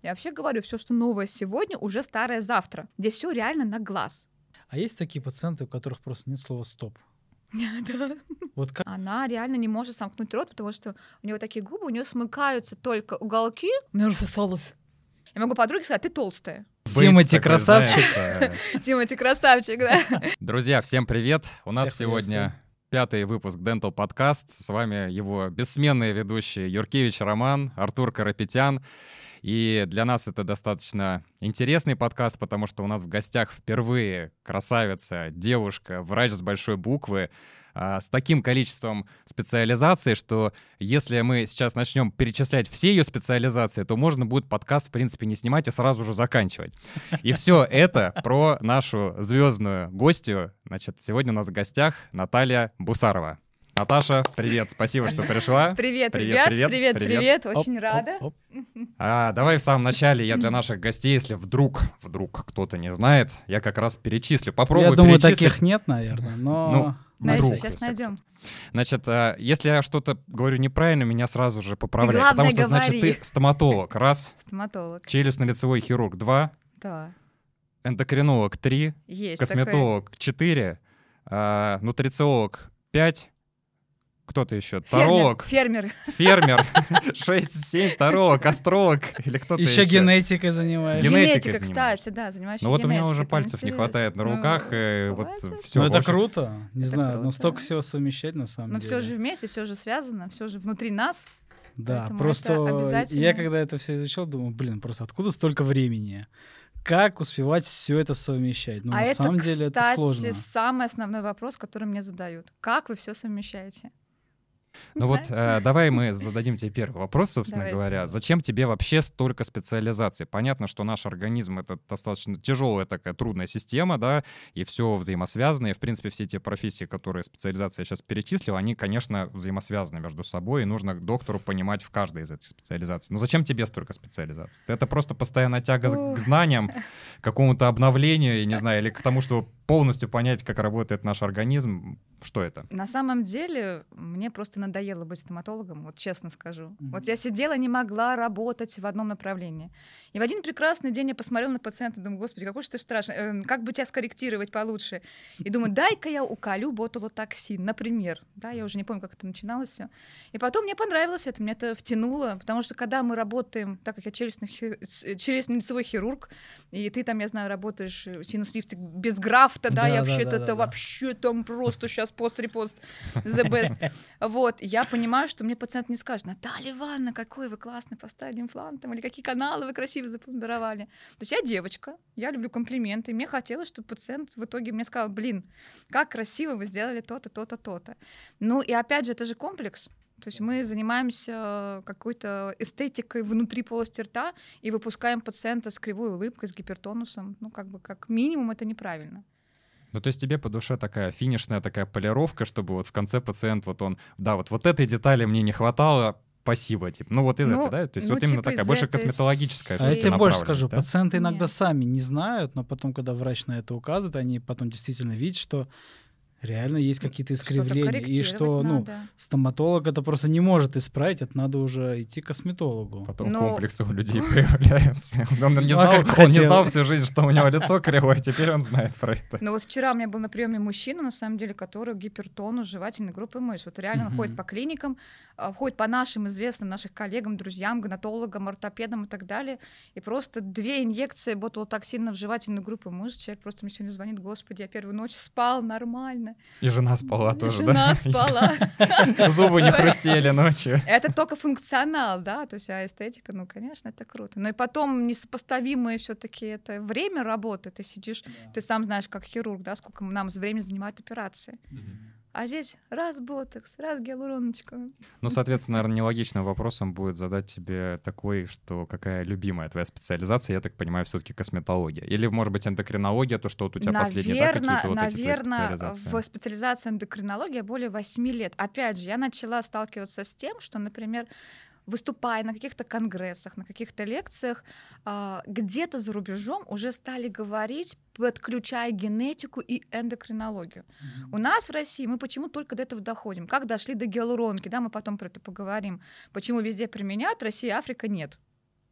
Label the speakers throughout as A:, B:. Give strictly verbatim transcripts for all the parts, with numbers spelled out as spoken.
A: Я вообще говорю, все, что новое сегодня, уже старое завтра. Здесь все реально на глаз.
B: А есть такие пациенты, у которых просто нет слова «стоп»?
A: Да.
B: Вот как?
A: Она реально не может сомкнуть рот, потому что у нее такие губы, у нее смыкаются только уголки. У меня рассосалось. Я могу подруге сказать, ты толстая.
B: Тимати красавчик.
A: Тимати красавчик, да.
C: Друзья, всем привет. У нас
B: Всех
C: сегодня пятый выпуск Dental Podcast. С вами его бессменные ведущие Юркевич Роман, Артур Карапетян. И для нас это достаточно интересный подкаст, потому что у нас в гостях впервые красавица, девушка, врач с большой буквы, с таким количеством специализаций, что если мы сейчас начнем перечислять все ее специализации, то можно будет подкаст, в принципе, не снимать и сразу же заканчивать. И все это про нашу звездную гостью. Значит, сегодня у нас в гостях Наталья Бусарова. Наташа, привет, спасибо, что пришла.
A: Привет,
C: Привет,
A: ребят,
C: привет,
A: привет, привет,
C: привет.
A: очень
B: Оп,
A: рада.
B: оп,
C: А, давай в самом начале я для наших гостей, если вдруг, вдруг кто-то не знает, я как раз перечислю. Попробую
B: Я думаю,
C: перечислить.
B: таких нет, наверное, но...
C: Ну,
A: Настя,
C: вдруг,
A: сейчас
C: если
A: найдем.
C: Значит, а, если я что-то говорю неправильно, меня сразу же поправляй.
A: главное,
C: Потому что, значит,
A: говори.
C: ты стоматолог, раз,
A: Стоматолог.
C: челюстно-лицевой хирург, два,
A: Да,
C: эндокринолог, три,
A: есть
C: косметолог, четыре, а, нутрициолог, пять, кто-то еще,
A: такой.
C: таролог,
A: Фермер.
C: фермер, шесть, семь, таролог, астролог или кто-то еще.
B: Еще генетикой занимаешься.
C: Ген- Генетикой
A: Генетика,
C: занимаюсь.
A: кстати, да, занимаешься
C: Ну вот у меня
A: генетикой,
C: уже
A: это
C: пальцев не
A: интересно.
C: хватает на
A: Ну,
C: руках, э, вот
A: бывает.
C: все.
B: Ну это круто, не
A: Это
B: знаю, но
A: круто.
B: столько всего совмещать на самом
A: Но
B: деле.
A: все же вместе, все же связано, все же внутри нас.
B: Да,
A: поэтому
B: просто
A: это обязательно.
B: я когда это все изучал, думаю, блин, просто откуда столько времени? Как успевать все это совмещать? Ну
A: а
B: на
A: это,
B: самом деле это
A: кстати,
B: сложно.
A: самый основной вопрос, который мне задают. Как вы все совмещаете? Не
C: Ну вот
A: знаю.
C: э, давай мы зададим тебе первый вопрос, собственно
A: Давайте.
C: говоря. Зачем тебе вообще столько специализаций? Понятно, что наш организм — это достаточно тяжелая такая трудная система, да, и все взаимосвязано. И, в принципе, все те профессии, которые специализация я сейчас перечислил, они, конечно, взаимосвязаны между собой, и нужно доктору понимать в каждой из этих специализаций. Но зачем тебе столько специализаций? Это просто постоянная тяга
A: Ух.
C: к знаниям, к какому-то обновлению, я не знаю, или к тому, чтобы полностью понять, как работает наш организм. Что это?
A: На самом деле, мне просто надоело быть стоматологом, вот честно скажу.
B: Мгм.
A: Вот я сидела, не могла работать в одном направлении. И в один прекрасный день я посмотрела на пациента и думаю, господи, какой же ты страшный, э, как бы тебя скорректировать получше? И думаю, дай-ка я уколю ботулотоксин, например. Да, я уже не помню, как это начиналось все. И потом мне понравилось это, мне это втянуло, потому что когда мы работаем, так как я челюстный хи- с- челюстно-лицевой хирург, и ты там, я знаю, работаешь э, синус-лифт без графта, да,
B: Да,
A: я
B: да,
A: вообще
B: да,
A: это
B: да, да.
A: вообще там просто сейчас пост-репост the best. Вот, я понимаю, что мне пациент не скажет, Наталья Ивановна, какой вы классный поставили имплантом, или какие каналы вы красиво запломбировали. То есть я девочка, я люблю комплименты, и мне хотелось, чтобы пациент в итоге мне сказал, блин, как красиво вы сделали то-то, то-то, то-то. Ну и опять же, это же комплекс. То есть мы занимаемся какой-то эстетикой внутри полости рта и выпускаем пациента с кривой улыбкой, с гипертонусом. Ну, как бы, как минимум, это неправильно.
C: Ну, то есть тебе по душе такая финишная такая полировка, чтобы вот в конце пациент, вот он, да, вот, вот этой детали мне не хватало, спасибо, типа. Ну, вот из
A: Ну,
C: этой, да? То есть
A: ну,
C: вот именно
A: типа
C: такая,
A: из
C: больше
A: этой
C: косметологическая
B: А я
A: всей
B: тебе больше
C: направленность,
B: скажу,
C: да?
B: пациенты иногда
A: Нет.
B: сами не знают, но потом, когда врач на это указывает, они потом действительно видят, что реально есть какие-то
A: Что-то
B: искривления, и что,
A: корректировать
B: ну,
A: надо.
B: стоматолог это просто не может исправить, это надо уже идти к косметологу.
C: Потом
A: Ну,
C: комплексы у людей появляются. Он не
B: Ну, а
C: знал,
B: как ты
C: он не
B: хотел?
C: знал всю жизнь, что у него лицо кривое, теперь он знает про это.
A: Ну вот вчера у меня был на приеме мужчина, на самом деле, который гипертонус жевательной группы мышц. Вот реально он
B: Мгм.
A: ходит по клиникам, а, ходит по нашим известным, наших коллегам, друзьям, гонатологам, ортопедам и так далее. И просто две инъекции ботулотоксина в жевательную группу мышц. Человек просто мне сегодня звонит, господи, я первую ночь спал нормально.
C: И жена спала
A: И
C: тоже,
A: Жена
C: да?
A: спала.
C: Зубы не хрустели ночью.
A: Это только функционал, да, то есть а эстетика, ну, конечно, это круто. Но и потом несопоставимое все-таки это время работы. Ты сидишь, ты сам знаешь, как хирург, да, сколько нам времени занимают операции. А здесь раз ботокс, раз гиалуроночка.
C: Ну, соответственно, наверное, нелогичным вопросом будет задать тебе такой, что какая любимая твоя специализация, я так понимаю, все-таки косметология. Или, может быть, эндокринология, то, что вот у тебя последние, да, какие-то вот эти твои
A: наверное,
C: специализации?
A: в специализации эндокринология более восьми лет. Опять же, я начала сталкиваться с тем, что, например, выступая на каких-то конгрессах, на каких-то лекциях, а, где-то за рубежом уже стали говорить, подключая генетику и эндокринологию. Mm-hmm. У нас в России мы почему только до этого доходим? Как дошли до гиалуронки, да, мы потом про это поговорим. Почему везде применяют, Россия, Африка нет.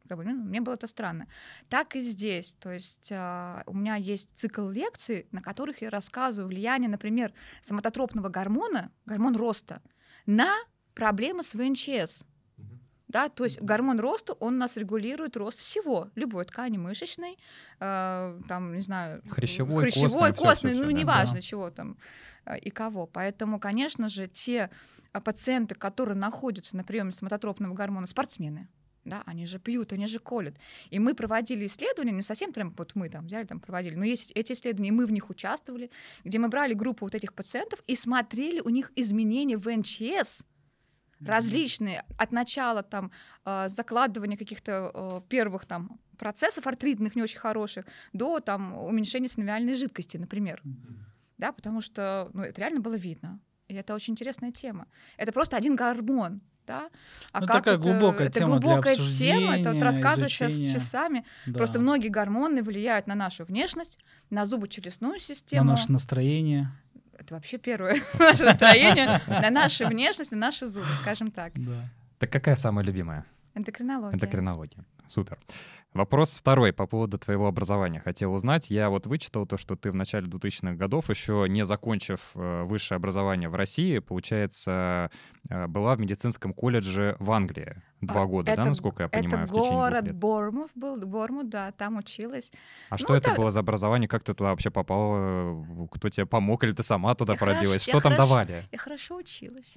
A: как бы, ну, мне было это странно. Так и здесь. То есть э, у меня есть цикл лекций, на которых я рассказываю влияние, например, соматотропного гормона, гормон роста, на проблемы с вэ эн че эс. Да, то есть гормон роста, он у нас регулирует рост всего, любой ткани мышечной, э, там, не знаю,
C: хрящевой,
A: хрящевой,
C: костной,
A: костной,
C: всё, всё,
A: ну,
C: всё, да.
A: неважно,
B: Да.
A: чего там э, и кого. Поэтому, конечно же, те э, пациенты, которые находятся на приеме соматотропного гормона, спортсмены, да, они же пьют, они же колят. И мы проводили исследования, не совсем прям вот мы там взяли, там проводили, но есть эти исследования, и мы в них участвовали, где мы брали группу вот этих пациентов и смотрели у них изменения в вэ эн че эс, различные, от начала там э, закладывания каких-то э, первых там процессов артритных не очень хороших до там уменьшения синовиальной жидкости, например. Да, потому что, ну, это реально было видно. И это очень интересная тема. Это просто один гормон, да? А
B: Ну,
A: как
B: такая
A: это,
B: глубокая
A: это
B: тема для
A: глубокая тема, это вот
B: обсуждения,
A: рассказывать сейчас
B: изучения.
A: часами.
B: Да.
A: Просто многие гормоны влияют на нашу внешность, на зубочелюстную
B: На
A: систему.
B: наше настроение.
A: Это вообще первое наше настроение, на нашу внешность, на наши зубы, скажем так.
B: Да.
C: Так какая самая любимая?
A: Эндокринология.
C: Эндокринология. Супер. Вопрос второй по поводу твоего образования. Хотел узнать. Я вот вычитал то, что ты в начале двухтысячных годов, еще не закончив э, высшее образование в России, получается, э, была в медицинском колледже в Англии. Два
A: А,
C: года,
A: это-
C: да, насколько я понимаю,
A: Это
C: в течение двух
A: город
C: лет.
A: Бормут был, Бормут, да, там училась.
C: А что
A: ну,
C: это
A: да.
C: было за образование? Как ты туда вообще попала? Э, Кто тебе помог? Или ты сама туда
A: Я
C: пробилась?
A: хорошо-
C: Что
A: я
C: там
A: хорошо-
C: давали?
A: Я хорошо училась.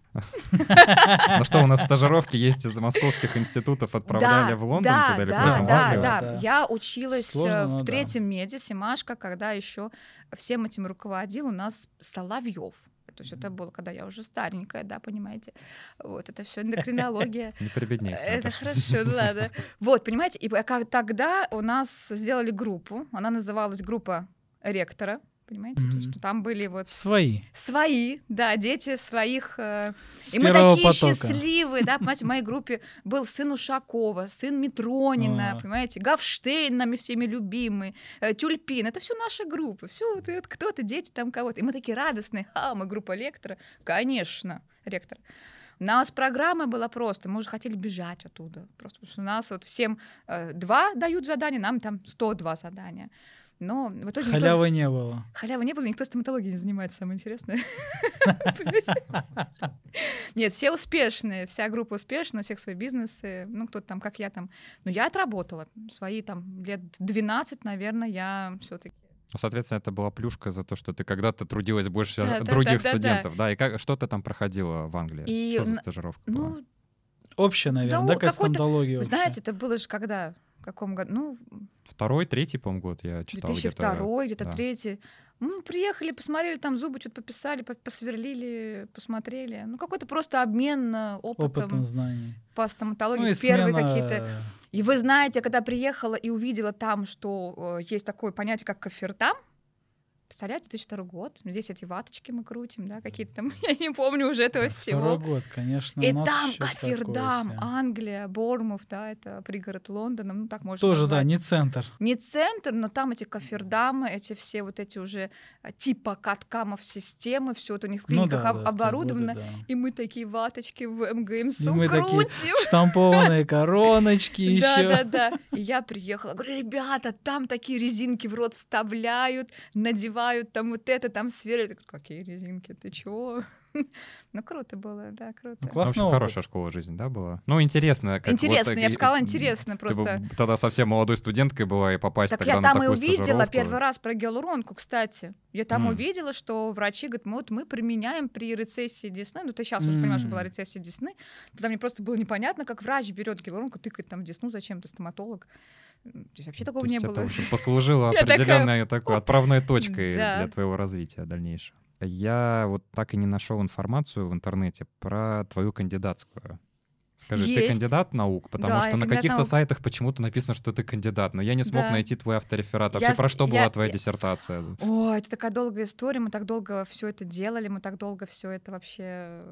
C: Ну что, у нас стажировки есть из московских институтов, отправляли
A: Да,
C: в Лондон
A: да,
C: туда или
A: да,
C: куда-то в
A: да,
C: Англию?
A: да,
B: Да.
A: Я училась
B: Сложно,
A: э,
B: но
A: в
B: да.
A: третьем меди, Семашко, когда еще всем этим руководил у нас Соловьев. То есть это было, когда я уже старенькая, да, понимаете. Вот, это все эндокринология.
C: Не прибедняйся.
A: Это
C: Наташа.
A: хорошо, ну ладно. Вот, понимаете, и как тогда у нас сделали группу, она называлась группа ректора, понимаете, то есть
B: Мгм.
A: там были вот
B: Свои.
A: свои, да, дети своих. э,
B: С
A: И мы
B: первого
A: такие
B: потока.
A: счастливые, да, понимаете, в моей группе был сын Ушакова, сын Митронина,
B: А.
A: понимаете, Гавштейн нами всеми любимый, э, Тюльпин, это все наша группа, все вот это кто-то, дети там кого-то. И мы такие радостные, а, мы группа лектора, конечно, ректор. У нас программа была просто, мы уже хотели бежать оттуда, просто потому что у нас вот всем э, два дают задания, нам там сто два задания. Но в итоге никто-
B: Халявы не было.
A: Халявы не было, никто стоматологией не занимается, самое интересное. Понимаете? Нет, все успешные, вся группа успешная, у всех свои бизнесы, ну, кто-то там, как я там. Но я отработала свои там лет двенадцать, наверное, я все таки
C: Ну, соответственно, это была плюшка за то, что ты когда-то трудилась больше
A: Да, да,
C: других
A: да, да, да.
C: студентов. Да, и как, что ты там проходила в Англии?
A: И
C: Что за
A: на-
C: стажировка была?
A: Ну,
B: Общая, наверное,
A: Да,
B: да, как
A: какой-то-
B: стоматология
A: вы
B: общая.
A: знаете, это было же когда? В каком году? Ну,
C: Второй, третий, по-моему, год я читал
A: две тысячи второй, где-то
C: да.
A: третий. Ну, приехали, посмотрели там зубы, что-то пописали, по- посверлили, посмотрели. Ну, какой-то просто обмен э, опытом
B: Опытом знаний.
A: по стоматологии.
B: Ну и
A: Первые
B: смена,
A: какие-то.
B: э,
A: И вы знаете, когда приехала и увидела там, что э, есть такое понятие, как кофертам, представляете, две тысячи второй год, здесь эти ваточки мы крутим, да, какие-то там, я не помню уже этого
B: Второй
A: всего.
B: год, конечно.
A: И
B: у нас
A: там
B: ещё
A: Кофердам,
B: такое себе.
A: Англия, Бормув, да, это пригород Лондона, ну так можно
B: Тоже,
A: назвать.
B: да, не центр.
A: Не центр, но там эти кофердамы, эти все вот эти уже а, типа каткамов системы, все это у них в
B: Ну
A: клиниках
B: да,
A: об-
B: да, в те
A: оборудовано.
B: годы, да.
A: И мы такие ваточки в
B: И
A: МГМСу
B: мы такие
A: крутим.
B: штампованные короночки
A: Да,
B: еще.
A: да, да. И я приехала, говорю, ребята, там такие резинки в рот вставляют, надевают, там вот это, там сверлят. Я говорю, какие резинки, ты чего? Ну, круто было, да, круто.
B: Ну,
C: В
B: классный
C: общем,
B: опыт.
C: хорошая школа жизни, да, была? Ну, интересно. Как
A: Интересно,
C: вот,
A: я бы
C: и-
A: сказала,
C: и-
A: интересно
C: Ты
A: просто.
C: бы тогда совсем молодой студенткой была, и попасть
A: Так
C: тогда
A: я
C: на
A: там и
C: такую
A: увидела
C: стажировку.
A: первый раз про гиалуронку, кстати. Я там
C: М.
A: увидела, что врачи говорят, вот мы применяем при рецессии десны. Ну, ты сейчас уже понимаешь, что
B: М.
A: была рецессия десны. Тогда мне просто было непонятно, как врач берет гиалуронку, тыкает там в десну, зачем ты стоматолог. Здесь вообще такого
C: То есть
A: не
C: это,
A: было.
C: в общем, послужило
A: Я такая,
C: определенной такой отправной точкой
A: Да.
C: для твоего развития дальнейшего. Я вот так и не нашел информацию в интернете про твою кандидатскую. Скажи, ты
A: Есть.
C: кандидат наук? Потому
A: Да,
C: что
A: я
C: на
A: кандидат
C: каких-то
A: наук.
C: сайтах почему-то написано, что ты кандидат, но я не смог
A: Да.
C: найти твой автореферат.
A: Я
C: Вообще,
A: с-
C: про что
A: я-
C: была твоя
A: я-
C: диссертация?
A: Ой, это такая долгая история, мы так долго все это делали, мы так долго все это вообще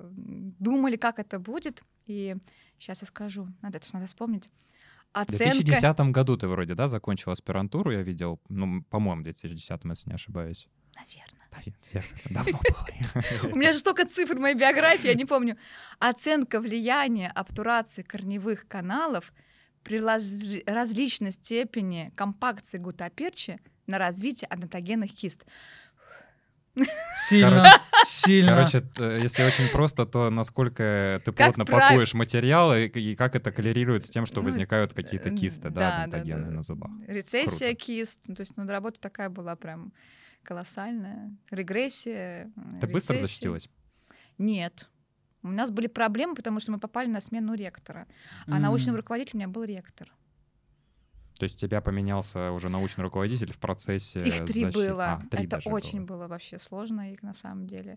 A: м, думали, как это будет. И сейчас я скажу, надо, это ж надо вспомнить.
C: В две
A: Оценка...
C: тысячи десятом году ты вроде, да, закончил аспирантуру, я видел, ну, по-моему, в две тысячи десятом, если не ошибаюсь.
A: Наверное.
C: Давно было.
A: У меня же столько цифр в моей биографии, я не помню. Оценка влияния обтурации корневых каналов при лаз- различной степени компакции гутаперчи на развитие однотогенных кист.
B: Сильно, сильно.
C: Короче, т- если очень просто, то насколько ты плотно
A: прав-
C: пакуешь материал, и, и как это коррелирует с тем, что
A: Ну,
C: возникают какие-то
A: э,
C: кисты, да,
A: да, да,
C: однотогенные
A: да.
C: на зубах.
A: Рецессия
C: Круто.
A: кист. Ну, то есть, ну, работа такая была прям колоссальная. Регрессия.
C: Ты быстро
A: рецессия.
C: защитилась?
A: Нет. У нас были проблемы, потому что мы попали на смену ректора. А
B: М.
A: научным руководителем у меня был ректор.
C: То есть у тебя поменялся уже научный руководитель в процессе
A: Их три
C: защиты?
A: было.
C: А, три
A: Это
C: даже
A: очень
C: было.
A: было вообще сложно их на самом деле.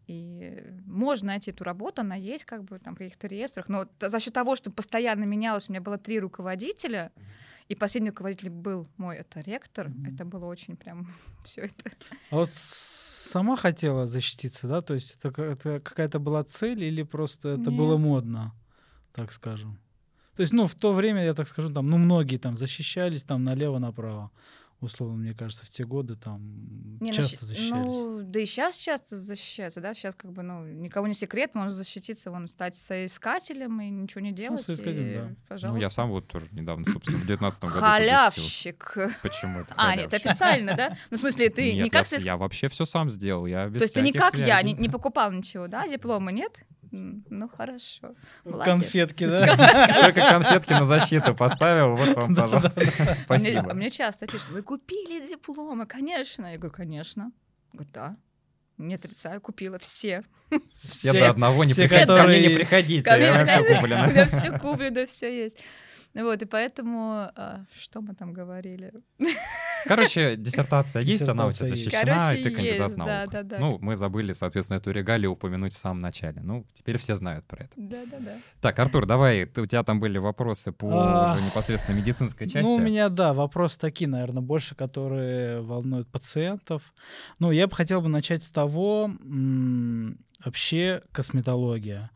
A: И можно найти эту работу, она есть как бы там в каких-то реестрах. Но т- за счет того, что постоянно менялось, у меня было три руководителя, и последний руководитель был мой, это ректор.
B: Мгм.
A: Это было очень прям все это.
B: А вот с- сама хотела защититься, да? То есть это, ка- это какая-то была цель или просто это было
A: Нет.
B: модно, так скажем? То есть, ну, в то время, я так скажу, там, ну, многие там защищались там налево-направо. Условно, мне кажется, в те годы там
A: Не, ну,
B: часто
A: щ-
B: защищались.
A: Ну, да и сейчас часто защищаются, да, сейчас как бы, ну, никого не секрет, можно защититься, вон, стать соискателем и ничего не делать.
B: соискателем,
A: и,
B: да.
A: Пожалуйста.
C: Ну, я сам вот тоже недавно, собственно, в девятнадцатом году тут защитился.
A: Халявщик.
C: Почему это
A: А, нет,
C: халявщик?
A: официально, да? Ну, в смысле, ты
C: Нет,
A: не как
C: я, с-
A: соис-
C: я вообще все сам сделал, я без
A: То есть ты не
C: всяких
A: как я, не,
C: связей.
A: не покупал ничего, да? Диплома нет? М, Ну, хорошо. Молодец.
B: Конфетки, да?
C: Только конфетки на защиту поставил, вот вам,
B: Да,
C: пожалуйста.
A: А мне,
C: Спасибо.
A: а мне часто пишут, вы купили дипломы, конечно. Я говорю, конечно. Говорю, да. Не отрицаю, купила все.
C: Все до одного не
B: все,
C: приходите, ко мне
B: которые-
C: не приходите,
A: Ко мне
C: я все
A: приходите.
C: куплено.
A: Да, все куплено, все есть. Ну Вот, и поэтому, а, что мы там говорили?
C: Короче, диссертация есть, она у тебя
B: Диссертация есть.
C: защищена,
A: Короче,
C: и ты кандидат
A: есть,
C: наук.
A: да, да, да.
C: Ну, мы забыли, соответственно, эту регалию упомянуть в самом начале. Ну, теперь все знают про это.
A: Да-да-да.
C: Так, Артур, давай, ты- у тебя там были вопросы по
B: А,
C: уже непосредственно медицинской части.
B: Ну, у меня, да, вопросы такие, наверное, больше, которые волнуют пациентов. Ну, я бы хотел бы начать с того, м, вообще косметология.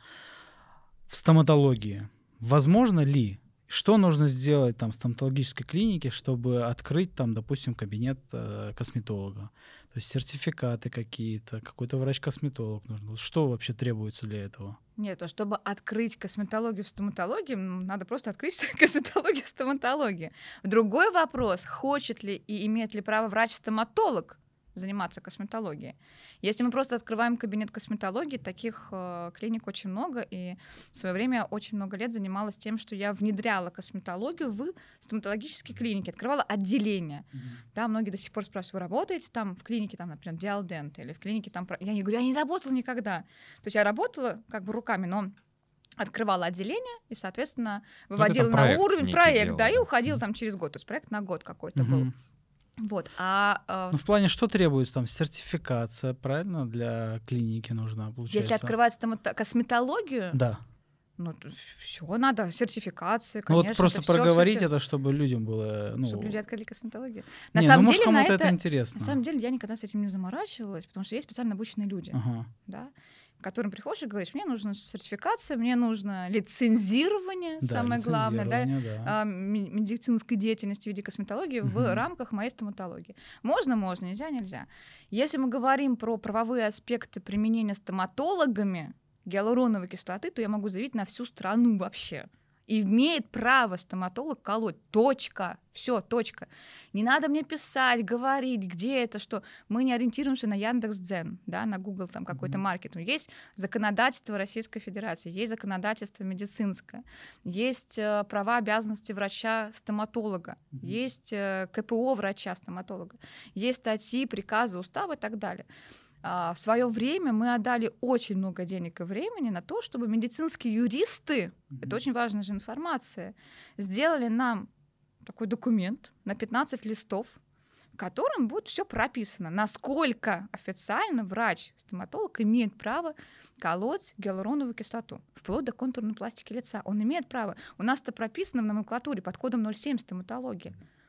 B: В стоматологии возможно ли, что нужно сделать там в стоматологической клинике, чтобы открыть там, допустим, кабинет э, косметолога? То есть сертификаты какие-то, какой-то врач-косметолог нужен. Вот что вообще требуется для этого?
A: Нет, то чтобы открыть косметологию в стоматологии, м, надо просто открыть косметологию в стоматологии. Другой вопрос, хочет ли и имеет ли право врач-стоматолог заниматься косметологией. Если мы просто открываем кабинет косметологии, таких э, клиник очень много, и в свое время очень много лет занималась тем, что я внедряла косметологию в стоматологические клиники, открывала отделения. Да, многие до сих пор спрашивают, вы работаете там в клинике, там, например, Диалдент, или в клинике там... про- Я не говорю, я не работала никогда. То есть я работала как бы руками, но открывала отделение и, соответственно,
C: Ну, ты
A: выводила
C: там
A: на
C: проект
A: уровень
C: некий
A: проект,
C: делала,
A: да, и
C: да.
A: уходила там через год. То есть проект на год какой-то был.
B: Мгм.
A: Вот. А э,
B: Ну, в плане, что требуется там? Сертификация, правильно, для клиники нужна, получается?
A: если открывать стомато- косметологию,
B: Да.
A: ну, все надо, сертификации,
B: Ну,
A: конечно.
B: вот просто
A: это всё- всё-
B: проговорить
A: всё.
B: это, чтобы людям было... Ну,
A: Чтобы люди открыли косметологию. На
B: не,
A: самом
B: ну, может,
A: деле, на
B: кому-то
A: это,
B: это интересно.
A: на самом деле, я никогда с этим не заморачивалась, потому что есть специально обученные люди,
B: Ага.
A: да, к которым приходишь и говоришь, мне нужна сертификация, мне нужно лицензирование,
B: Да,
A: самое главное, да,
B: лицензирование, да.
A: а, ме- медицинской деятельности в виде косметологии в
B: Мгм.
A: рамках моей стоматологии. Можно, можно, нельзя, нельзя. Если мы говорим про правовые аспекты применения стоматологами гиалуроновой кислоты, то я могу заявить на всю страну вообще. И имеет право стоматолог колоть. Точка. Все, точка. Не надо мне писать, говорить, где это, что. Мы не ориентируемся на Яндекс.Дзен, да, на Google там какой-то
B: Мгм.
A: маркетинг. Есть законодательство Российской Федерации, есть законодательство медицинское, есть э, права, обязанности врача-стоматолога,
B: Мгм.
A: есть э, КПО врача-стоматолога, есть статьи, приказы, уставы и так далее. А, в свое время мы отдали очень много денег и времени на то, чтобы медицинские юристы, это очень важная же информация, сделали нам такой документ на пятнадцать листов, в котором будет все прописано, насколько официально врач-стоматолог имеет право колоть гиалуроновую кислоту, вплоть до контурной пластики лица. Он имеет право. У нас это прописано в номенклатуре под кодом ноль семь стоматология.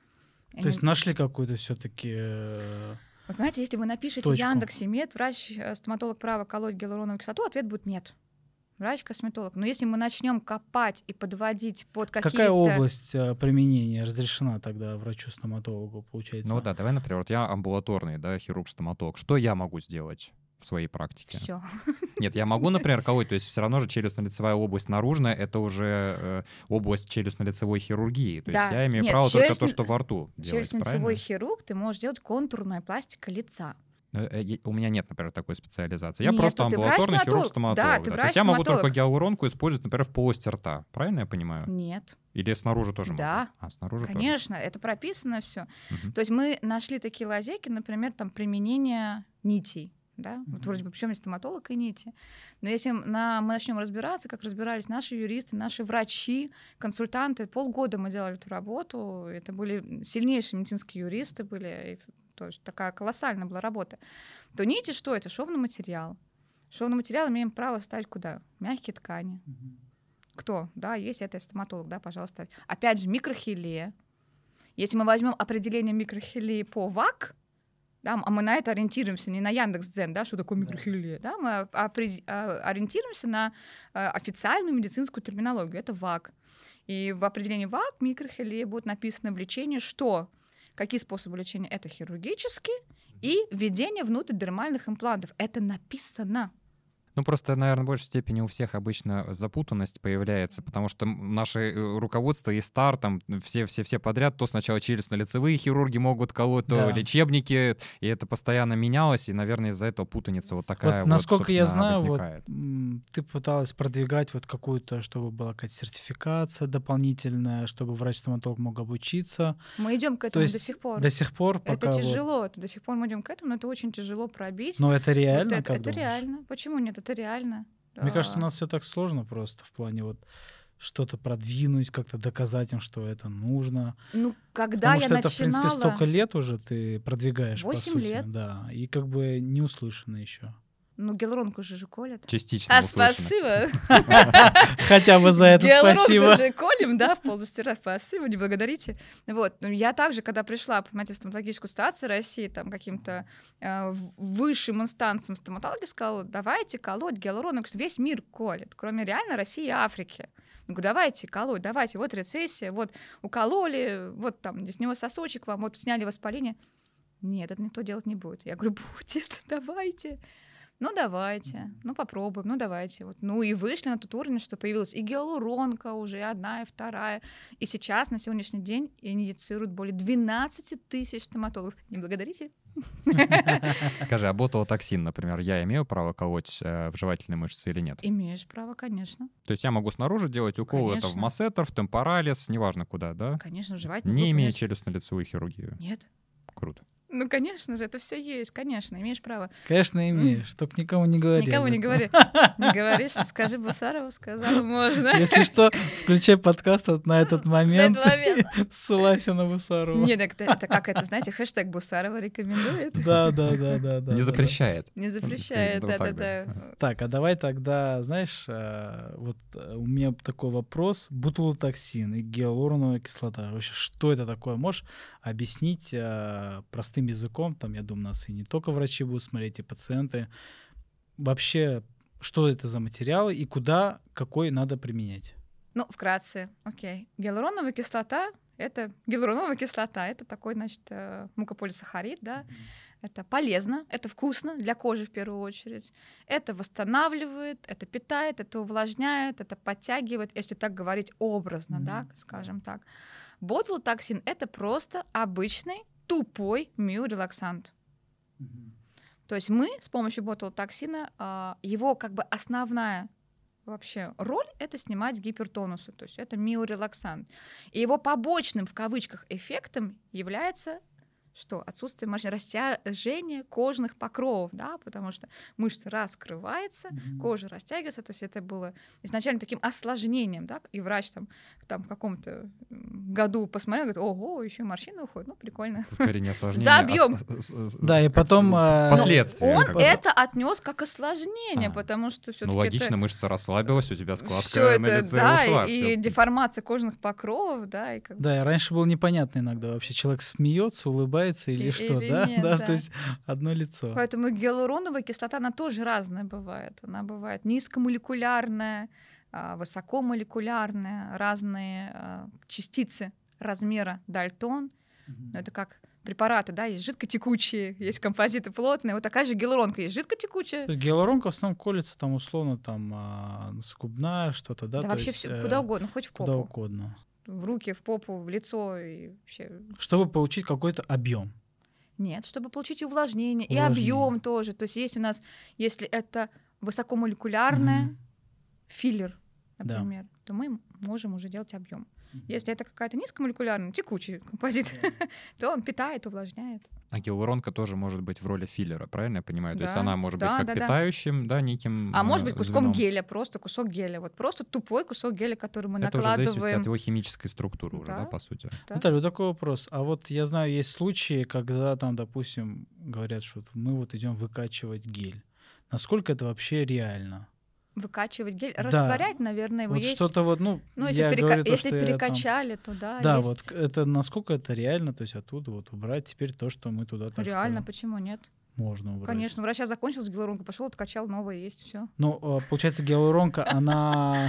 B: То есть нашли какую-то все-таки...
A: Вы понимаете, если вы напишете в
B: Точку.
A: Яндексе, имеет врач-стоматолог право колоть гиалуроновую кислоту, ответ будет нет. Врач-косметолог. Но если мы начнем копать и подводить под какие-то...
B: Какая область э, применения разрешена тогда врачу-стоматологу, получается?
C: Ну да, давай, например, вот я амбулаторный, да, хирург-стоматолог. Что я могу сделать в в своей практике?
A: Все.
C: Нет, я могу, например, колоть, то есть все равно же челюстно-лицевая область наружная, это уже э, область челюстно-лицевой хирургии. То
A: Да.
C: есть я имею
A: Нет,
C: право
A: челюстно-
C: только то, что во рту делать,
A: Челюстно-лицевой
C: правильно?
A: хирург, ты можешь делать контурная пластика лица.
C: Э, э, е- У меня нет, например, такой специализации. Я
A: Нету,
C: просто
A: ты
C: амбулаторный
A: врач-стоматолог.
C: хирург-стоматолог.
A: Да, ты
C: То есть я могу только
A: врач-стоматолог.
C: гиалуронку использовать, например, в полости рта. Правильно я понимаю?
A: Нет.
C: Или снаружи тоже
A: Да.
C: могу? А, снаружи тоже.
A: Конечно, это прописано все.
C: Мгм.
A: То есть мы нашли такие лазейки, например, там применение нитей. Да? Вот
B: Мгм.
A: вроде бы причем есть стоматолог и нити. Но если на, мы начнем разбираться, как разбирались наши юристы, наши врачи, консультанты, полгода мы делали эту работу, это были сильнейшие медицинские юристы были, и, то есть такая колоссальная была работа. То нити что это? Шовный материал. Шовный материал имеем право ставить куда? Мягкие ткани.
B: Мгм.
A: Кто? Да, есть это стоматолог, да, пожалуйста. Опять же, микрохилия. Если мы возьмем определение микрохилии по ВАК, да, а мы на это ориентируемся, не на Яндекс.Дзен, да, что такое микрохилия, да, мы опри- а, ориентируемся на а, официальную медицинскую терминологию, это ВАК. И в определении ВАК микрохилия будет написано в лечении, что, какие способы лечения, это хирургические и введение внутридермальных имплантов, это написано.
C: Ну, просто, наверное, в большей степени у всех обычно запутанность появляется, потому что м, наше э, руководство и стар, там, все-все-все подряд, то сначала челюстно-лицевые хирурги могут колоть, то
B: Да.
C: лечебники, и это постоянно менялось, и, наверное, из-за этого путаница вот такая
B: Вот,
C: вот,
B: насколько я
C: собственно,
B: знаю, вот,
C: возникает.
B: м, ты пыталась продвигать вот какую-то, чтобы была какая-то сертификация дополнительная, чтобы врач-стоматолог мог обучиться.
A: Мы идем к
B: То
A: этому
B: есть
A: до сих пор.
B: До сих пор пока
A: Это
B: вот-
A: тяжело, это до сих пор мы идем к этому, но это очень тяжело пробить.
B: Но это
A: Вот
B: реально,
A: это,
B: как
A: это
B: думаешь?
A: реально. Почему нет? Это реально.
B: Мне кажется, у
A: А,
B: нас все так сложно просто в плане вот что-то продвинуть, как-то доказать им, что это нужно.
A: Ну, когда
B: Потому
A: я
B: что это,
A: начинала...
B: в принципе, столько лет уже ты продвигаешь, по
A: Восемь
B: сути.
A: лет.
B: Да, и как бы не услышано еще.
A: Ну, гиалуронку же же колят.
C: Частично
A: А,
C: услышано.
A: спасибо.
B: Хотя бы за это
A: Гиалуронку
B: спасибо.
A: же колем, да, полностью раз. Спасибо, не благодарите. Вот. Ну, я также, когда пришла, понимаете, в стоматологическую стацию России, там, каким-то э, в- высшим инстанциям стоматологии, сказала, давайте колоть гиалуроновую кислоту. Весь мир колет, кроме реально России и Африки. Ну, давайте колоть, давайте, вот рецессия, вот укололи, вот там десневой сосочек вам, вот сняли воспаление. Нет, это никто делать не будет. Я говорю, будет, давайте. Ну, давайте, ну, попробуем, ну, давайте. Вот. Ну, и вышли на тот уровень, что появилась и гиалуронка уже, одна и вторая. И сейчас, на сегодняшний день, инициируют более двенадцать тысяч стоматологов. Не благодарите?
C: Скажи, а ботулотоксин, например, я имею право колоть э, в жевательные мышцы или нет?
A: Имеешь право, конечно.
C: То есть я могу снаружи делать укол, это в
A: Конечно.
C: массетер, в темпоралис, неважно куда, да?
A: Конечно, жевать
C: Не имея челюстно-лицевую хирургию.
A: Нет.
C: Круто.
A: Ну, конечно же, это все есть, конечно, имеешь право.
B: Конечно, имеешь, только никому не говори.
A: Никому
B: об
A: не
B: этом.
A: говори. Не говоришь, скажи Бусарову, сказала, можно.
B: Если что, включай подкаст вот на этот момент.
A: этот момент.
B: Ссылайся на Бусарова.
A: Нет, это, это как это, знаете, хэштег Бусарова рекомендует.
B: Да, да, да, да, да.
C: Не
B: да,
C: запрещает.
A: Не запрещает,
C: Вот так,
A: да-да-да.
B: да. Так, а давай тогда, знаешь, э, вот э, у меня такой вопрос. Ботулотоксин и гиалуроновая кислота. Вообще, что это такое? Можешь объяснить э, простым языком? Там, я думаю, нас и не только врачи будут смотреть, и пациенты. Вообще, что это за материалы и куда, какой надо применять?
A: Ну, вкратце, окей. Гиалуроновая кислота — это гиалуроновая кислота, это такой, значит, э, мукополисахарид, да. Это полезно, это вкусно для кожи в первую очередь. Это восстанавливает, это питает, это увлажняет, это подтягивает, если так говорить образно,
B: Мгм.
A: да, скажем так. Ботулотоксин — это просто обычный тупой миорелаксант. То есть мы с помощью ботулотоксина, а, его как бы основная вообще роль — это снимать гипертонусы, то есть это миорелаксант. И его побочным, в кавычках, эффектом является что? Отсутствие морщин, растяжение кожных покровов, да, потому что мышца раскрывается, кожа растягивается, то есть это было изначально таким осложнением, да, и врач там, там в каком-то году посмотрел, говорит, ого, еще морщины уходят, ну, прикольно.
C: Это скорее не осложнение.
A: Забьем.
C: а с- с- с-
B: Да, и
C: как
B: потом,
C: бы
B: э,
C: Последствия.
A: Он
C: как бы.
A: это отнес как осложнение,
C: А.
A: потому что все-таки
C: Ну, логично, мышца расслабилась, у тебя складка
A: все
C: на
A: это,
C: лице
A: да,
C: ушла.
A: и
C: всё.
A: деформация кожных покровов, да, и как бы
B: Да, и раньше было непонятно иногда вообще, человек смеется, улыбается или
A: И-
B: что,
A: или
B: да?
A: нет,
B: да?
A: да.
B: То есть одно лицо.
A: Поэтому гиалуроновая кислота, она тоже разная бывает. Она бывает низкомолекулярная, а, высокомолекулярная, разные а, частицы размера Дальтон. Но это как препараты, да, есть жидкотекучие, есть композиты плотные, вот такая же гиалуронка есть жидкотекучая.
B: То есть гиалуронка в основном колется там условно там а, скубная что-то, да?
A: Да
B: то
A: вообще
B: есть,
A: всё,
B: э,
A: куда угодно, хоть в попу.
B: Куда угодно.
A: В руки, в попу, в лицо и вообще.
B: Чтобы получить какой-то объем.
A: Нет, чтобы получить и увлажнение, и
B: Увлажнение.
A: объем тоже. То есть есть у нас, если это высокомолекулярное,
B: Мгм.
A: филлер,
B: Да.
A: например, то мы можем уже делать объем. Если это какая-то низкомолекулярная, текучий композит, то он питает, увлажняет.
C: А гиалуронка тоже может быть в роли филлера, правильно я понимаю? То есть
A: Да,
C: она может быть
A: да,
C: как
A: да, да.
C: питающим, да, неким
A: А
C: э,
A: может быть куском
C: звеном.
A: геля, просто кусок геля. Вот просто тупой кусок геля, который мы
C: Это уже в зависимости
A: накладываем.
C: от его химической структуры уже,
A: Да.
C: да, по сути.
A: Да.
B: Наталья, вот такой вопрос. А вот я знаю, есть случаи, когда там, допустим, говорят, что вот мы вот идем выкачивать гель. Насколько это вообще реально?
A: Выкачивать гель,
B: Да.
A: растворять, наверное, его
B: Вот
A: есть.
B: что-то вот, ну,
A: Ну, если,
B: я
A: перека-
B: говорю то,
A: если
B: что я там-
A: перекачали, то да,
B: Да,
A: есть.
B: вот к- это насколько это реально, то есть оттуда вот убрать теперь то, что мы туда, так
A: Реально,
B: скажем,
A: почему нет?
B: можно убрать.
A: Конечно, у врача закончилась гиалуронка, пошел, откачал, новое есть, все.
B: Ну, а, получается, гиалуронка, она,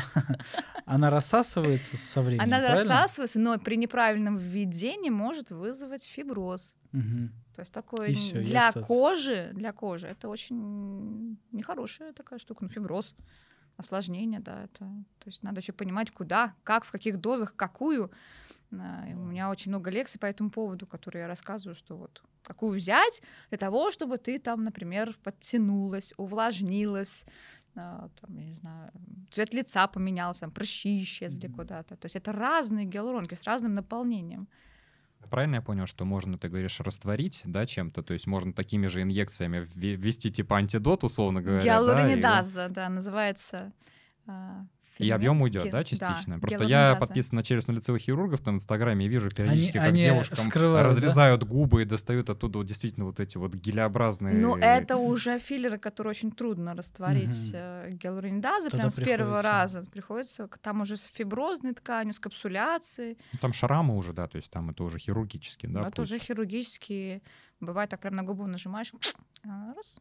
B: она рассасывается со временем,
A: Она
B: правильно?
A: рассасывается, но при неправильном введении может вызвать фиброз.
B: Мгм.
A: То есть такое
B: И всё, я,
A: для
B: кстати-
A: кожи, для кожи это очень нехорошая такая штука, ну фиброз, осложнение, да, это, то есть надо еще понимать, куда, как, в каких дозах, какую. А, и у меня очень много лекций по этому поводу, которые я рассказываю, что вот какую взять для того, чтобы ты там, например, подтянулась, увлажнилась, а, там, я не знаю, цвет лица поменялся, там, прыщи исчезли
B: Мгм.
A: куда-то. То есть это разные гиалуронки с разным наполнением.
C: Правильно я понял, что можно, ты говоришь, растворить, да, чем-то? То есть можно такими же инъекциями вве- ввести типа антидот, условно говоря, да, и он-
A: Гиалуронидаза, да, называется. а,
C: И
A: фермент
C: объем уйдет,
A: ге-
C: да, частично? Просто я
A: гиалуронидаза.
C: подписан на челюстно-лицевых хирургов там в Инстаграме и вижу периодически, как
B: они
C: девушкам
B: вскрывают, да?
C: разрезают губы и достают оттуда вот действительно вот эти вот гелеобразные...
A: Ну, это уже филлеры, которые очень трудно растворить
B: Мгм.
A: э, гиалуронидазы
B: Тогда
A: прям с первого
B: приходится-
A: раза. Приходится, к- там уже с фиброзной тканью, с капсуляцией.
C: Ну, там шрамы уже, да, то есть там это уже хирургически, да?
A: Но это
C: путь.
A: уже хирургические. Бывает, так прям на губу нажимаешь, а, раз,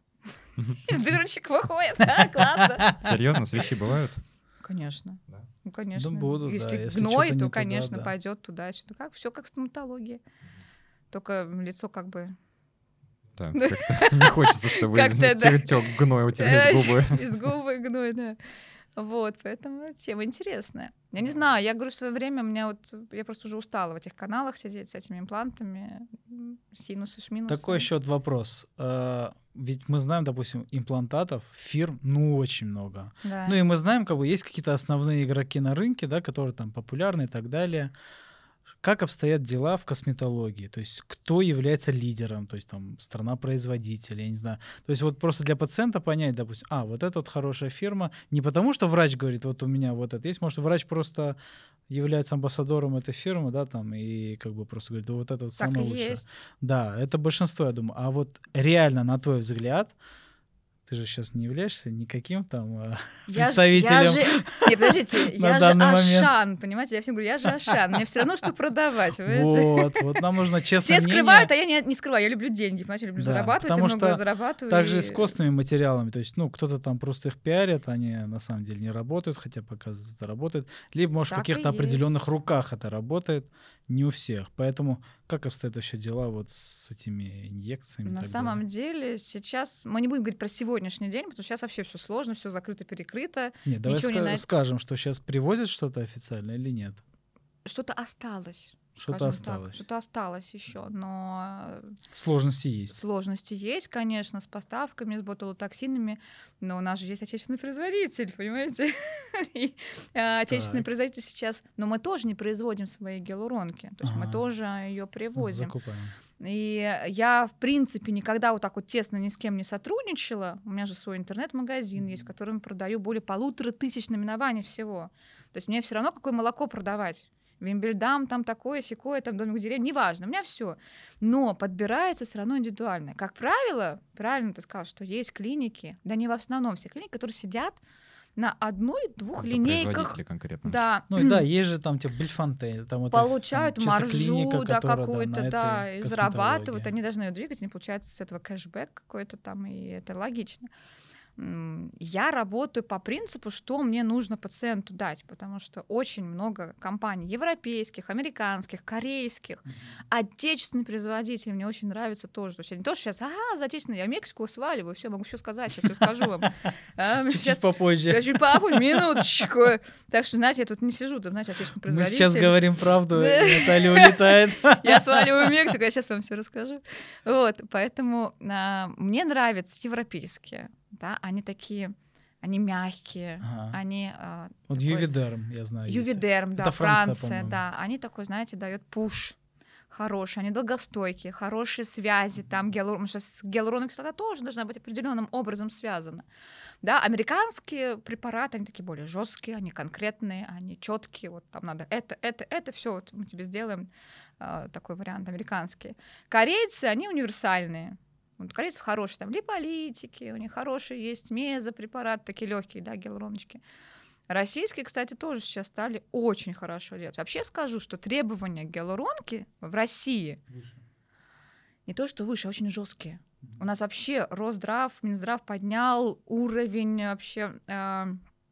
A: из дырочек выходит. Да, классно.
C: Серьезно, свищи бывают?
A: Конечно.
C: Да.
A: Ну, конечно.
B: Да будут, да,
A: Если
B: если
A: гной,
B: что-то не
A: то,
B: туда,
A: конечно,
B: да.
A: пойдет туда-сюда. Как все как в стоматологии. Только лицо как бы
C: Да, как-то не хочется, чтобы
A: Как-то, да.
C: тек гной у тебя из губы.
A: из губы гной, да. Вот, поэтому тема интересная. Я не знаю, я говорю, в свое время меня вот, я просто уже устала в этих каналах сидеть с этими имплантами, м, синусы, шминусы.
B: Такой еще вот вопрос. А, Ведь мы знаем, допустим, имплантатов, фирм, ну, очень много.
A: Да.
B: Ну и мы знаем, как бы есть какие-то основные игроки на рынке, да, которые там популярны и так далее. Как обстоят дела в косметологии? То есть кто является лидером? То есть там страна-производитель, я не знаю. То есть вот просто для пациента понять, допустим, а, вот эта вот хорошая фирма, не потому что врач говорит, вот у меня вот это есть, может, врач просто является амбассадором этой фирмы, да, там, и как бы просто говорит, да вот это вот
A: Так и
B: самое лучшее.
A: есть.
B: Да, это большинство, я думаю. А вот реально, на твой взгляд, ты же сейчас не являешься никаким там а,
A: Я ж-
B: представителем.
A: Я же, нет, подождите,
B: на
A: я же
B: данный момент.
A: Ашан, понимаете? Я всем говорю, я же Ашан, мне все равно, что продавать, понимаете?
B: Вот, вот нам нужно честное
A: Все
B: мнение.
A: скрывают, а я не, не скрываю. Я люблю деньги, понимаете, люблю
B: Да,
A: зарабатывать, я
B: потому
A: много
B: что
A: зарабатываю.
B: Также
A: и-
B: и с костными материалами. То есть, ну, кто-то там просто их пиарит, они на самом деле не работают, хотя показывают, это работает. Либо, может, в
A: Так и
B: каких-то
A: есть.
B: определенных руках это работает, не у всех. Поэтому как обстоят вообще дела вот с этими инъекциями? и
A: На
B: так
A: самом
B: далее?
A: деле сейчас мы не будем говорить про сегодняшний день, потому что сейчас вообще все сложно, все закрыто, перекрыто,
B: Нет, давай
A: ничего не
B: ска-
A: найти.
B: скажем, что сейчас привозят что-то официально или нет?
A: что-то осталось.
B: Что-то
A: скажем так,
B: осталось.
A: Что-то осталось еще, но
B: Сложности есть.
A: сложности есть, конечно, с поставками, с ботулотоксинами, но у нас же есть отечественный производитель, понимаете? И, э, Отечественный
B: Так.
A: производитель сейчас, но мы тоже не производим свои гиалуронки, то есть мы
B: Ага.
A: тоже ее привозим.
B: Закупаем.
A: И я, в принципе, никогда вот так вот тесно ни с кем не сотрудничала. У меня же свой интернет-магазин есть, в котором продаю более полутора тысяч наименований всего. То есть мне все равно, какое молоко продавать. Вимбельдам, там такое, сякое, там домик в деревне, неважно, у меня все. Но подбирается все равно индивидуально. Как правило, правильно ты сказал, что есть клиники, да не в основном все клиники, которые сидят на одной-двух
C: Это
A: линейках.
C: производители конкретно.
A: Да.
B: Ну и да, есть же там типа Бельфонтель, там вот это,
A: Получают
B: там, чисто
A: маржу,
B: клиника,
A: да,
B: которая,
A: какую-то,
B: на
A: да,
B: этой
A: и зарабатывают,
B: косметологии.
A: они должны ее двигать, не получается с этого кэшбэк какой-то там, и это логично. я работаю по принципу, что мне нужно пациенту дать, потому что очень много компаний европейских, американских, корейских, mm-hmm. отечественные производители мне очень нравятся тоже. То есть не то, что сейчас, ага, за отечественные, я Мексику сваливаю, все, могу все сказать, сейчас все скажу вам.
B: Чуть-чуть попозже.
A: Чуть попозже, минуточку. Так что, знаете, я тут не сижу, там, знаете, отечественные производители.
B: Мы сейчас говорим правду, и Наталья улетает.
A: Я сваливаю в Мексику, я сейчас вам все расскажу. Вот, поэтому мне нравятся европейские. Да, они такие, они мягкие, ага. они... А,
B: вот такой... Ювидерм, я знаю.
A: Ювидерм, да, Это Франция, Франция да. Они такой, знаете, дают пуш хороший, они долгостойкие, хорошие связи, там гиалурон, потому что гиалуроновая кислота тоже должна быть определенным образом связана. Да, американские препараты, они такие более жесткие, они конкретные, они четкие, вот там надо это, это, это, все, вот мы тебе сделаем а, такой вариант американский. Корейцы, они универсальные. Вот корейцев хорошие, там, липолитики, у них хорошие есть мезопрепараты, такие легкие, да, гиалуроночки. Российские, кстати, тоже сейчас стали очень хорошо делать. Вообще скажу, что требования гиалуронки в России выше. Не то, что выше, а очень жесткие. Mm-hmm. У нас вообще Росздрав, Минздрав поднял уровень вообще... Э-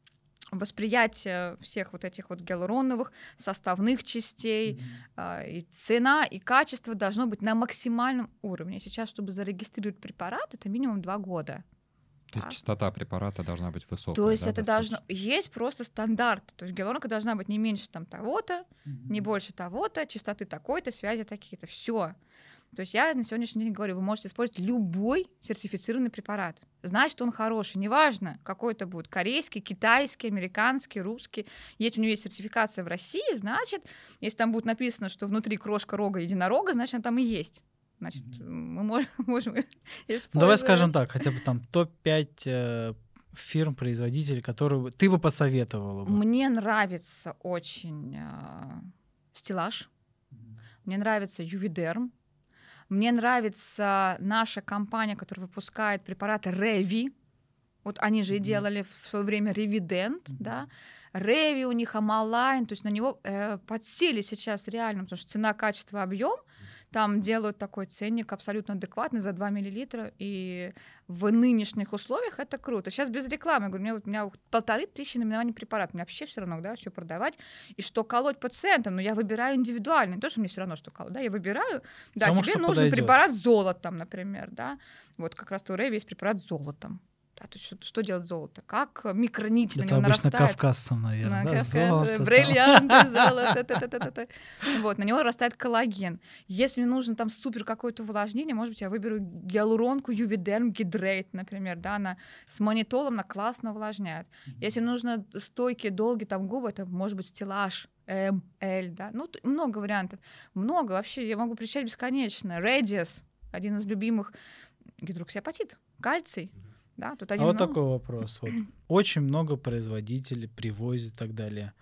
A: восприятие всех вот этих вот гиалуроновых составных частей, mm-hmm. э, и цена, и качество должно быть на максимальном уровне. Сейчас, чтобы зарегистрировать препарат, это минимум два года.
C: То есть частота препарата должна быть высокая.
A: То есть
C: да,
A: это
C: достаточно?
A: должно... Есть просто стандарт. То есть гиалуронка должна быть не меньше там того-то, mm-hmm. не больше того-то, частоты такой-то, связи такие-то. Все. То есть я на сегодняшний день говорю, вы можете использовать любой сертифицированный препарат. Значит, он хороший. Неважно, какой это будет. Корейский, китайский, американский, русский. Если у него есть сертификация в России, значит, если там будет написано, что внутри крошка рога единорога, значит, она там и есть. Значит, mm-hmm. мы можем, можем использовать.
B: Давай скажем так, хотя бы там топ пять э, фирм, производителей, которые ты бы посоветовала бы.
A: Мне нравится очень э, стеллаж. Mm-hmm. Мне нравится Ювидерм. Мне нравится наша компания, которая выпускает препараты Реви. Вот они же и делали в свое время Ревидент, mm-hmm. да. Реви у них, Амалайн, то есть на него э, подсели сейчас реально, потому что цена, качество, объем. Там делают такой ценник абсолютно адекватный за два миллилитра, и в нынешних условиях это круто. Сейчас без рекламы, я говорю, у меня, вот, у меня полторы тысячи наименований препаратов, мне вообще все равно, да, что продавать и что колоть пациентам, но я выбираю индивидуально, не то, что мне все равно, что колоть, да, я выбираю, да, Кому тебе нужен подойдет. Препарат с золотом, например, да, вот как раз у Реви есть препарат с золотом. Да, то есть что, что делает золото? Как микронить на него нарастает?
B: Это обычно кавказцам, наверное, да? Золото,
A: бриллианты, золото. Вот, на него растает коллаген. Если нужно там супер какое-то увлажнение, может быть, я выберу гиалуронку Ювидерм Гидрейт, например, да, она с манитолом, она классно увлажняет. Если нужно стойкие, долгие там губы, это может быть стеллаж, М, Л, да, ну, много вариантов. Много, вообще, я могу перечислять бесконечно. Редис, один из любимых, гидроксиапатит, кальций. Да, тут один
B: а вот
A: много.
B: такой вопрос. Вот. Очень много производителей привозят и так далее.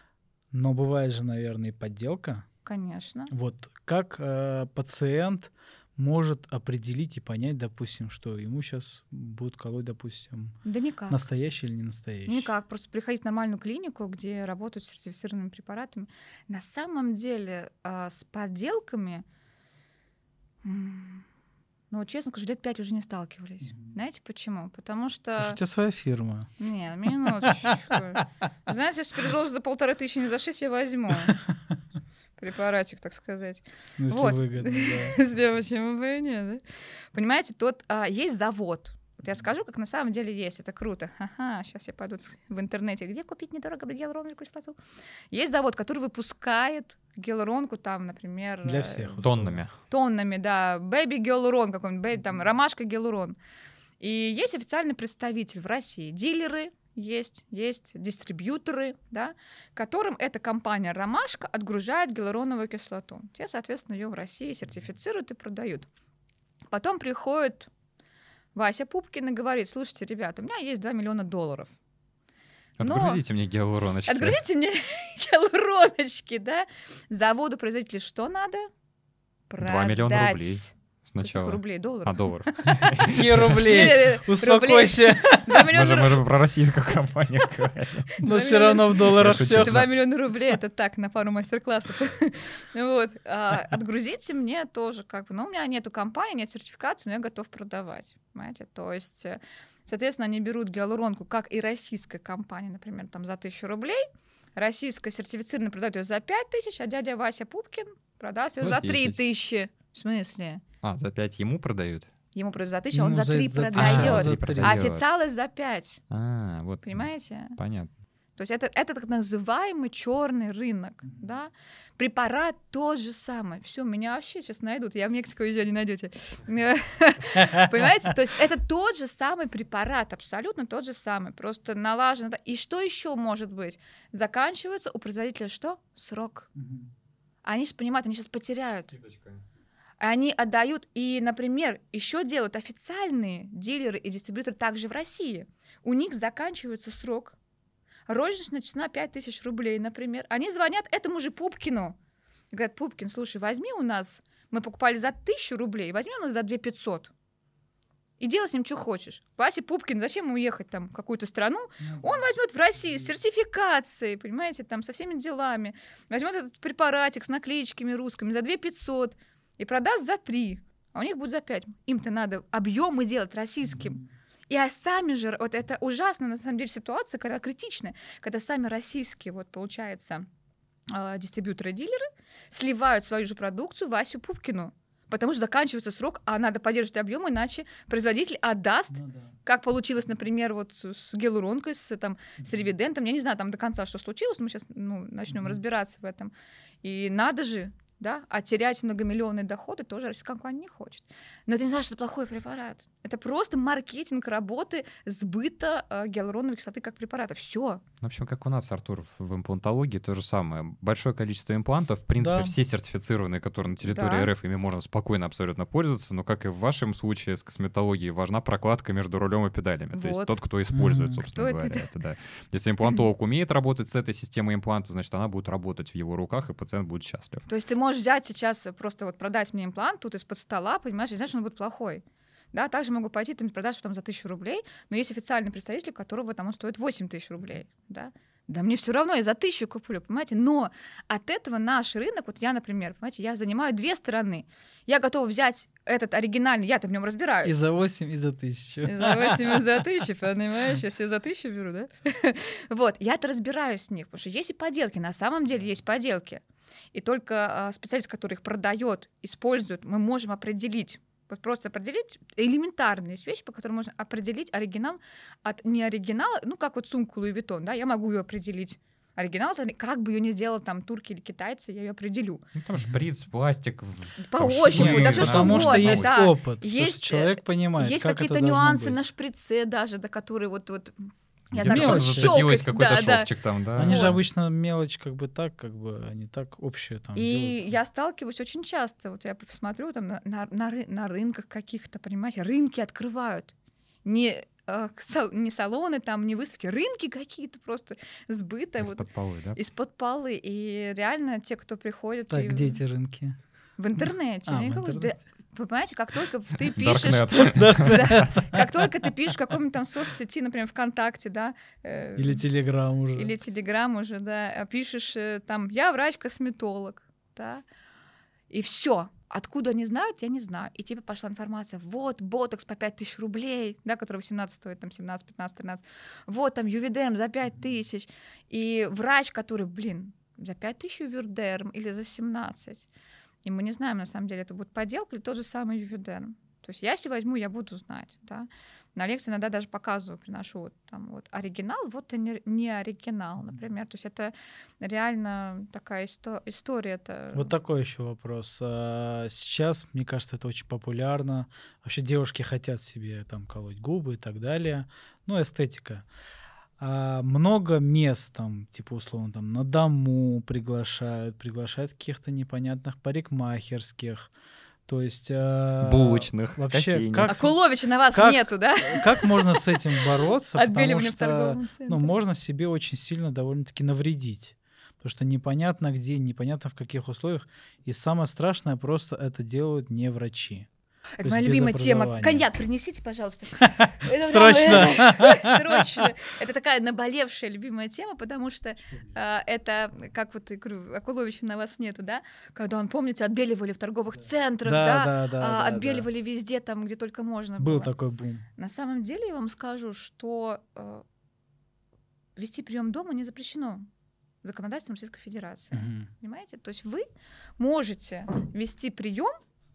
B: Но бывает же, наверное, и подделка.
A: Конечно.
B: Вот как э, пациент может определить и понять, допустим, что ему сейчас будут колоть, допустим,
A: да никак.
B: Настоящий или не настоящий?
A: Никак. Просто приходить в нормальную клинику, где работают с сертифицированными препаратами. На самом деле э, с подделками... Ну, честно скажу, лет пять уже не сталкивались. Mm-hmm. Знаете почему? Потому что...
B: А что у тебя своя фирма?
A: Не, минуточку. Знаете, если предложишь за полторы тысячи, не за шесть, я возьму. Препаратик, так сказать.
B: Ну, если
A: вот.
B: выгодно, да.
A: Если почему бы и нет, да? Понимаете, тут а, есть завод. Вот я скажу, как на самом деле есть. Это круто. Ага, сейчас я пойду в интернете. Где купить недорого гиалуроновую кислоту? Есть завод, который выпускает гиалуронку там, например...
B: Для всех.
C: Тоннами.
A: Тоннами, да. Бэби гиалурон какой-нибудь, бэби, там, ромашка гиалурон. И есть официальный представитель в России. Дилеры есть, есть дистрибьюторы, да, которым эта компания «Ромашка» отгружает гиалуроновую кислоту. Те, соответственно, ее в России сертифицируют и продают. Потом приходит Вася Пупкин и говорит: слушайте, ребята, у меня есть два миллиона долларов.
C: Отгрузите мне гиалуроночки.
A: Отгрузите мне гиалуроночки, да. Заводу производителю что надо? Продать.
C: два миллиона рублей сначала.
A: Рублей, долларов.
C: А, долларов.
B: Какие рублей? Успокойся.
C: Мы же про российскую компанию говорим.
B: Но все равно в долларах все.
A: два миллиона рублей — это так, на пару мастер-классов. Вот. Отгрузите мне тоже как бы. Ну, у меня нету компании, нет сертификации, но я готов продавать. понимаете? То есть, соответственно, они берут гиалуронку, как и российская компания, например, там за тысячу рублей, российская сертифицированная продает ее за пять тысяч, а дядя Вася Пупкин продаст ее
C: За
A: за три
C: десять.
A: тысячи. В смысле?
C: А, за пять ему продают?
A: Ему продают за тысячу, а он
B: Ну,
A: за
B: за-
A: три
B: за-
A: продает.
C: А,
B: за
C: за
B: три.
C: три
A: А
C: продает.
A: официалы за пять.
C: А, вот.
A: Понимаете?
C: Понятно.
A: То есть это, это так называемый черный рынок, да? Препарат тот же самый. Все, меня вообще сейчас найдут. Я в Мексику езжу, не найдете. Понимаете? То есть это тот же самый препарат, абсолютно тот же самый. Просто налажен. И что еще может быть? Заканчивается у производителя что? Срок. Они же понимают, они сейчас потеряют. Они отдают, и, например, еще делают официальные дилеры и дистрибьюторы также в России. У них заканчивается срок. Розничная цена пять тысяч рублей, например. Они звонят этому же Пупкину. И говорят: Пупкин, слушай, возьми у нас, мы покупали за тысячу рублей, возьми у нас за две тысячи пятьсот. И делай с ним, что хочешь. Вася Пупкин, зачем ему ехать там в какую-то страну? Он возьмет в России с сертификацией, понимаете, там со всеми делами. Возьмет этот препаратик с наклеечками русскими за две тысячи пятьсот и продаст за три. А у них будет за пять. Им-то надо объемы делать российским. И а сами же, вот это ужасно, на самом деле, ситуация, когда критичная, когда сами российские, вот, получается, э, дистрибьюторы и дилеры сливают свою же продукцию Васю Пупкину, потому что заканчивается срок, а надо поддерживать объем, иначе производитель отдаст,
B: Ну да.
A: как получилось, например, вот с, с гиалуронкой, с, там, с ревидентом. Я не знаю там до конца, что случилось, но мы сейчас ну, начнем
B: Мгм.
A: разбираться в этом. И надо же, да, а терять многомиллионные доходы тоже российская компания не хочет. Но это не значит, что это плохой препарат. Это просто маркетинг работы сбыта э, гиалуроновой кислоты как препарата. Все.
C: В общем, как у нас, Артур, в имплантологии то же самое. Большое количество имплантов, в принципе,
B: Да.
C: все сертифицированные, которые на территории
A: Да.
C: РФ, ими можно спокойно абсолютно пользоваться, но, как и в вашем случае с косметологией, важна прокладка между рулем и педалями. То есть
A: Вот.
C: тот, кто использует,
B: Мгм.
C: собственно
A: Кто это,
C: говоря, это, да. Если имплантолог умеет работать с этой системой имплантов, значит, она будет работать в его руках, и пациент будет счастлив.
A: То есть ты можешь взять сейчас, просто вот продать мне имплант тут из-под стола, понимаешь, и знаешь, он будет плохой. Да, также могу пойти, ты мне продашь там за тысячу рублей, но есть официальный представитель, которого там он стоит восемь тысяч рублей, да. Да мне все равно, я за тысячу куплю, понимаете? Но от этого наш рынок, вот я, например, понимаете, я занимаю две стороны. Я готова взять этот оригинальный, я-то в нем разбираюсь.
B: И за восемь, и за тысячу.
A: И за восемь, и за тысячу, понимаешь? Я себе за тысячу беру, да? Вот, я-то разбираюсь в них, потому что есть и поделки, на самом деле есть поделки. И только а, специалист, который их продает, использует, мы можем определить, вот просто определить элементарные вещи, по которым можно определить оригинал от неоригинала, ну, как вот сумку Луи Виттон, да, я могу ее определить. Оригинал, это как бы ее не сделал там турки или китайцы, я ее определю.
C: Ну, там шприц, пластик. в-
A: По
C: там
A: ощупу,
C: швы,
A: да всё, что
B: Потому что
A: угодно,
B: есть
A: да.
B: опыт,
A: Есть,
B: есть, человек понимает,
A: Есть
B: как
A: какие-то
B: это должно
A: нюансы
B: быть.
A: на шприце даже, до которые вот, вот я
C: Где-то
A: знаю, как он
B: мелочи.
C: зацепилось
A: щелкает.
C: какой-то
A: Да, да.
C: шовчик там, да.
B: Они же
A: Вот.
B: обычно мелочь как бы так, как бы они так общие там
A: И
B: делают.
A: я сталкиваюсь очень часто, вот я посмотрю там на, на, на, ры- на рынках каких-то, понимаете, рынки открывают. Не, э, сал- не салоны там, не выставки, рынки какие-то просто сбыта. вот
C: Из-под полы, да?
A: из-под полы. И реально те, кто приходят
B: Так,
A: и
B: где эти рынки?
A: в интернете,
B: А,
A: я
B: в
A: говорю, да,
B: интернете.
A: вы понимаете, как только ты пишешь,
C: Даркнет.
A: да, как только ты пишешь в каком-нибудь там соцсети, например, ВКонтакте, да, э,
B: Или Телеграм уже.
A: или Телеграм уже, да, а пишешь э, там, я врач-косметолог, да, и все. Откуда они знают, я не знаю. И тебе пошла информация, вот, ботокс по пять тысяч рублей, да, который восемнадцать стоит, там, семнадцать, пятнадцать, тринадцать. Вот, там, ювидерм за пять тысяч. И врач, который, блин, за пять тысяч ювидерм или за семнадцать. И мы не знаем, на самом деле, это будет подделка или тот же самый ювидерм. То есть я, если возьму, я буду знать, да. На лекции иногда даже показываю, приношу вот там вот оригинал, вот и не, не оригинал, например. То есть это реально такая исто- история. Это...
B: Вот такой еще вопрос. А, Сейчас, мне кажется, это очень популярно. Вообще девушки хотят себе там колоть губы и так далее. Ну, эстетика. А много мест там, типа условно, там на дому приглашают, приглашают каких-то непонятных парикмахерских. То есть... а,
C: Булочных,
B: Вообще,
C: кофейни.
B: как,
A: Акуловича на вас
B: как-
A: нету, да?
B: как можно с этим бороться?
A: Отбили
B: Потому
A: мне в
B: что
A: торговом центре.
B: ну, можно себе очень сильно довольно-таки навредить. Потому что непонятно где, непонятно в каких условиях. И самое страшное, просто это делают не врачи.
A: Это моя любимая тема. Коньяк принесите, пожалуйста.
B: Срочно!
A: Срочно! Это такая наболевшая любимая тема, потому что это, как вот, я говорю, Акуловича на вас нету, да? Когда он, помните, отбеливали в торговых центрах, да? Отбеливали везде, там, где только можно было.
B: Был такой бум.
A: На самом деле, я вам скажу, что вести прием дома не запрещено законодательством Российской Федерации.
B: Угу.
A: Понимаете? То есть вы можете вести прием,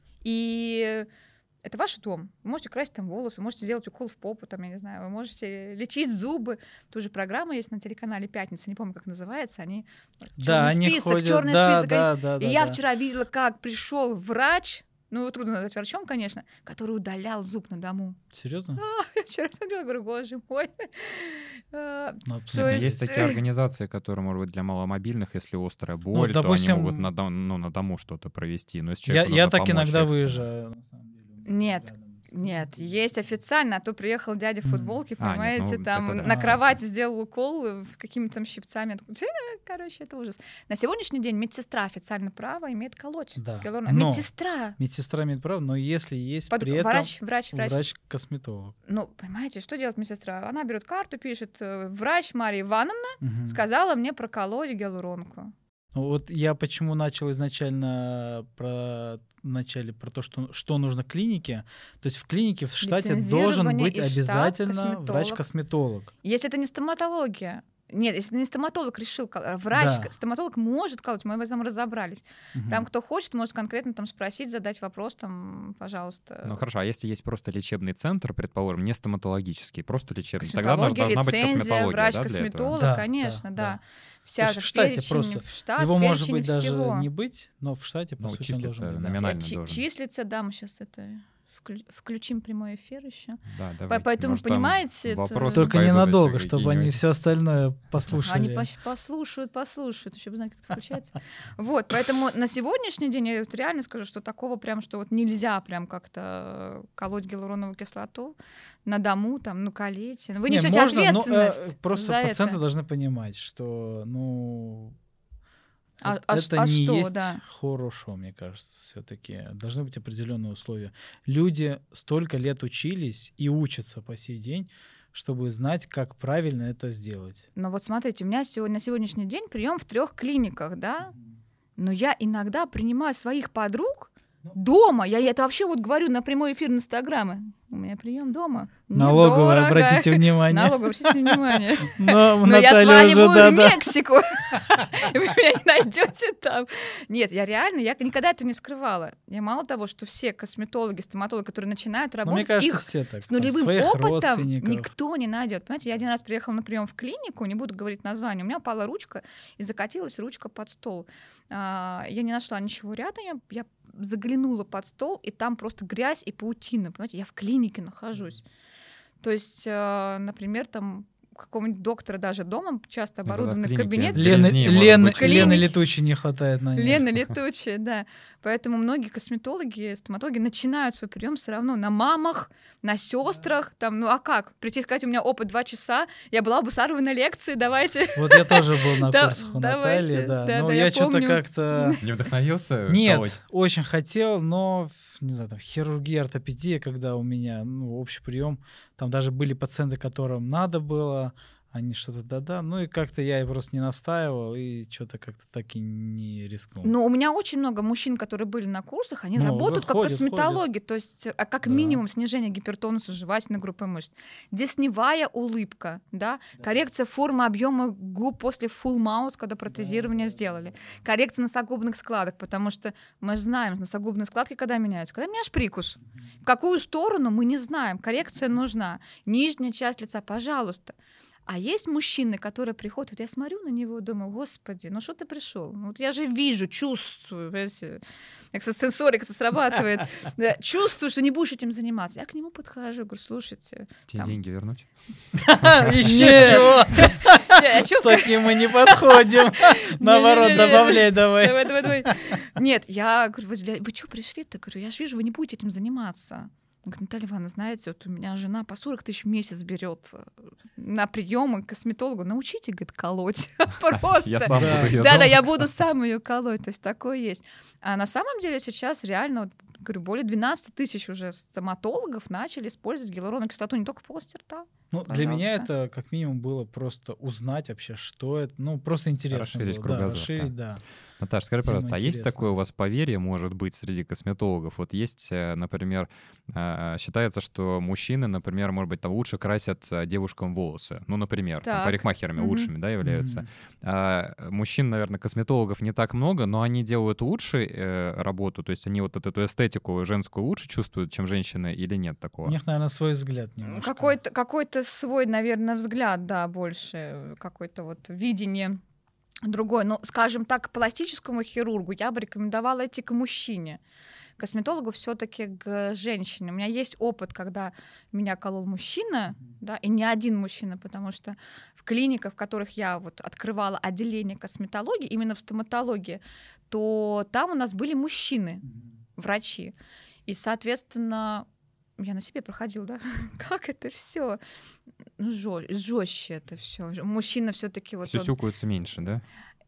A: и это ваш дом. Вы можете красить там волосы, можете сделать укол в попу, там, я не знаю, вы можете лечить зубы. Тоже программа есть на телеканале «Пятница», не помню, как называется. Они
B: да,
A: черный
B: они
A: список,
B: ходят,
A: черный
B: да,
A: список.
B: Да, да,
A: и
B: да,
A: я
B: да.
A: вчера видела, как пришел врач, ну, трудно назвать врачом, конечно, который удалял зуб на дому.
B: Серьезно?
A: А, я вчера смотрела, говорю, боже мой. А,
B: ну,
C: то есть... есть такие организации, которые, может быть, для маломобильных, если острая боль, ну, допустим... то они могут на, дом, ну, на дому что-то провести. Но если
B: я я так иногда
C: экстренно.
B: выезжаю. На самом деле.
A: Нет. Нет, есть официально, а то приехал дядя в футболке,
C: а,
A: понимаете,
C: нет, ну,
A: там
C: да.
A: на кровати сделал укол какими-то там щипцами. Короче, это ужас. На сегодняшний день медсестра официально право имеет колоть.
B: Да.
A: Медсестра.
B: Медсестра имеет право, но если есть
A: Под...
B: при этом
A: врач, врач, врач.
B: врач-косметолог.
A: Ну, понимаете, что делает медсестра? Она берет карту, пишет: врач Мария Ивановна
B: угу.
A: сказала мне проколоть гиалуронку.
B: Вот я почему начал изначально про вначале про то, что, что нужно клинике. То есть в клинике в штате должен быть обязательно врач-косметолог.
A: Если это не стоматология. Нет, если не стоматолог решил, врач, да. стоматолог может колоть, мы в этом разобрались. Угу. Там, кто хочет, может конкретно там спросить, задать вопрос, там, пожалуйста.
C: Ну хорошо, а если есть просто лечебный центр, предположим, не стоматологический, просто лечебный, тогда должна
A: лицензия,
C: быть косметология,
A: врач-косметолог,
C: да,
A: конечно, да.
B: да.
A: Вся
B: в штате просто.
A: в штат,
B: его может быть
A: всего.
B: даже не быть, но в штате, по
C: ну,
B: сути,
C: числится,
B: должен быть.
C: номинально
A: да.
C: должен.
A: Числится, да, мы сейчас это... включим прямой эфир еще.
C: Да, давайте.
A: Поэтому,
C: может,
A: понимаете...
C: Это...
B: Только ненадолго, чтобы они все остальное послушали.
A: Они послушают, послушают, еще бы знать, как это включается. Вот, поэтому на сегодняшний день я вот реально скажу, что такого прям, что вот нельзя прям как-то колоть гиалуроновую кислоту на дому, там, ну, колите. Вы несете
B: Не, можно,
A: ответственность
B: но, э, просто
A: за
B: пациенты
A: это.
B: должны понимать, что, ну...
A: А,
B: это
A: а,
B: это
A: а
B: не
A: что,
B: есть
A: да.
B: хорошо, мне кажется, все-таки. Должны быть определенные условия. Люди столько лет учились и учатся по сей день, чтобы знать, как правильно это сделать.
A: Но вот смотрите, у меня сегодня, на сегодняшний день прием в трех клиниках, да? Но я иногда принимаю своих подруг дома. Я это вообще вот говорю на прямой эфир Инстаграма. У меня прием дома.
B: Налоговая, обратите внимание.
A: Налоговая, обратите внимание.
B: Но,
A: Но я сваливаю
B: уже, да,
A: в
B: да.
A: Мексику. Вы меня не найдете там. Нет, я реально, я никогда это не скрывала. Я мало того, что все косметологи, стоматологи, которые начинают работать,
B: мне кажется,
A: их
B: все так,
A: с нулевым
B: своих
A: опытом никто не найдет. Понимаете, я один раз приехала на прием в клинику, не буду говорить название, у меня упала ручка и закатилась ручка под стол. Я не нашла ничего рядом, я, я заглянула под стол, и там просто грязь и паутина. Понимаете, я в клинике нахожусь. То есть, например, там какого-нибудь доктора даже дома часто оборудованный кабинет.
B: Лены, Лены, Лены Летучей не хватает на них.
A: Лена Летучая, да. Поэтому многие косметологи, стоматологи начинают свой прием все равно на мамах, на сестрах. Там, ну а как? Прийти сказать, у меня опыт два часа, я была бы с Арвой на лекции, давайте.
B: Вот я тоже был на курсах у Натальи, да. Но я что-то как-то...
C: Не вдохновился?
B: Нет, очень хотел, но... не знаю, там, хирургия, ортопедия, когда у меня, ну, общий прием, там даже были пациенты, которым надо было, они что-то да-да, ну и как-то я просто не настаивал, и что-то как-то так и не рискнул.
A: Ну, у меня очень много мужчин, которые были на курсах, они
B: ну,
A: работают как
B: ходят,
A: косметологи,
B: ходят.
A: то есть а как
B: да.
A: минимум снижение гипертонуса жевательной группы мышц, десневая улыбка, да, да. коррекция формы объема губ после full mouth, когда протезирование да. сделали, коррекция носогубных складок, потому что мы же знаем, носогубные складки когда меняются, когда меняешь прикус, в какую сторону мы не знаем, коррекция нужна, нижняя часть лица, пожалуйста. А есть мужчины, которые приходят, вот я смотрю на него и думаю, господи, ну что ты пришел? Ну, вот я же вижу, чувствую, понимаете, экстрасенсорик это срабатывает, чувствую, что не будешь этим заниматься. Я к нему подхожу, говорю, слушайте.
C: Тебе деньги вернуть?
B: Еще чего? С таким мы не подходим. Наоборот, добавляй давай.
A: Давай, давай, давай. Нет, я говорю, вы что пришли-то? Говорю, я же вижу, вы не будете этим заниматься. Он говорит, Наталья Ивановна, знаете, вот у меня жена по сорок тысяч в месяц берет на приемы к косметологу. Научите, говорит, колоть. Просто.
C: Я сам буду ее
A: Да, да, я буду сам ее колоть. То есть такое есть. А на самом деле сейчас реально, вот, говорю, более двенадцать тысяч уже стоматологов начали использовать гиалуроновую кислоту не только в полости рта.
B: Ну, для меня это как минимум было просто узнать вообще, что это. Ну, просто интересно
C: Расширить
B: было.
C: кругозор.
B: Да, расширить,
C: да.
B: да.
C: Наташа, скажи,
B: Тема
C: пожалуйста, а есть
B: интересная.
C: такое у вас поверье, может быть, среди косметологов? Вот есть, э, например, э, считается, что мужчины, например, может быть, там лучше красят э, девушкам волосы. Ну, например, там,
A: Так.
C: парикмахерами
A: Мгм.
C: лучшими, да, являются.
B: Мгм.
C: А мужчин, наверное, косметологов не так много, но они делают лучше э, работу, то есть они вот эту эстетику женскую лучше чувствуют, чем женщины, или нет
B: У
C: такого?
B: них, наверное, свой взгляд немножко.
A: Какой-то, какой-то свой, наверное, взгляд, да, больше, какое-то вот видение другое. Ну, скажем так, к пластическому хирургу я бы рекомендовала идти к мужчине. К косметологу все-таки к женщине. У меня есть опыт, когда меня колол мужчина, да, и не один мужчина, потому что в клиниках, в которых я вот открывала отделение косметологии, именно в стоматологии, то там у нас были мужчины, врачи. И, соответственно, я на себе проходила, да, как это все, ну, жестче это все. Мужчина все-таки вот он-
C: Сюсюкаются меньше, да?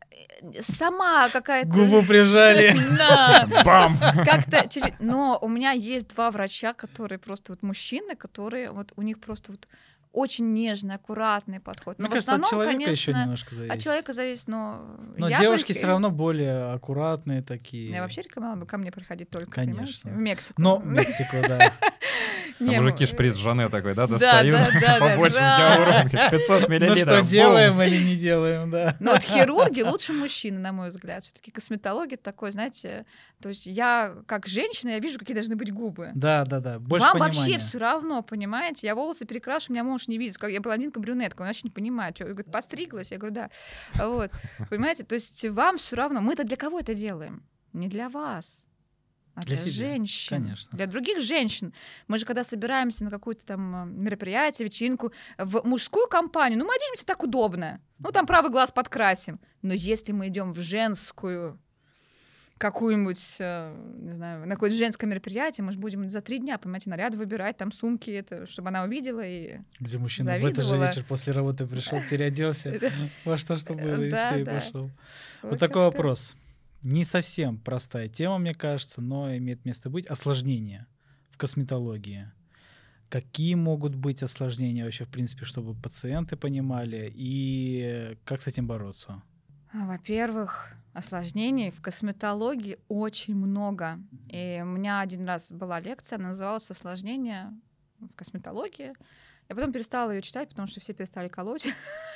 A: сама какая-то.
B: Губу прижали.
A: Да.
C: Бам!
A: Как-то чуть-чуть. Но у меня есть два врача, которые просто вот мужчины, которые вот у них просто вот очень нежный, аккуратный подход. Но
B: Мне
A: в
B: кажется, от
A: основном,
B: человека еще
A: конечно,
B: немножко зависит.
A: от человека зависит, но
B: Но
A: я
B: девушки
A: бы-
B: все равно более аккуратные такие.
A: Я вообще рекомендовала бы ко мне приходить только,
B: Конечно.
A: понимаете, в Мексику.
B: Но в Мексику, да.
C: А
A: Не,
C: мужики
A: ну,
C: шприц Жанне такой, да,
A: да,
C: достают
A: да, да, да,
C: побольше
A: да.
C: гиалуронки, пятьсот
B: Ну
C: миллилитров.
B: что, делаем или не делаем, да.
A: Но вот хирурги лучше мужчины, на мой взгляд. Все-таки косметология такой, знаете, то есть я как женщина, я вижу, какие должны быть губы.
B: Да, да, да. Больше
A: Вам
B: понимания.
A: вообще все равно, понимаете? Я волосы перекрашу, у меня муж не видит, как я блондинка-брюнетка, он вообще не понимает, что, говорит, постриглась, я говорю, да. Вот, понимаете? То есть вам все равно, мы-то для кого это делаем? Не для вас. А
B: Для
A: для,
B: себя,
A: женщин,
B: конечно.
A: для других женщин. Мы же когда собираемся на какое-то там э, мероприятие, вечеринку, в мужскую компанию, ну мы оденемся так удобно, ну там правый глаз подкрасим. Но если мы идем в женскую какую-нибудь, э, не знаю, на какое-то женское мероприятие, мы же будем за три дня, понимаете, наряд выбирать, там сумки, это, чтобы она увидела и...
B: Где мужчина в этот же
A: завидовала.
B: вечер после работы пришел, переоделся во что, что было, и
A: Да,
B: все, и
A: да.
B: пошел. Вот
A: Вот
B: такой
A: как-то.
B: вопрос. Не совсем простая тема, мне кажется, но имеет место быть. Осложнения в косметологии. Какие могут быть осложнения вообще, в принципе, чтобы пациенты понимали, и как с этим бороться?
A: А, Во-первых, осложнений в косметологии очень много. И у меня один раз была лекция, она называлась «Осложнения в косметологии». Я потом перестала ее читать, потому что все перестали колоть.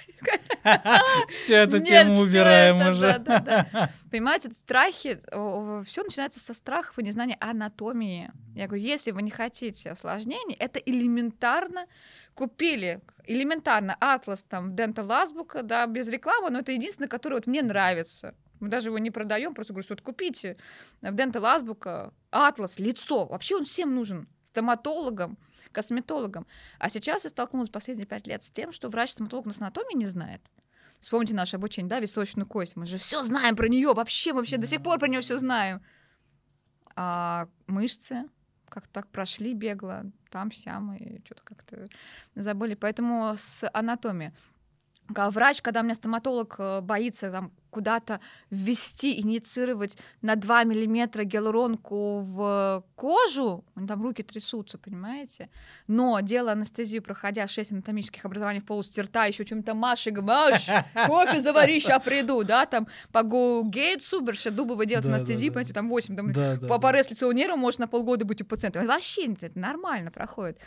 B: Всю эту
A: Нет,
B: тему
A: всё
B: убираем
A: это,
B: уже.
A: да, да, да. Понимаете, страхи, все начинается со страхов и незнания анатомии. Я говорю, если вы не хотите осложнений, это элементарно купили, элементарно атлас там Dental Азбука, да, без рекламы, но это единственное, которое вот мне нравится. Мы даже его не продаем, просто говорю, что вот купите в Dental Азбука атлас, лицо. Вообще он всем нужен. Стоматологам, косметологам. А сейчас я столкнулась последние пять лет с тем, что врач-стоматолог у нас анатомии не знает. Вспомните наше обучение, да, височную кость. Мы же все знаем про нее, вообще, вообще до сих пор про нее все знаем. А мышцы как-то так прошли бегло, там, сям, и что-то как-то забыли. Поэтому с анатомией. А врач, когда у меня стоматолог э, боится там куда-то ввести, инициировать на два миллиметра гиалуронку в кожу, у него там руки трясутся, понимаете? Но делая анестезию, проходя шесть анатомических образований в полости рта, еще чем-то Машей, Маш, кофе завари, ща приду, да, там по Go Гейтсу, Берше Дубова делать
B: Да, да,
A: анестезию,
B: да.
A: понимаете, там восемь, там,
B: Да, да,
A: по
B: да.
A: порез лицевого нерва может на полгода быть у пациента. Вообще это нормально проходит.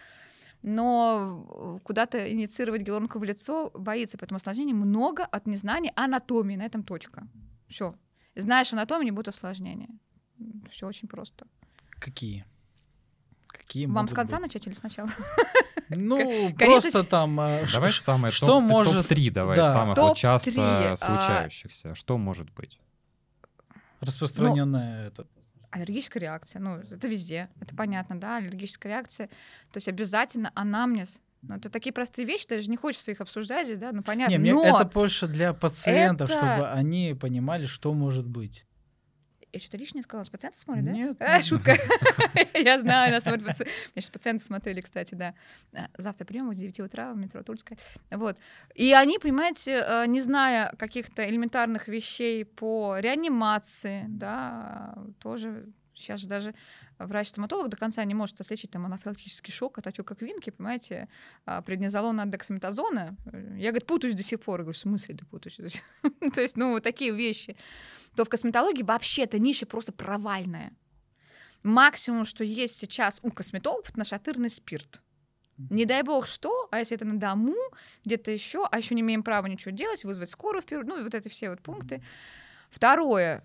A: Но куда-то инициировать гиалуронку в лицо боится, поэтому осложнений много от незнания анатомии. На этом точка. Все. Знаешь анатомию, не будет осложнения. Все очень просто.
B: Какие? Какие
A: Вам
B: могут
A: с конца
B: быть?
A: начать или сначала?
B: Ну,
A: Конечно,
B: просто там... а, ш-
C: Давай
B: ш-
C: самое
B: что
C: топ,
B: может-
C: топ-три давай,
B: да.
C: самых
A: Топ-три,
C: вот часто
A: а,
C: случающихся. Что может быть?
B: распространенная это.
A: Аллергическая реакция. Ну, это везде. Это понятно, да? Аллергическая реакция. То есть обязательно анамнез. Ну, это такие простые вещи, даже не хочется их обсуждать здесь, да? Ну, понятно.
B: Не, мне
A: Но
B: это больше для пациентов,
A: это-
B: чтобы они понимали, что может быть.
A: я что-то лишнее сказала. С пациента смотрят, да?
B: Нет.
A: А, шутка. Я знаю, нас смотрят паци- Меня сейчас пациенты смотрели, кстати, да. А, Завтра прием с девяти утра в метро Тульская. Вот. И они, понимаете, э, не зная каких-то элементарных вещей по реанимации, да, тоже Сейчас же даже врач-стоматолог до конца не может отличить там анафилактический шок от отека квинки, понимаете, преднизолона от дексаметазона. Я, говорит, путаюсь до сих пор. Я говорю, в смысле ты путаешься? То есть, ну, вот такие вещи. То в косметологии вообще эта ниша просто провальная. Максимум, что есть сейчас у косметологов, это нашатырный спирт. Не дай бог что, а если это на дому, где-то еще, а еще не имеем права ничего делать, вызвать скорую вперед, ну, вот эти все вот пункты. Второе.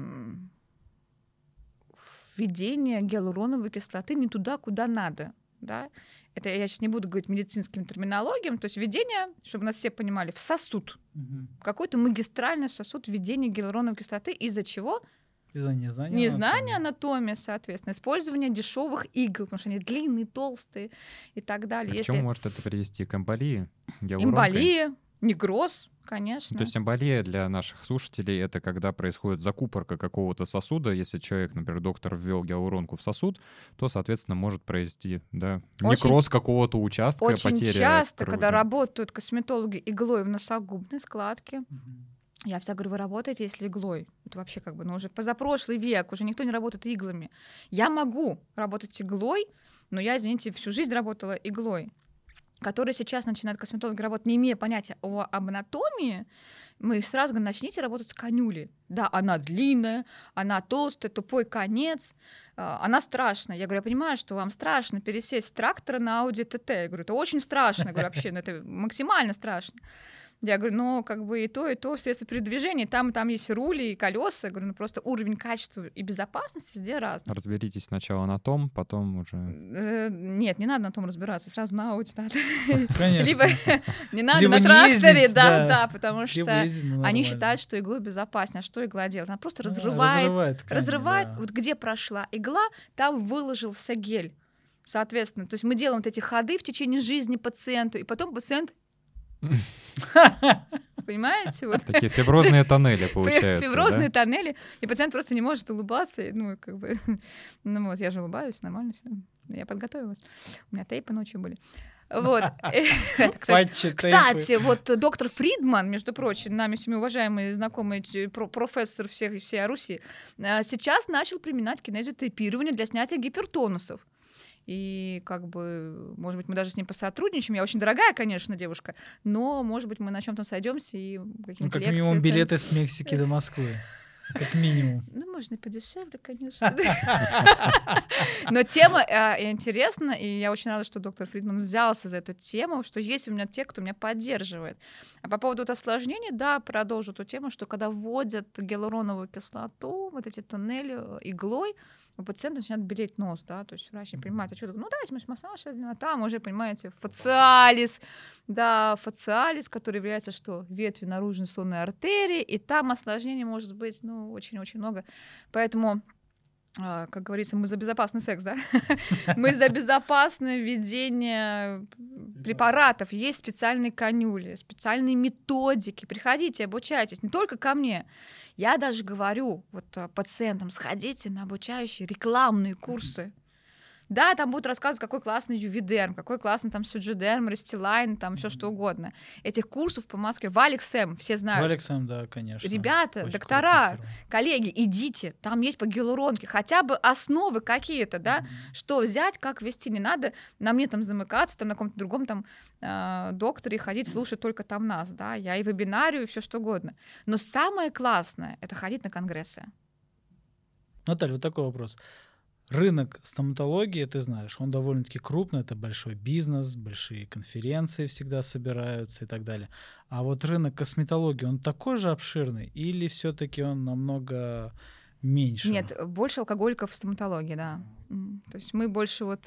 A: Введение гиалуроновой кислоты не туда, куда надо. Да? Это я сейчас не буду говорить медицинским терминологиям, то есть введение, чтобы нас все понимали, в сосуд. Угу. Какой-то магистральный сосуд введения гиалуроновой кислоты. Из-за чего?
B: Из-за незнания,
A: незнания анатомии, соответственно, использование дешевых игл, потому что они длинные, толстые и так далее.
C: А к
A: Если...
C: чему может это привести? К эмболии?
A: Эмболия, негроз, конечно.
C: То есть эмболия для наших слушателей — это когда происходит закупорка какого-то сосуда. Если человек, например, доктор ввел гиалуронку в сосуд, то, соответственно, может произойти, да, некроз очень, какого-то участка,
A: очень
C: потеря
A: Очень часто,
C: крови.
A: Когда работают косметологи иглой в носогубной складке, угу. Я всегда говорю, вы работаете, если иглой. Это вообще как бы, ну, уже позапрошлый век, уже никто не работает иглами. Я могу работать иглой, но я, извините, всю жизнь работала иглой. Которые сейчас начинают косметологи работать, не имея понятия о, об анатомии, мы сразу говорим, начните работать с канюли. Да, она длинная, она толстая, тупой конец, она страшная. Я говорю, я понимаю, что вам страшно пересесть с трактора на Audi ти ти. Я говорю, это очень страшно. Я говорю, вообще, ну, это максимально страшно. Я говорю, ну, как бы и то, и то средство передвижения, там, там есть рули и колеса. Я говорю, ну, просто уровень качества и безопасности везде разный.
C: Разберитесь сначала на том, потом уже...
A: Нет, не надо на том разбираться, сразу на Audi надо.
B: Конечно.
A: Либо не надо
B: Либо
A: на тракторе,
B: ездить,
A: да,
B: да,
A: да, потому что
B: они
A: нормально. Считают, что иглой безопаснее. А что игла делает? Она просто разрывает, разрывает, ткань, разрывает. Да. Вот где прошла игла, там выложился гель. Соответственно, то есть мы делаем вот эти ходы в течение жизни пациенту, и потом пациент понимаете? Вот.
C: Такие фиброзные тоннели получаются.
A: Фиброзные
C: да?
A: тоннели, и пациент просто не может улыбаться. Ну, как бы, ну вот, я же улыбаюсь, нормально все. Я подготовилась. У меня тейпы ночью были. Вот. Кстати, кстати, вот доктор Фридман, между прочим, нами всеми уважаемый знакомый профессор всех, всей Руси, сейчас начал применять кинезиотейпирование для снятия гипертонусов. И как бы, может быть, мы даже с ним посотрудничаем. Я очень дорогая, конечно, девушка, но, может быть, мы на чем-то сойдемся и какие-нибудь
B: ну, как
A: лекции.
B: минимум билеты с Мексики до Москвы. Как минимум.
A: Ну, можно и подешевле, конечно. Но тема э, интересна, и я очень рада, что доктор Фридман взялся за эту тему, что есть у меня те, кто меня поддерживает. А по поводу вот осложнений, да, продолжу ту тему, что когда вводят гиалуроновую кислоту, вот эти тоннели иглой, у пациента начинает белеть нос, да, то есть врач не понимает, а что такое, ну давайте мы массаж сейчас сделаем, а там уже, понимаете, фациалис, да, фациалис, который является что? Ветви наружной сонной артерии, и там осложнений может быть, ну, очень-очень много, поэтому, как говорится, мы за безопасный секс, да, мы за безопасное введение препаратов, есть специальные канюли, специальные методики, приходите, обучайтесь, не только ко мне. Я даже говорю вот пациентам, сходите на обучающие рекламные курсы. Да, там будут рассказывать, какой классный ювидерм, какой классный там сюджидерм, рестилайн, там все что угодно. Этих курсов по Москве. Валиксэм, все знают.
B: Валиксэм, да, конечно.
A: Ребята, очень доктора, коллеги, идите, там есть по гиалуронке, хотя бы основы какие-то, да, mm-hmm. что взять, как вести, не надо на мне там замыкаться, там на каком-то другом там э, докторе ходить, слушать только там нас, да, я и вебинарию, и все что угодно. Но самое классное — это ходить на конгрессы.
B: Наталья, вот такой вопрос. Рынок стоматологии, ты знаешь, он довольно-таки крупный, это большой бизнес, большие конференции всегда собираются и так далее. А вот рынок косметологии, он такой же обширный или все-таки он намного меньше?
A: Нет, больше алкоголиков в стоматологии, да. То есть мы больше вот...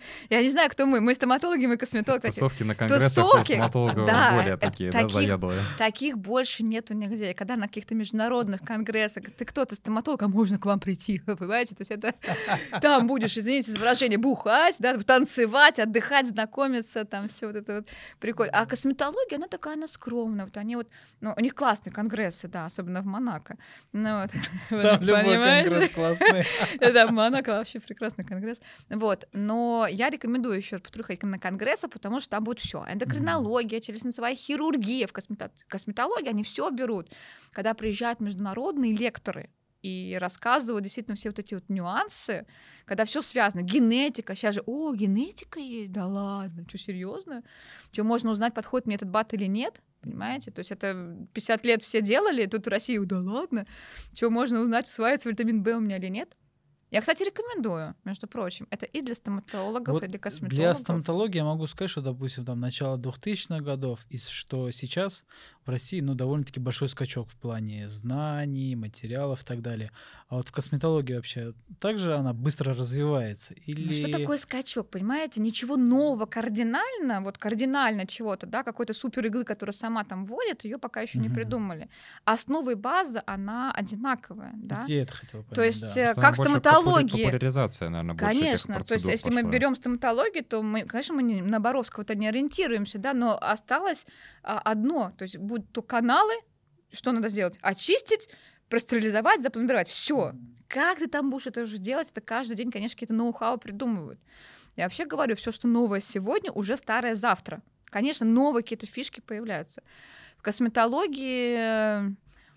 A: Я не знаю, кто мы. Мы стоматологи, мы косметологи.
C: Тусовки на конгрессах у стоматологов
A: да,
C: более такие, таких, да, заядлые.
A: Таких больше нету нигде. Когда на каких-то международных конгрессах ты кто-то стоматолог, а можно к вам прийти, понимаете? То есть это там будешь, извините за выражение, бухать, да, танцевать, отдыхать, знакомиться, там все вот это вот прикольно. А косметология, она такая, она скромная. Вот они вот... Ну, у них классные конгрессы, да, особенно в Монако. Ну, вот,
B: там любой конгресс классный.
A: Да, в Монако вообще прекрасно. Конгресс. Вот. Но я рекомендую еще раз повторю ходить на конгрессы, потому что там будет все: эндокринология, челюстно-носовая хирургия, в космето- косметологии, они все берут. Когда приезжают международные лекторы, и рассказывают действительно все вот эти вот нюансы, когда все связано. Генетика, сейчас же, о, генетика есть, да ладно, что, серьезно? Что, можно узнать, подходит мне этот бат или нет? Понимаете? То есть это пятьдесят лет все делали, тут в России, да ладно, что, можно узнать, усваивается витамин В у меня или нет? Я, кстати, рекомендую, между прочим. Это и для стоматологов,
B: Вот
A: и для косметологов.
B: Для стоматологии я могу сказать, что, допустим, там начало двухтысячных годов, и что сейчас в России, ну, довольно-таки большой скачок в плане знаний, материалов и так далее. А вот в косметологии вообще также она быстро развивается? Или...
A: Ну, что такое скачок, понимаете? Ничего нового кардинально, вот кардинально чего-то, да, какой-то супер иглы, которая сама там вводит, ее пока еще не
B: Мгм.
A: придумали. Основа и база, она одинаковая, да.
B: Вот я это хотел понять,
A: То есть,
B: да.
A: э,
C: Просто
A: как в
C: больше
A: стоматологии.
C: популяризация, наверное, больше этих
A: Конечно, то есть
C: процедур
A: если мы
C: пошла.
A: берем стоматологию, то мы, конечно, мы не- на Боровского-то не ориентируемся, да, но осталось а, одно, то есть будут то каналы, что надо сделать? Очистить, простерилизовать, запломбировать, все. Как ты там будешь это уже делать? Это каждый день, конечно, какие-то ноу-хау придумывают. Я вообще говорю, все, что новое сегодня, уже старое завтра. Конечно, новые какие-то фишки появляются. В косметологии,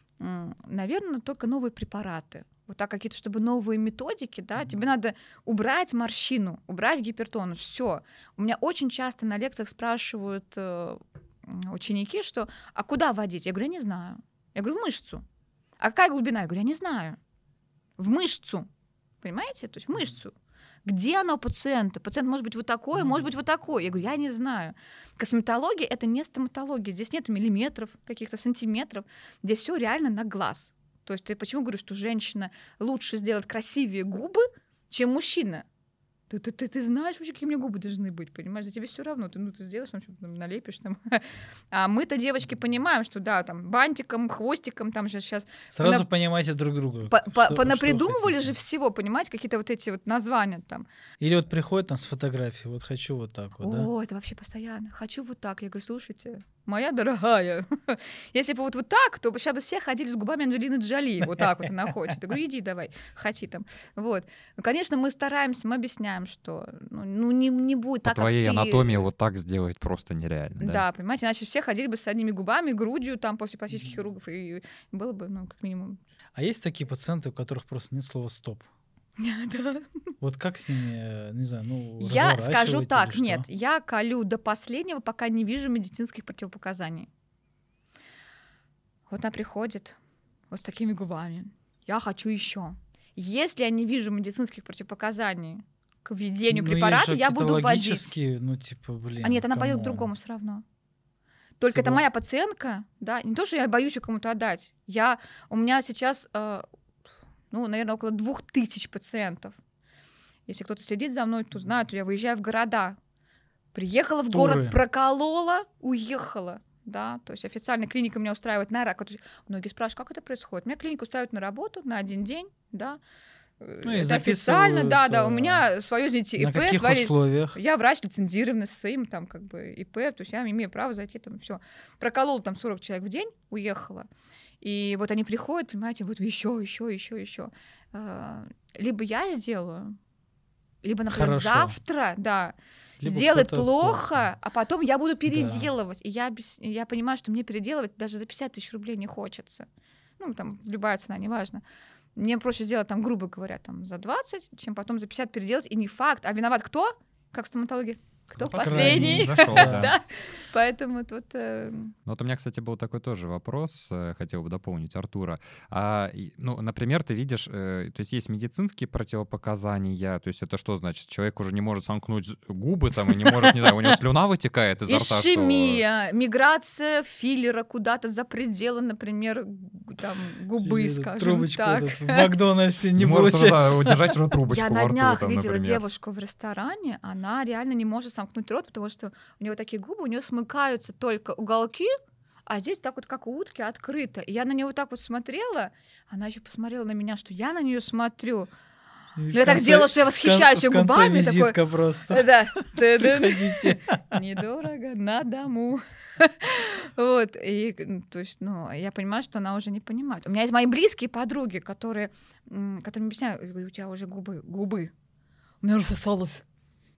A: наверное, только новые препараты. Вот так какие-то, чтобы новые методики, да, тебе надо убрать морщину, убрать гипертонус, все. У меня очень часто на лекциях спрашивают э, ученики, что, а куда вводить? Я говорю, я не знаю. Я говорю, в мышцу. А какая глубина? Я говорю, я не знаю. В мышцу. Понимаете? То есть в мышцу. Где она у пациента? Пациент может быть вот такой, может быть вот такой. Я говорю, я не знаю. Косметология — это не стоматология. Здесь нет миллиметров, каких-то сантиметров. Здесь все реально на глаз. То есть я почему говорю, что женщина лучше сделает красивее губы, чем мужчина? Ты, ты, ты, ты знаешь вообще, какие у меня губы должны быть, понимаешь? Да тебе все равно, ты, ну, ты сделаешь, там что-то там налепишь. Там. А мы-то, девочки, понимаем, что да, там бантиком, хвостиком, там же сейчас...
B: Сразу
A: Пона-
B: понимаете друг друга.
A: по-
B: что-
A: по-
B: что
A: Понапридумывали
B: хотите.
A: же всего, понимаете, какие-то вот эти вот названия там.
B: Или вот приходит там с фотографией, вот хочу вот так вот, да?
A: О, это вообще постоянно. Хочу вот так. Я говорю, слушайте, моя дорогая, если бы вот, вот так, то сейчас бы все ходили с губами Анджелины Джоли. Вот так вот она хочет. Я говорю, иди давай, хоти там. Вот. Ну, конечно, мы стараемся, мы объясняем, что ну, ну, не, не будет
C: По
A: так,
C: твоей
A: как ты...
C: анатомии вот так сделать просто нереально.
A: Да.
C: Да,
A: понимаете, иначе все ходили бы с одними губами, грудью там после пластических хирургов, и было бы, ну, как минимум...
B: А есть такие пациенты, у которых просто нет слова «стоп»?
A: Да.
B: Вот как с ними, э, не знаю, ну,
A: Я скажу
B: разворачивать
A: так,
B: или что?
A: нет, я колю до последнего, пока не вижу медицинских противопоказаний. Вот она приходит вот с такими губами. Я хочу еще. Если я не вижу медицинских противопоказаний к введению
B: Ну, есть
A: препарата,
B: же
A: я
B: какие-то
A: буду вводить.
B: логические, ну, типа, блин,
A: А нет, она пойдет к
B: камон.
A: другому все равно. Только
B: Типа-
A: это моя пациентка, да, не то, что я боюсь ее кому-то отдать. Я, у меня сейчас, э, ну, наверное, около двух тысяч пациентов. Если кто-то следит за мной, то знает, что я выезжаю в города. Приехала в
B: Туры.
A: город, проколола, уехала. Да, то есть официально клиника меня устраивает на рак. Многие спрашивают, как это происходит. Меня клиника устраивает на работу на один день, да.
B: Ну, и
A: это официально,
B: записывают,
A: да, да.
B: э,
A: У меня свое, извините,
B: На
A: ИП,
B: каких
A: свои-
B: условиях?
A: я врач лицензированный со своим там как бы ИП, то есть я имею право зайти там все. Проколола там сорок человек в день, уехала. И вот они приходят, понимаете, вот еще, еще, еще, еще. Либо я сделаю, либо, например,
B: Хорошо.
A: завтра, да,
B: Либо
A: сделает
B: кто-то
A: плохо, а потом я буду переделывать. И я, объяс- я понимаю, что мне переделывать даже за пятьдесят тысяч рублей не хочется. Ну, там, любая цена, неважно. Мне проще сделать, там, грубо говоря, там, за двадцать, чем потом за пятьдесят переделать. И не факт. А виноват кто? Как в стоматологии? Кто
C: Ну,
A: последний?
C: Зашел, да.
A: Да. Поэтому тут... э,
C: Ну, вот у меня, кстати, был такой тоже вопрос, э, хотел бы дополнить Артура. А, и, ну, например, ты видишь, э, то есть есть медицинские противопоказания, то есть это что значит? Человек уже не может сомкнуть губы там и не может, не знаю, у него слюна вытекает изо рта. что-
A: Ишемия, миграция филлера куда-то за пределы, например, г- там, губы,
B: Или эту
A: скажем
B: трубочку
A: так.
B: этот в Макдональдсе не
C: может уже,
B: получается.
C: да, удержать уже трубочку
A: Я
C: во
A: на
C: рту,
A: днях
C: там,
A: видела
C: например.
A: девушку в ресторане, она реально не может сомкнуть рот, потому что у нее такие губы, у нее смыкаются только уголки, а здесь так вот, как у утки, открыто. И я на нее вот так вот смотрела, она еще посмотрела на меня, что я на нее смотрю.
B: И
A: Ну,
B: в
A: я так
B: конце-
A: сделала, что я
B: в кон-
A: восхищаюсь ее
B: в конце
A: губами.
B: визитка
A: Такой,
B: просто.
A: да, та-дам.
B: Приходите.
A: Недорого, на дому. Вот, и, м, то есть, ну, я понимаю, что она уже не понимает. У меня есть мои близкие подруги, которые, м, которым объясняю, я говорю, у тебя уже губы, губы. У меня рассосалось.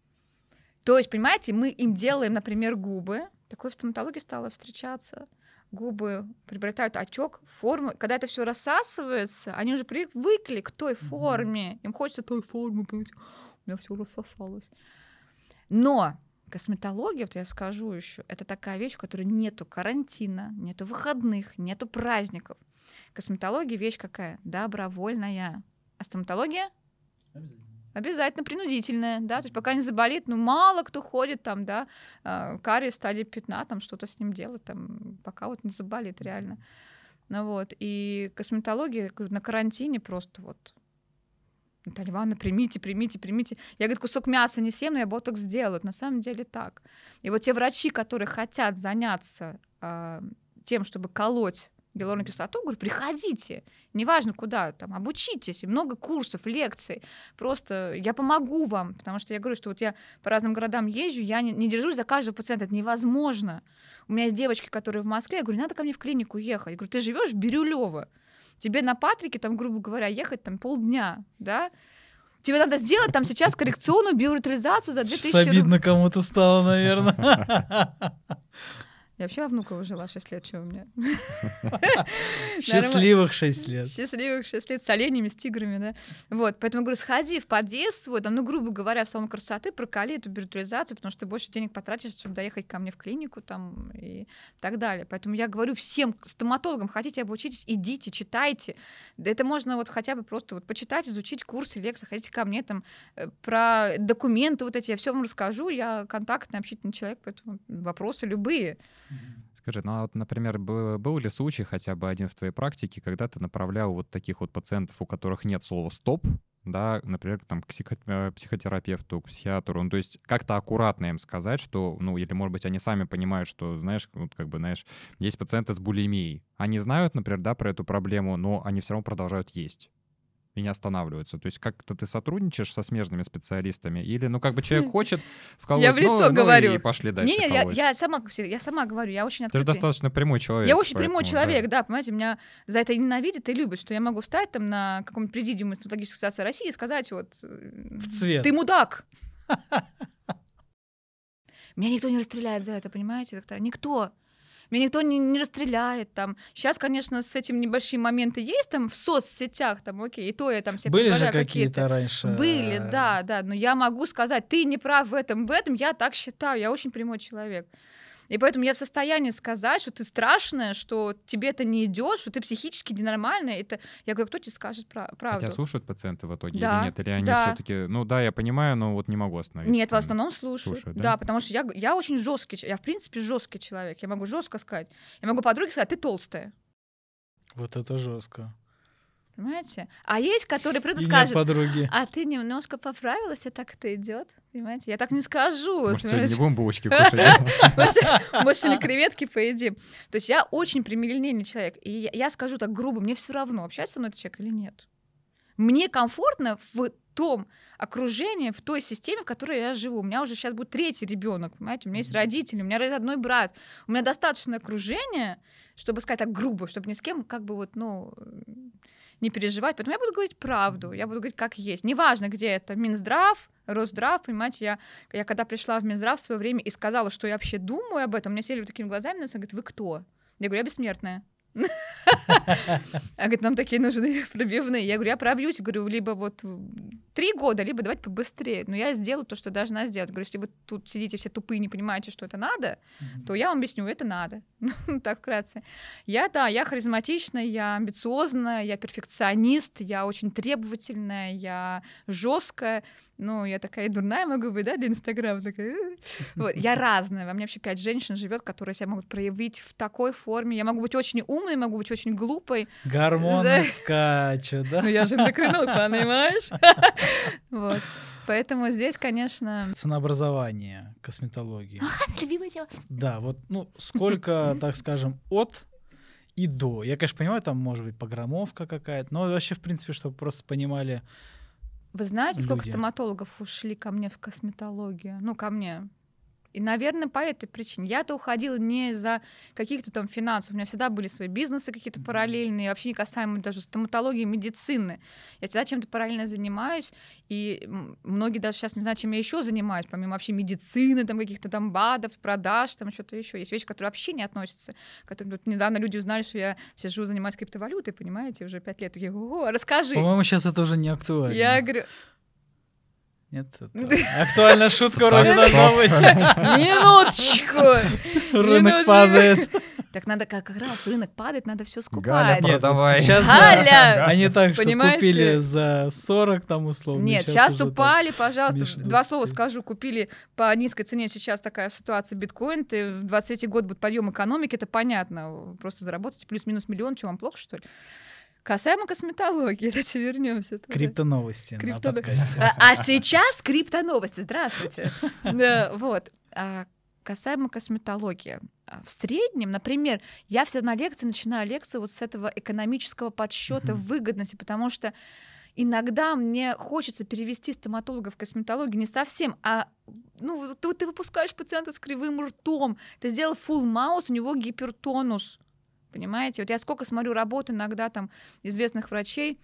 A: То есть, понимаете, мы им делаем, например, губы. Такое в стоматологии стало встречаться. губы приобретают отек, форму. Когда это все рассасывается, они уже привыкли к той форме. Им хочется той формы, у меня все рассосалось. Но косметология, вот я скажу еще, это такая вещь, у которой нету карантина, нету выходных, нету праздников. Косметология вещь какая? Добровольная. А стоматология? Обязательно. Обязательно принудительная, да, то есть пока не заболит, ну, мало кто ходит там, да, кариес стадии пятна, там что-то с ним делать, там, пока вот не заболит реально. Ну вот, и косметология, говорю, на карантине просто вот, Наталья Ивановна, примите, примите, примите. Я, говорит, кусок мяса не съем, но я ботокс сделаю. На самом деле так. И вот те врачи, которые хотят заняться э, тем, чтобы колоть гиалуроновую кислоту, говорю, приходите, неважно куда, там, обучитесь, много курсов, лекций, просто я помогу вам, потому что я говорю, что вот я по разным городам езжу, я не, не держусь за каждого пациента, это невозможно. У меня есть девочки, которые в Москве, я говорю, надо ко мне в клинику ехать, я говорю, ты живешь в Бирюлево, тебе на Патрике, там, грубо говоря, ехать там полдня, да, тебе надо сделать там сейчас коррекционную биоритализацию за две тысячи рублей.
B: Обидно кому-то стало, наверное.
A: Я вообще во Внуково жила шесть лет, что у меня?
B: Счастливых шесть лет.
A: Счастливых шесть лет с оленями, с тиграми, да. Вот, поэтому, говорю, сходи в подъезд свой, там, ну, грубо говоря, в салон красоты, проколи эту биоритализацию, потому что ты больше денег потратишь, чтобы доехать ко мне в клинику, там, и так далее. Поэтому я говорю всем стоматологам, хотите обучитесь, идите, читайте. Да это можно вот хотя бы просто вот почитать, изучить курсы, лекции, хотите ко мне, там, про документы вот эти, я все вам расскажу, я контактный, общительный человек, поэтому вопросы любые.
C: Скажи, ну а вот, например, был ли случай хотя бы один в твоей практике, когда ты направлял вот таких вот пациентов, у которых нет слова «стоп», да, например, там, к психотерапевту, к психиатру, ну, то есть как-то аккуратно им сказать, что, ну, или, может быть, они сами понимают, что, знаешь, вот как бы, знаешь, есть пациенты с булимией, они знают, например, да, про эту проблему, но они все равно продолжают есть и не останавливаются. То есть как-то ты сотрудничаешь со смежными специалистами? Или, ну, как бы человек хочет вколоть,
A: я в лицо
C: ну,
A: говорю.
C: Ну, и пошли дальше
A: Не,
C: колоть.
A: я, я, сама, я сама говорю, я очень открытый.
C: Ты же достаточно прямой человек.
A: Я очень
C: поэтому,
A: прямой человек,
C: да.
A: да, понимаете, меня за это и ненавидят, и любят, что я могу встать там на каком-то президиуме стоматологической ассоциации России и сказать вот...
B: В цвет.
A: Ты мудак! Меня никто не расстреляет за это, понимаете, доктора? Никто. Меня никто не, не расстреляет там. Сейчас, конечно, с этим небольшие моменты есть там в соцсетях, там, окей, и то я там себе
B: Были
A: позволяю
B: же какие-то, какие-то раньше.
A: Были, да, да, но я могу сказать, ты не прав в этом, в этом, я так считаю, я очень прямой человек. И поэтому я в состоянии сказать, что ты страшная, что тебе это не идет, что ты психически ненормальная. Это... Я говорю, кто тебе скажет правду?
C: А тебя слушают пациенты в итоге
A: да,
C: или нет? Или они
A: да.
C: все-таки, ну да, я понимаю, но вот не могу остановиться.
A: Нет, в основном слушают.
C: слушают
A: да?
C: да?
A: да, потому что я, я очень жесткий, я в принципе жесткий человек. Я могу жестко сказать. Я могу подруге сказать, ты толстая.
B: Вот это жестко.
A: Понимаете? А есть, которые придут и
B: и
A: скажут,
B: подруги.
A: а ты немножко поправилась, и так это идет. Понимаете? Я так не скажу.
C: Может, сегодня не будем булочки кушать?
A: Может, или креветки поедим. То есть я очень прямолинейный человек. И я скажу так грубо, мне все равно, общается со мной этот человек или нет. Мне комфортно в том окружении, в той системе, в которой я живу. У меня уже сейчас будет третий ребенок, понимаете? У меня есть родители, у меня родной брат. У меня достаточно окружения, чтобы сказать так грубо, чтобы ни с кем как бы вот, ну... не переживать, поэтому я буду говорить правду, я буду говорить как есть. Неважно, где это, Минздрав, Росздрав, понимаете, я, я когда пришла в Минздрав в свое время и сказала, что я вообще думаю об этом, мне сели вот такими глазами, на говорят, вы кто? Я говорю, я бессмертная. А говорит, нам такие нужны пробивные. Я говорю, я пробьюсь, говорю, либо вот три года, либо давайте побыстрее. Но я сделаю то, что должна сделать. Говорю, если вы тут сидите все тупые, не понимаете, что это надо, mm-hmm. то я вам объясню, это надо. Так вкратце. Я, да, я харизматичная, я амбициозная, я перфекционист, я очень требовательная, я жесткая. Ну, я такая дурная могу быть, да, для Инстаграма. Такая. Вот. Я разная. Во мне вообще пять женщин живет, которые себя могут проявить в такой форме. Я могу быть очень умной, могу быть очень глупой.
B: Гормоны скачут, да?
A: Ну, я же накрынула, понимаешь? Вот. Поэтому здесь, конечно...
B: Ценообразование косметологии.
A: Любимое дело.
B: Да, вот, ну, сколько, так скажем, от и до. Я, конечно, понимаю, там может быть погромовка какая-то, но вообще, в принципе, чтобы просто понимали.
A: Вы знаете, сколько
B: люди.
A: стоматологов ушли ко мне в косметологию? Ну, ко мне. И, наверное, по этой причине. Я-то уходила не из-за каких-то там финансов. У меня всегда были свои бизнесы какие-то параллельные, вообще не касаемо даже стоматологии, медицины. Я всегда чем-то параллельно занимаюсь, и многие даже сейчас не знают, чем я еще занимаюсь, помимо вообще медицины, там каких-то там БАДов, продаж, там что-то еще. Есть вещи, которые вообще не относятся. Которые, вот, недавно люди узнали, что я сижу, занимаюсь криптовалютой, понимаете, уже пять лет. Такие, ого, расскажи.
B: По-моему, сейчас это уже не актуально.
A: Я говорю...
B: Нет, это актуальная шутка вроде должна быть.
A: Минуточку!
B: Рынок падает.
A: Так надо как раз, рынок падает, надо все скупать.
C: Галя, продавай.
B: Сейчас
A: Галя!
B: они так, что
A: Понимаете?
B: купили за сорок там условно.
A: Нет, сейчас
B: уже
A: упали, пожалуйста.
B: меньше
A: Два слова
B: двадцати.
A: скажу. Купили по низкой цене, сейчас такая ситуация биткоин. Ты в двадцать третий год будет подъем экономики, это понятно. Просто заработать плюс-минус миллион, что вам плохо, что ли? Касаемо косметологии, давайте вернемся. туда.
B: Криптоновости
A: Крипто-
B: на подкасте.
A: А, а сейчас криптоновости. Здравствуйте. Да, вот. А, касаемо косметологии. А, В среднем, например, я всегда на лекции начинаю лекцию вот с этого экономического подсчета
B: Мгм.
A: выгодности, потому что иногда мне хочется перевести стоматолога в косметологию не совсем, а ну, ты, ты выпускаешь пациента с кривым ртом, ты сделал full маус, у него гипертонус. Понимаете? Вот я сколько смотрю работ иногда там известных врачей,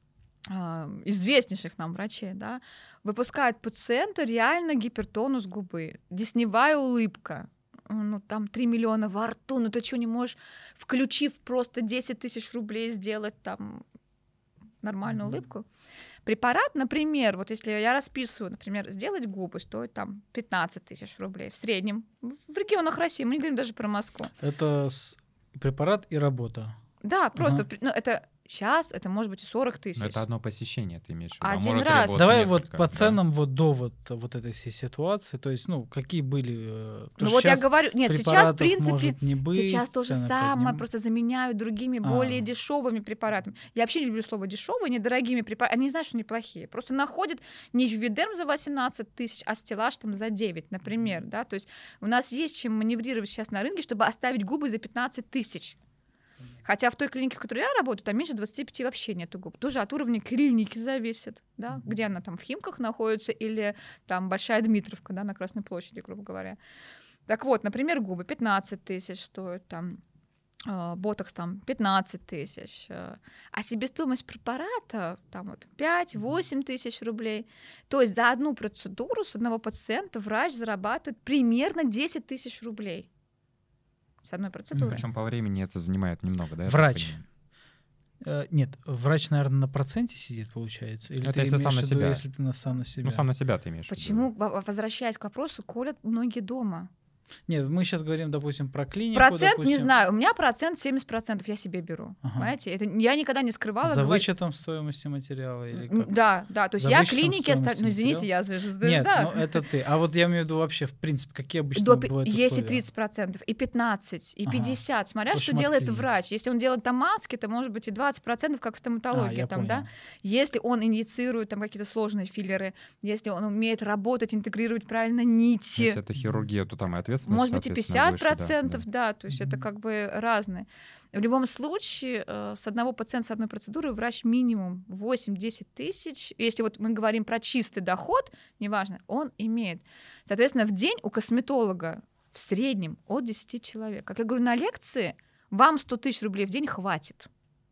A: а, известнейших нам врачей, да, выпускают пациента реально гипертонус губы, десневая улыбка. Ну, там три миллиона во рту, ну ты что, не можешь, включив просто десять тысяч рублей, сделать там нормальную
B: Мгм.
A: улыбку? Препарат, например, вот если я расписываю, например, сделать губы стоит там пятнадцать тысяч рублей в среднем. В регионах России, мы не говорим даже про Москву.
B: Это с- препарат и работа.
A: Да, просто,
B: Ага.
A: при- ну, это сейчас, это может быть и сорок тысяч.
C: Но это одно посещение, ты имеешь в виду. а
A: Один
C: может
A: раз.
C: требоваться
B: Давай вот
C: несколько,
B: по
C: да?
B: ценам вот до вот, вот этой всей ситуации, то есть, ну, какие были... э, потому
A: Ну
B: что
A: вот я
B: щас
A: говорю, нет, сейчас, в
B: препаратов
A: принципе,
B: может не быть,
A: сейчас то же
B: цены
A: самое,
B: подним-
A: просто заменяют другими,
B: А.
A: более дешевыми препаратами. Я вообще не люблю слово дешевые, недорогими препаратами. Они не знают, что они плохие. Просто находят не Ювидерм за восемнадцать тысяч, а стеллаж там за девять, например. Да? То есть у нас есть чем маневрировать сейчас на рынке, чтобы оставить губы за пятнадцать тысяч. Хотя в той клинике, в которой я работаю, там меньше двадцати пяти вообще нету губ. Тоже от уровня клиники зависит, да, где она там в Химках находится или там Большая Дмитровка, да, на Красной площади, грубо говоря. Так вот, например, губы пятнадцать тысяч стоят, там э, ботокс там пятнадцать тысяч, э, а себестоимость препарата там вот пять-восемь тысяч рублей. То есть за одну процедуру с одного пациента врач зарабатывает примерно десять тысяч рублей. С одной процедуры.
C: Причем по времени это занимает немного, да? я так
B: Врач.
C: понимаю?
B: Э, Нет, врач, наверное, на проценте сидит, получается? Или
C: Это
B: ты
C: если сам
B: имеешь
C: на
B: в виду,
C: себя.
B: если ты на сам на себя?
C: Ну, сам на себя ты имеешь в виду.
A: Почему, во- возвращаясь к вопросу, колят многие дома?
B: Нет, мы сейчас говорим, допустим, про клинику.
A: Процент, не
B: допустим,
A: знаю, у меня процент семьдесят процентов я себе беру.
B: Ага.
A: Понимаете? Это я никогда не скрывала.
B: За
A: говорю-
B: вычетом стоимости материала или
A: М,
B: как?
A: Да, да, то есть
B: За
A: я
B: вычетом
A: клиники оста-
B: стоимости
A: ну извините,
B: материала?
A: я же
B: Нет,
A: звезда.
B: ну это ты. А вот я имею в виду вообще, в принципе, какие обычно
A: До пи-
B: бывают
A: есть и
B: условия?
A: тридцать процентов, и пятнадцать, и
B: Ага.
A: пятьдесят, смотря
B: В
A: что
B: общем, от
A: делает
B: клиники.
A: врач. Если он делает там маски, то может быть и двадцать процентов, как в
B: А,
A: стоматологии,
B: я
A: там, да.
B: понял.
A: Если он инициирует там какие-то сложные филлеры, если он умеет работать, интегрировать правильно
C: Если
A: нити,
C: это хирургия, то там и ответственность,
A: может быть и
C: соответственно,
A: пятьдесят
C: выше, да,
A: процентов,
C: да.
A: да, то есть это
B: Мгм.
A: как бы разные. В любом случае, э, с одного пациента, с одной процедуры врач минимум восемь-десять тысяч, если вот мы говорим про чистый доход, неважно, он имеет. Соответственно, в день у косметолога в среднем от десяти человек. Как я говорю, на лекции вам сто тысяч рублей в день хватит.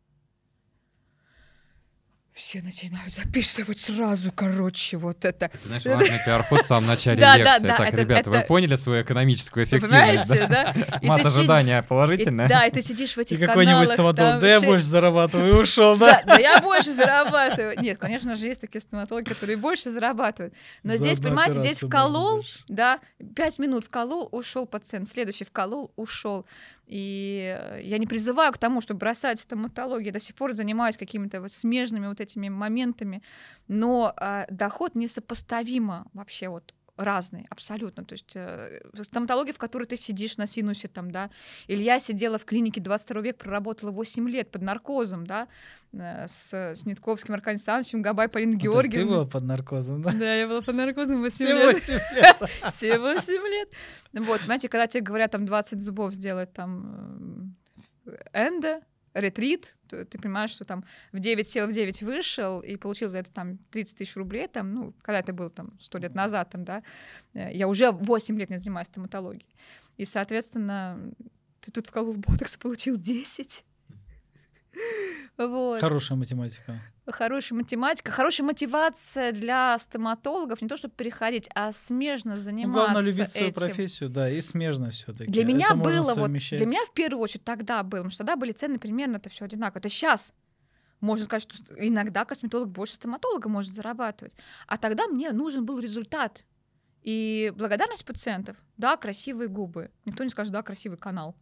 A: Все начинают записывать сразу, короче, вот это.
C: Ты знаешь, важный пиар-ход в самом начале
A: Да, да,
C: лекции.
A: да,
C: Так,
A: это-
C: ребята, вы
A: это-
C: поняли свою экономическую
A: Вы
C: эффективность?
A: понимаете,
C: да?
A: да? И
C: Мат
A: ты сидишь-
C: ожидания
A: и-
C: положительное.
A: Да, и ты сидишь в
B: И
A: этих
B: какой-нибудь
A: каналах.
B: стоматолог,
A: там
B: да я
A: шесть-
B: больше зарабатываю, и ушел, да?
A: Да, да я больше зарабатываю. Нет, конечно же, есть такие стоматологи, которые больше зарабатывают. Но
B: За
A: здесь,
B: одну
A: понимаете, здесь
B: операцию можно
A: вколол,
B: больше.
A: да, пять минут вколол, ушел пациент, следующий вколол, ушел. И э, я не призываю к тому, чтобы бросать стоматологию. Я до сих пор занимаюсь какими-то вот смежными вот этими моментами, но э, доход несопоставимо вообще вот разный, абсолютно. То есть э, стоматология, в которой ты сидишь на синусе там, да, или я сидела в клинике двадцать второго века, проработала восемь лет под наркозом, да, э, с, с Нитковским Аркадием Александровичем, Габай Полиной
B: Вот это Ты
A: Георгиевной.
B: была под наркозом, да?
A: Да, я была под наркозом восемь
B: Всего
A: лет.
B: семь лет.
A: Все восемь лет. Вот, знаете, когда тебе говорят, там двадцать зубов сделать, там, э, эндо, ретрит, то ты понимаешь, что там в девять сел, в девять вышел, и получил за это там тридцать тысяч рублей, там, ну, когда это было там сто лет назад, там, да, я уже восемь лет не занимаюсь стоматологией. И, соответственно, ты тут вколол ботокс, получил десять. Вот.
B: Хорошая математика.
A: Хорошая математика, хорошая мотивация для стоматологов, не то чтобы переходить, а смежно заниматься
B: ну, главное любить свою
A: этим.
B: профессию, да, и смежно все-таки.
A: Для меня это было вот, для меня в первую очередь тогда было, потому что тогда были цены примерно это все одинаково. Это сейчас можно сказать, что иногда косметолог больше стоматолога может зарабатывать, а тогда мне нужен был результат. И благодарность пациентов, да, красивые губы. Никто не скажет, да, красивый канал.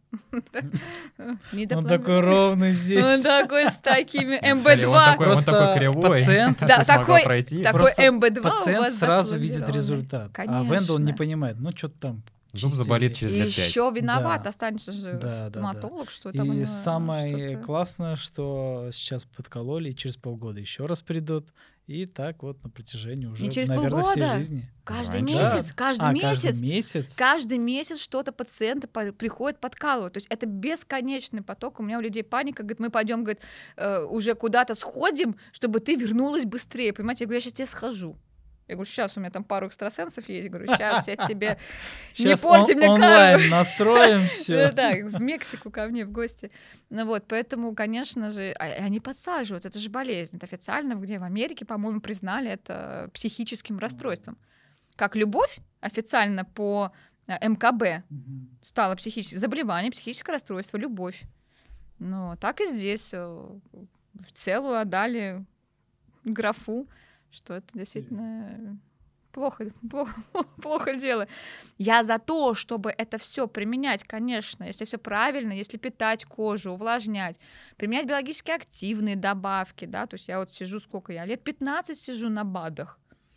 B: Он такой ровный здесь.
A: Он такой с такими эм бэ два.
C: Он такой кривой.
B: Пациент
A: такой эм бэ два
B: Пациент сразу видит результат, а Вендел не понимает, ну что-то там.
C: Зуб заболит через лет пять.
A: Еще виноват, останется же стоматолог, что там.
B: И самое классное, что сейчас подкололи, и через полгода еще раз придут. И так вот на протяжении уже, наверное, всей жизни.
A: Каждый месяц, каждый месяц, каждый месяц что-то пациенты приходят подкалывать. То есть это бесконечный поток. У меня у людей паника, говорит, мы пойдем, говорит, уже куда-то сходим, чтобы ты вернулась быстрее. Понимаете, я говорю, я сейчас тебе схожу. Я говорю, сейчас у меня там пару экстрасенсов есть. Я говорю, сейчас я тебе... Не порти мне карму.
B: Онлайн настроим все.
A: Да, в Мексику ко мне в гости. Ну вот, поэтому, конечно же, они подсаживаются. Это же болезнь. Это официально, где в Америке, по-моему, признали это психическим расстройством. Как любовь официально по эм ка бэ стала психическим заболеванием, психическое расстройство, любовь. Ну, так и здесь в целую отдали графу, что это действительно плохо, плохо, плохо дело. Я за то, чтобы это все применять, конечно, если все правильно, если питать кожу, увлажнять, применять биологически активные добавки, да, то есть я вот сижу, сколько я, лет пятнадцать сижу на БАДах.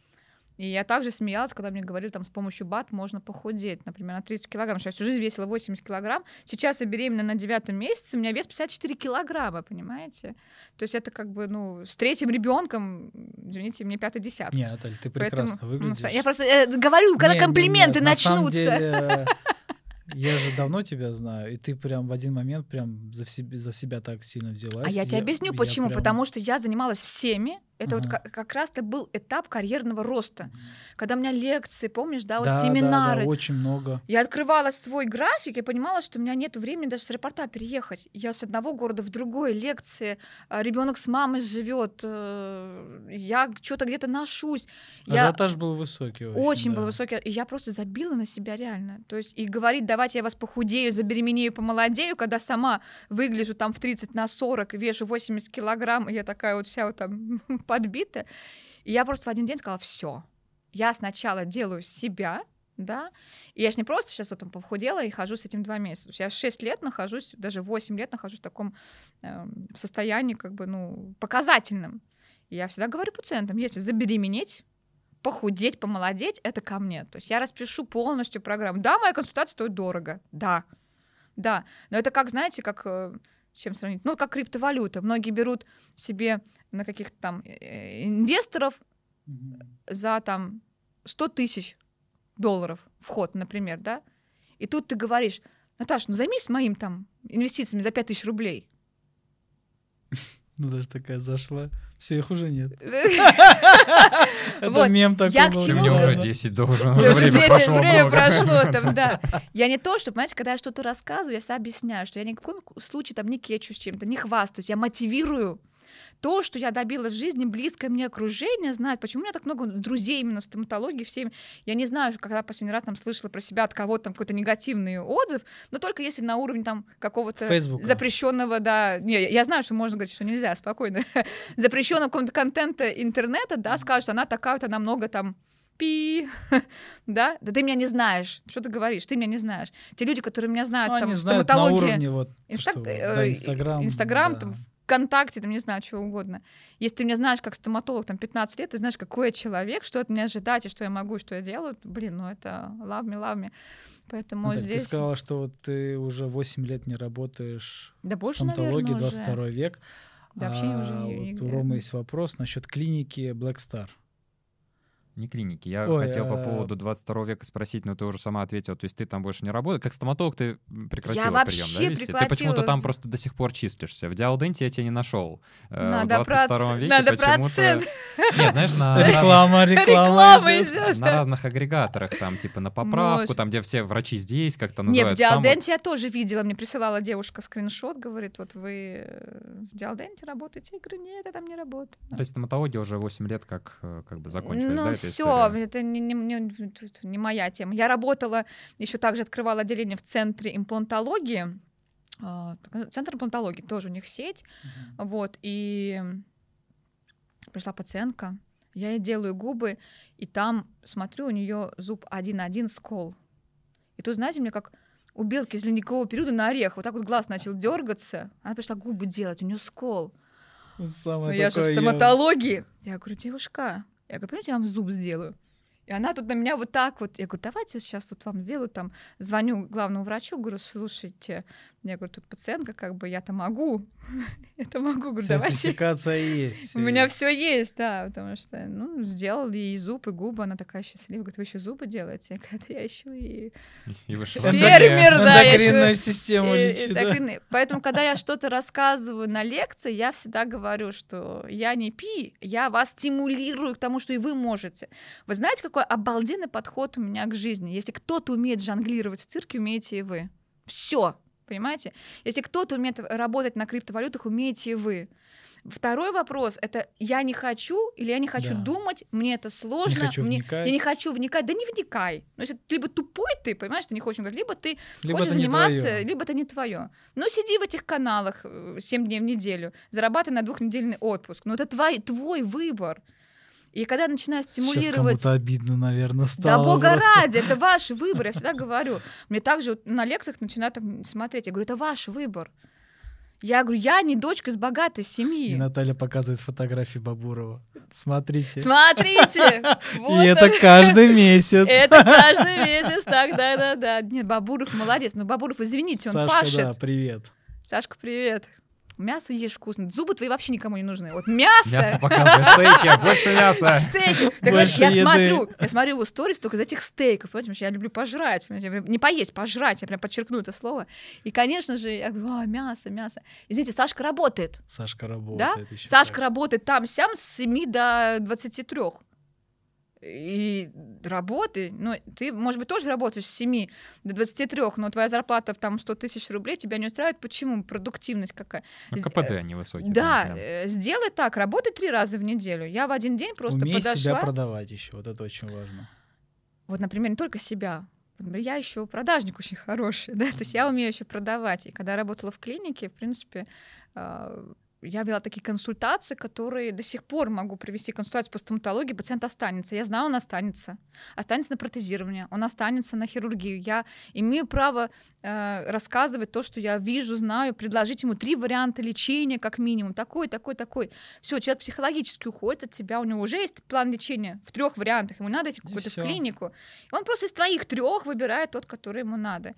A: И я также смеялась, когда мне говорили, там, с помощью БАД можно похудеть, например, на тридцать килограмм, что я всю жизнь весила восемьдесят килограмм, сейчас я беременна на девятом месяце, у меня вес пятьдесят четыре килограмма, понимаете? То есть это как бы, ну, с третьим ребенком, извините, мне пятый десяток.
B: Нет, Наталья, ты прекрасно Поэтому, выглядишь.
A: Ну, я просто э, говорю, когда
B: нет,
A: комплименты
B: нет,
A: начнутся.
B: На самом деле, я же давно тебя знаю, и ты прям в один момент прям за, себе, за себя так сильно взялась.
A: А я, я тебе объясню, почему. Прям... Потому что я занималась всеми. Это ага. вот как, как раз-то был этап карьерного роста. Ага. Когда у меня лекции, помнишь, да, вот
B: да,
A: семинары.
B: Да, да, очень много.
A: Я открывала свой график и понимала, что у меня нет времени даже с аэропорта переехать. Я с одного города в другой, лекции, ребенок с мамой живет, я что-то где-то ношусь.
B: Ажиотаж я... был высокий.
A: Очень, очень
B: да.
A: был высокий. И я просто забила на себя реально. То есть и говорить, давайте я вас похудею, забеременею, помолодею, когда сама выгляжу там в тридцать на сорок, вешу восемьдесят килограмм, и я такая вот вся вот там подбитая. И я просто в один день сказала, все, я сначала делаю себя, да, и я ж не просто сейчас вот там похудела и хожу с этим два месяца. Я шесть лет нахожусь, даже восемь лет нахожусь в таком э, состоянии, как бы, ну, показательном. И я всегда говорю пациентам, если забеременеть, похудеть, помолодеть, это ко мне. То есть я распишу полностью программу. Да, моя консультация стоит дорого, да, да, но это как, знаете, как... С чем сравнить? Ну, как криптовалюта. Многие берут себе на каких-то там инвесторов mm-hmm. за там сто тысяч долларов вход, например, да? И тут ты говоришь, Наташа, ну займись моим там инвестициями за пять тысяч рублей.
B: Ну, даже такая зашла. Все, их уже нет.
A: Это
B: мем такой был.
C: Мне уже десять должен. Время прошло
A: Время прошло там, да. Я не то, что, понимаете, когда я что-то рассказываю, я всегда объясняю, что я ни в коем случае там не кечусь чем-то, не хвастаюсь, я мотивирую. То, что я добилась в жизни, близкое мне окружение знает. Почему у меня так много друзей именно в стоматологии, всем. Я не знаю, когда последний раз там слышала про себя от кого-то там какой-то негативный отзыв, но только если на уровне там какого-то
B: Фейсбука.
A: запрещенного, да. Не, я знаю, что можно говорить, что нельзя, спокойно. Запрещенного какого-то контента интернета, да, скажут, что она такая вот, она много там пи, да? Да ты меня не знаешь. Что ты говоришь? Ты меня не знаешь. Те люди, которые меня знают,
B: ну,
A: там, в
B: знают
A: стоматологии...
B: На уровне, вот,
A: Инста...
B: что, да, Инстаграм.
A: Инстаграм,
B: да.
A: там, ВКонтакте, там, не знаю, чего угодно. Если ты меня знаешь как стоматолог, там, пятнадцать лет, ты знаешь, какой я человек, что от меня ожидать, и что я могу, и что я делаю, блин, ну это love me, love me. Поэтому
B: ну,
A: здесь...
B: Ты сказала, что вот ты уже восемь лет не работаешь
A: да
B: в
A: больше,
B: стоматологии,
A: наверное,
B: двадцать второй
A: уже.
B: век.
A: Да, вообще
B: а
A: уже
B: вот
A: нигде.
B: у Ромы есть вопрос насчет клиники Black Star.
C: Не клиники. Я
B: Ой,
C: хотел по
B: а-
C: поводу двадцать второго века спросить, но ты уже сама ответила. То есть ты там больше не работаешь. Как стоматолог ты прекратила
A: Я
C: прием,
A: вообще
C: да, вести? Ты почему-то
A: прекратила.
C: там просто до сих пор числишься. В Диалденте я тебя не нашел. Э,
A: Надо
C: в двадцать втором
A: проц-
C: веке
A: надо
C: почему-то...
A: процент.
C: Нет, знаешь, на разных,
B: Реклама, реклама.
A: Реклама
B: идет.
A: идет.
C: на разных агрегаторах, там типа на поправку,
A: Может.
C: там, где все врачи здесь как-то
A: Не, в
C: называются. Там вот-
A: Диалденте я тоже видела, мне присылала девушка скриншот, говорит, вот вы э, в Диалденте работаете? Я говорю, нет, я там не работаю.
C: То есть стоматология уже восемь лет как, э, как бы закончилась,
A: Ну
C: да, эта
A: все,
C: история?
A: это не, не- не- тут не моя тема. Я работала, еще также открывала отделение в центре имплантологии. А, Центр имплантологии, тоже у них сеть. Вот, и пришла пациентка, я ей делаю губы, и там, смотрю, у нее зуб один-один скол. И тут, знаете, мне как у белки из ледникового периода на орех, вот так вот глаз начал дергаться. Она пришла губы делать, у нее скол. Ну,
B: Самое
A: я же в
B: такое
A: стоматологии. Я говорю, девушка, я говорю, понимаете, я вам зуб сделаю. И она тут на меня вот так вот, я говорю, давайте сейчас тут вам сделаю, там, звоню главному врачу, говорю, слушайте, я говорю, тут пациентка, как бы, я-то могу, я-то могу, говорю, давайте.
B: Сертификация есть.
A: У меня все есть, да, потому что, ну, сделали и зуб, и губы, она такая счастливая, говорит, вы еще зубы делаете? Я говорю, «Да я еще и
C: И вышивание.
A: фермер, да, я
B: Эндокринную
A: ещё-
B: систему
A: и-
B: лечит,
A: и
B: да?
A: эндокринные. Поэтому, когда я что-то рассказываю на лекции, я всегда говорю, что я не пи, я вас стимулирую к тому, что и вы можете. Вы знаете, какой обалденный подход у меня к жизни? Если кто-то умеет жонглировать в цирке, умеете и вы. Все, понимаете? Если кто-то умеет работать на криптовалютах, умеете и вы. Второй вопрос — это я не хочу или я не хочу
B: Да.
A: думать, мне это сложно,
B: Не хочу
A: мне-
B: вникать.
A: я не хочу вникать, да не вникай. Ну, если ты либо тупой ты, понимаешь, ты не хочешь вникать, либо ты
B: Либо
A: хочешь
B: это не
A: заниматься,
B: твоё.
A: либо это не твое. Ну, сиди в этих каналах э, семь дней в неделю, зарабатывай на двухнедельный отпуск. Ну, это твой, твой выбор. И когда я начинаю
B: Сейчас
A: стимулировать...
B: кому-то обидно, наверное,
A: Да
B: стало.
A: бога
B: просто.
A: ради, это ваш выбор, я всегда говорю. Мне также вот на лекциях начинают там смотреть, я говорю, это ваш выбор. Я говорю, я не дочка из богатой
B: И
A: семьи.
B: Наталья показывает фотографии Бабурова. Смотрите.
A: Смотрите! вот
B: И это
A: он.
B: каждый месяц.
A: Это каждый месяц, так, да-да-да. Нет, Бабуров молодец. Но Бабуров, извините, он
B: Сашка,
A: пашет.
B: да, привет.
A: Сашка, привет. Мясо ешь вкусно. Зубы твои вообще никому не нужны. Вот мясо.
C: Мясо показывай, стейки, больше мяса.
A: Стейки. Так,
B: Больше
A: я
B: еды.
A: смотрю, я смотрю его сторис только из этих стейков, понимаете, потому что я люблю пожрать, понимаете, не поесть, пожрать, я прям подчеркну это слово. И, конечно же, я говорю, а, мясо, мясо. Извините, Сашка работает,
B: Сашка
A: да?
B: работает. еще
A: Сашка
B: так.
A: работает там-сям с семи до двадцати трёх. И работы, ну, ты, может быть, тоже работаешь с семи до двадцати трёх, но твоя зарплата там сто тысяч рублей тебя не устраивает. Почему? Продуктивность какая?
C: Ну, КПД невысокий.
A: Да,
C: прям.
A: э, сделай так, работай три раза в неделю. Я в один день просто
B: Умей себя
A: подошла.
B: продавать еще, вот это очень важно.
A: Вот, например, не только себя. Вот, например, я еще продажник очень хороший, да, то есть я умею еще продавать. И когда я работала в клинике, в принципе, э, я вела такие консультации, которые до сих пор могу провести консультацию по стоматологии, пациент останется. Я знаю, он останется. Останется на протезирование, он останется на хирургию. Я имею право э, рассказывать то, что я вижу, знаю, предложить ему три варианта лечения, как минимум. Такой, такой, такой. Все, человек психологически уходит от тебя, у него уже есть план лечения в трех вариантах. Ему надо идти какую-то в
B: всё.
A: клинику. И он просто из твоих трех выбирает тот, который ему надо.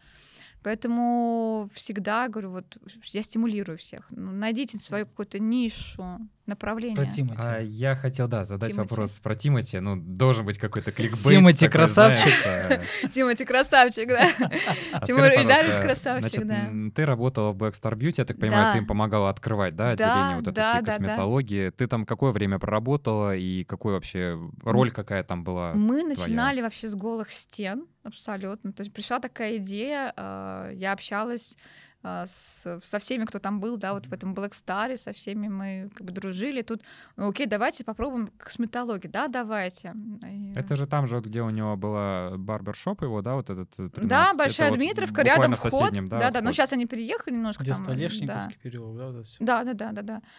A: Поэтому всегда говорю, вот я стимулирую всех. Ну, найдите свою какую-то нишу, направление.
B: Про Тимати.
C: А я хотел, да, задать
A: Тимати.
C: вопрос про Тимати. Ну, должен быть какой-то кликбейт.
B: Тимати
C: такой,
B: красавчик.
C: знаешь, э,
A: Тимати красавчик, да.
C: а
A: Тимур
C: скажи,
A: Ильдарович
C: пожалуйста,
A: красавчик,
C: значит,
A: да.
C: м, ты работала в Blackstar Beauty, я так понимаю,
A: Да.
C: ты им помогала открывать, да,
A: Да,
C: отделение вот этой
A: да,
C: всей
A: да, да.
C: косметологии. Ты там какое время проработала и какой вообще роль какая там была?
A: Мы начинали вообще с голых стен, абсолютно. То есть пришла такая идея, э, я общалась э, с, со всеми, кто там был, да, вот в этом Blackstar, со всеми мы как бы дружили. Тут, ну, окей, давайте попробуем косметологию, да, давайте. И-
C: Это же там же, вот, где у него была барбершоп его, да, вот этот э, тринадцать.
A: Да,
C: Это
A: Большая
C: вот
A: Дмитровка,
C: буквально
A: рядом
C: в
A: вход.
C: соседнем, да,
A: да, да, но
C: вход.
A: сейчас они переехали немножко
B: Где
A: там. да.
B: Столешниковский переулок, да, вот это всё.
A: Да, да, да, да, да.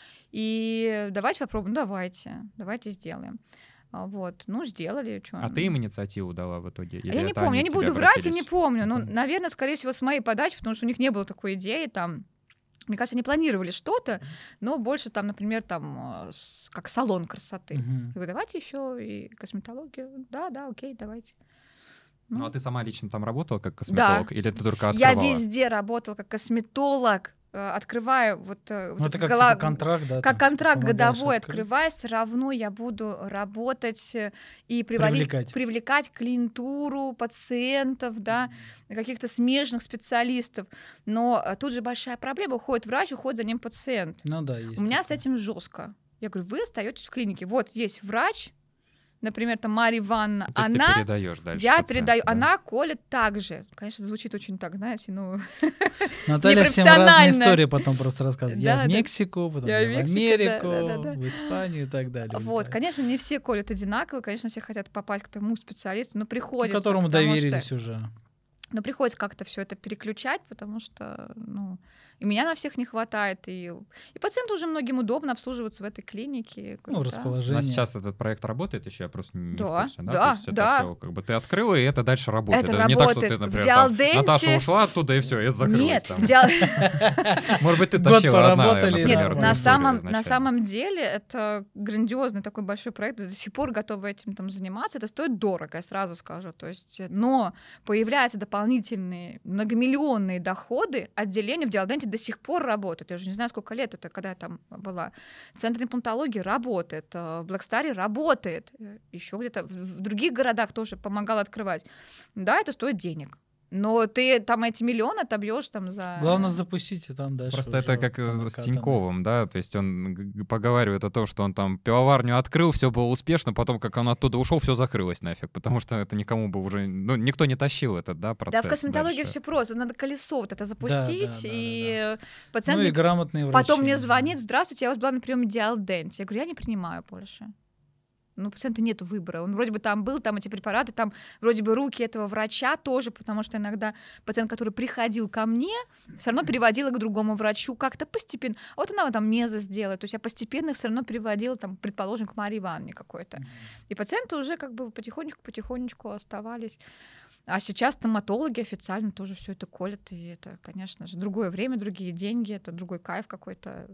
A: И давайте попробуем, давайте, давайте сделаем. А, Вот, ну, сделали. Чё.
C: А ты им инициативу дала в итоге?
A: А
C: Или
A: я не
C: это
A: помню,
C: они
A: я не
C: к тебе
A: буду врать, я не
C: обратились?
A: помню. Ну,
C: Мгм.
A: наверное, скорее всего, с моей подачи, потому что у них не было такой идеи там. Мне кажется, они планировали что-то, но больше там, например, там, э, с- как салон красоты. Я
B: Мгм.
A: говорю, давайте еще и косметологию. Да, да, окей, давайте.
C: Ну, а ты сама лично там работала как косметолог? Или ты только
A: Я
C: открывала?
A: везде работала как косметолог. э, открываю вот, э,
B: Ну,
A: вот
B: это как
A: гола-
B: типа контракт, да?
A: как
B: там,
A: контракт
B: помогаешь
A: годовой
B: открыть.
A: открывая, все равно я буду работать э, и приводить,
B: Привлекать.
A: привлекать клиентуру пациентов, да, каких-то смежных специалистов. Но э, тут же большая проблема. Уходит врач, уходит за ним пациент.
B: Ну да, есть.
A: У меня с
B: такое.
A: этим жестко. Я говорю, вы остаетесь в клинике. Вот есть врач, например, там Марья Ивановна,
C: Ну, то есть
A: она...
C: ты передаешь дальше
A: Я
C: пациенту,
A: передаю,
C: да?
A: она колет так же. Конечно, звучит очень так, знаете, ну...
B: Наталья всем разные
A: непрофессионально.
B: истории потом просто рассказывает. Я
A: Да,
B: в
A: да.
B: Мексику, потом
A: Я
B: я
A: в
B: в
A: Мексику,
B: Америку,
A: да, да, да, да.
B: в Испанию и так далее.
A: Вот,
B: Да.
A: конечно, не все колят одинаково, конечно, все хотят попасть к тому специалисту, но приходится.
B: Которому
A: потому
B: доверились
A: что-
B: уже.
A: Но приходится как-то все это переключать, потому что, ну, и меня на всех не хватает, и, и пациенту уже многим удобно обслуживаться в этой клинике.
B: Ну,
A: да.
C: У
B: расположение.
C: нас сейчас этот проект работает еще, я просто не
A: Да,
C: в курсе, да?
A: да,
C: То есть это
A: да.
C: всё, как бы ты открыла, и это дальше работает.
A: Это
C: не так, что
A: работает.
C: ты,
A: В
C: например, там,
A: Диалденсе-
C: Наташа ушла оттуда, и все, это закрылось
A: Нет,
C: там.
A: в диал-
C: Может быть, ты
B: Год
C: тащила одна,
B: поработали,
C: например,
B: и
A: Нет,
C: эту
B: нормально.
A: на
C: историю
A: самом, на
C: изначально.
A: самом деле это грандиозный такой большой проект, я до сих пор готова этим там заниматься, это стоит дорого, я сразу скажу, то есть, но появляются дополнительные многомиллионные доходы, отделение в Диалденте до сих пор работает, я уже не знаю, сколько лет это, когда я там была. Центр имплантологии работает, э, в Блэкстаре работает, еще где-то в в других городах тоже помогал открывать. Да, это стоит денег. Но ты там эти миллионы отобьешь там за...
B: Главное запустить, и там дальше
C: Просто
B: уже
C: это как э,
B: по
C: с
B: накатанной.
C: Тиньковым, да, то есть он г- г- поговаривает о том, что он там пивоварню открыл, все было успешно, потом, как он оттуда ушел, все закрылось нафиг, потому что это никому бы уже, ну, никто не тащил этот, да, процесс.
A: Да, в косметологии
C: дальше.
A: все просто. Надо колесо вот это запустить,
B: да, да,
A: и
B: Ну
A: пациент
B: и
A: мне
B: грамотные врачи.
A: потом мне звонит: здравствуйте, я у вас была на приеме Диалденте. Я говорю, я не принимаю больше. Ну, у пациента нет выбора. Он вроде бы там был, там эти препараты, там вроде бы руки этого врача тоже, потому что иногда пациент, который приходил ко мне, все равно переводила к другому врачу как-то постепенно. А вот она там мезо сделает. То есть я постепенно их все равно переводила, там, предположим, к Марии Ивановне какой-то. И пациенты уже как бы потихонечку-потихонечку оставались. А сейчас стоматологи официально тоже все это колят. И это, конечно же, другое время, другие деньги, это другой кайф какой-то.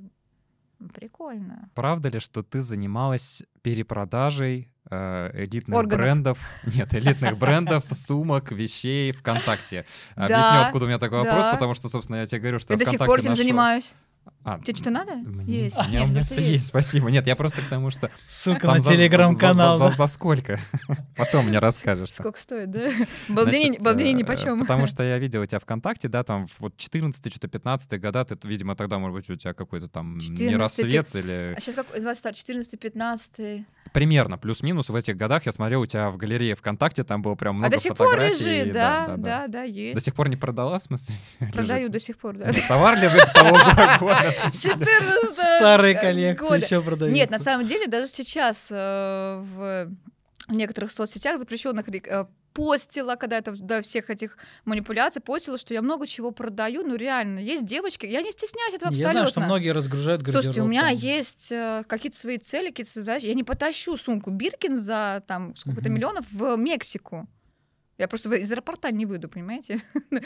A: Прикольно.
C: Правда ли, что ты занималась перепродажей э, элитных
A: Органов.
C: брендов, нет, элитных брендов, сумок, вещей ВКонтакте?
A: Да,
C: Объясню, откуда у меня такой вопрос,
A: да.
C: потому что, собственно, я тебе говорю, что
A: Я до сих
C: ВКонтакте
A: пор этим
C: нашел-
A: занимаюсь.
C: А,
A: Тебе что-то надо?
C: Мне,
A: Есть.
C: у меня,
A: Нет,
C: у меня
A: ну
C: все
A: ты
C: есть, спасибо. Нет, я просто к тому, что...
B: Ссылка
C: там
B: на
C: за- за-
B: телеграм-канал.
C: За, за-
B: да.
C: за сколько? Потом мне расскажешь.
A: Сколько стоит, да? Балдени
C: Значит,
A: балдени
C: э,
A: нипочем.
C: Потому что я видел у тебя ВКонтакте, да, там вот четырнадцатый, что-то пятнадцатый года, ты, видимо, тогда, может быть, у тебя какой-то там не
A: четырнадцатый,
C: рассвет или...
A: А сейчас как двадцать четырнадцатый пятнадцатый.
C: Примерно, плюс-минус в этих годах я смотрел у тебя в галерее ВКонтакте, там было прям
A: А
C: много
A: до сих пор
C: фотографий.
A: лежит, да, да, да,
C: До
A: есть.
C: сих пор не продала, в смысле?
A: Продаю
C: лежит?
A: до сих пор, да.
C: Нет, товар лежит с того года.
A: четырнадцатого
B: Старые
A: года.
B: коллекции еще продаются.
A: Нет, на самом деле даже сейчас э, в некоторых соцсетях запрещенных э, постила, когда это до всех этих манипуляций, постила, что я много чего продаю, ну реально, есть девочки, я не стесняюсь этого абсолютно.
B: Я знаю, что многие разгружают гардероб.
A: Слушайте, у меня
B: там.
A: есть э, какие-то свои цели, какие-то свои задачи. Я не потащу сумку Биркин за там сколько-то
B: Мгм.
A: миллионов в Мексику. Я просто в- из аэропорта не выйду, понимаете?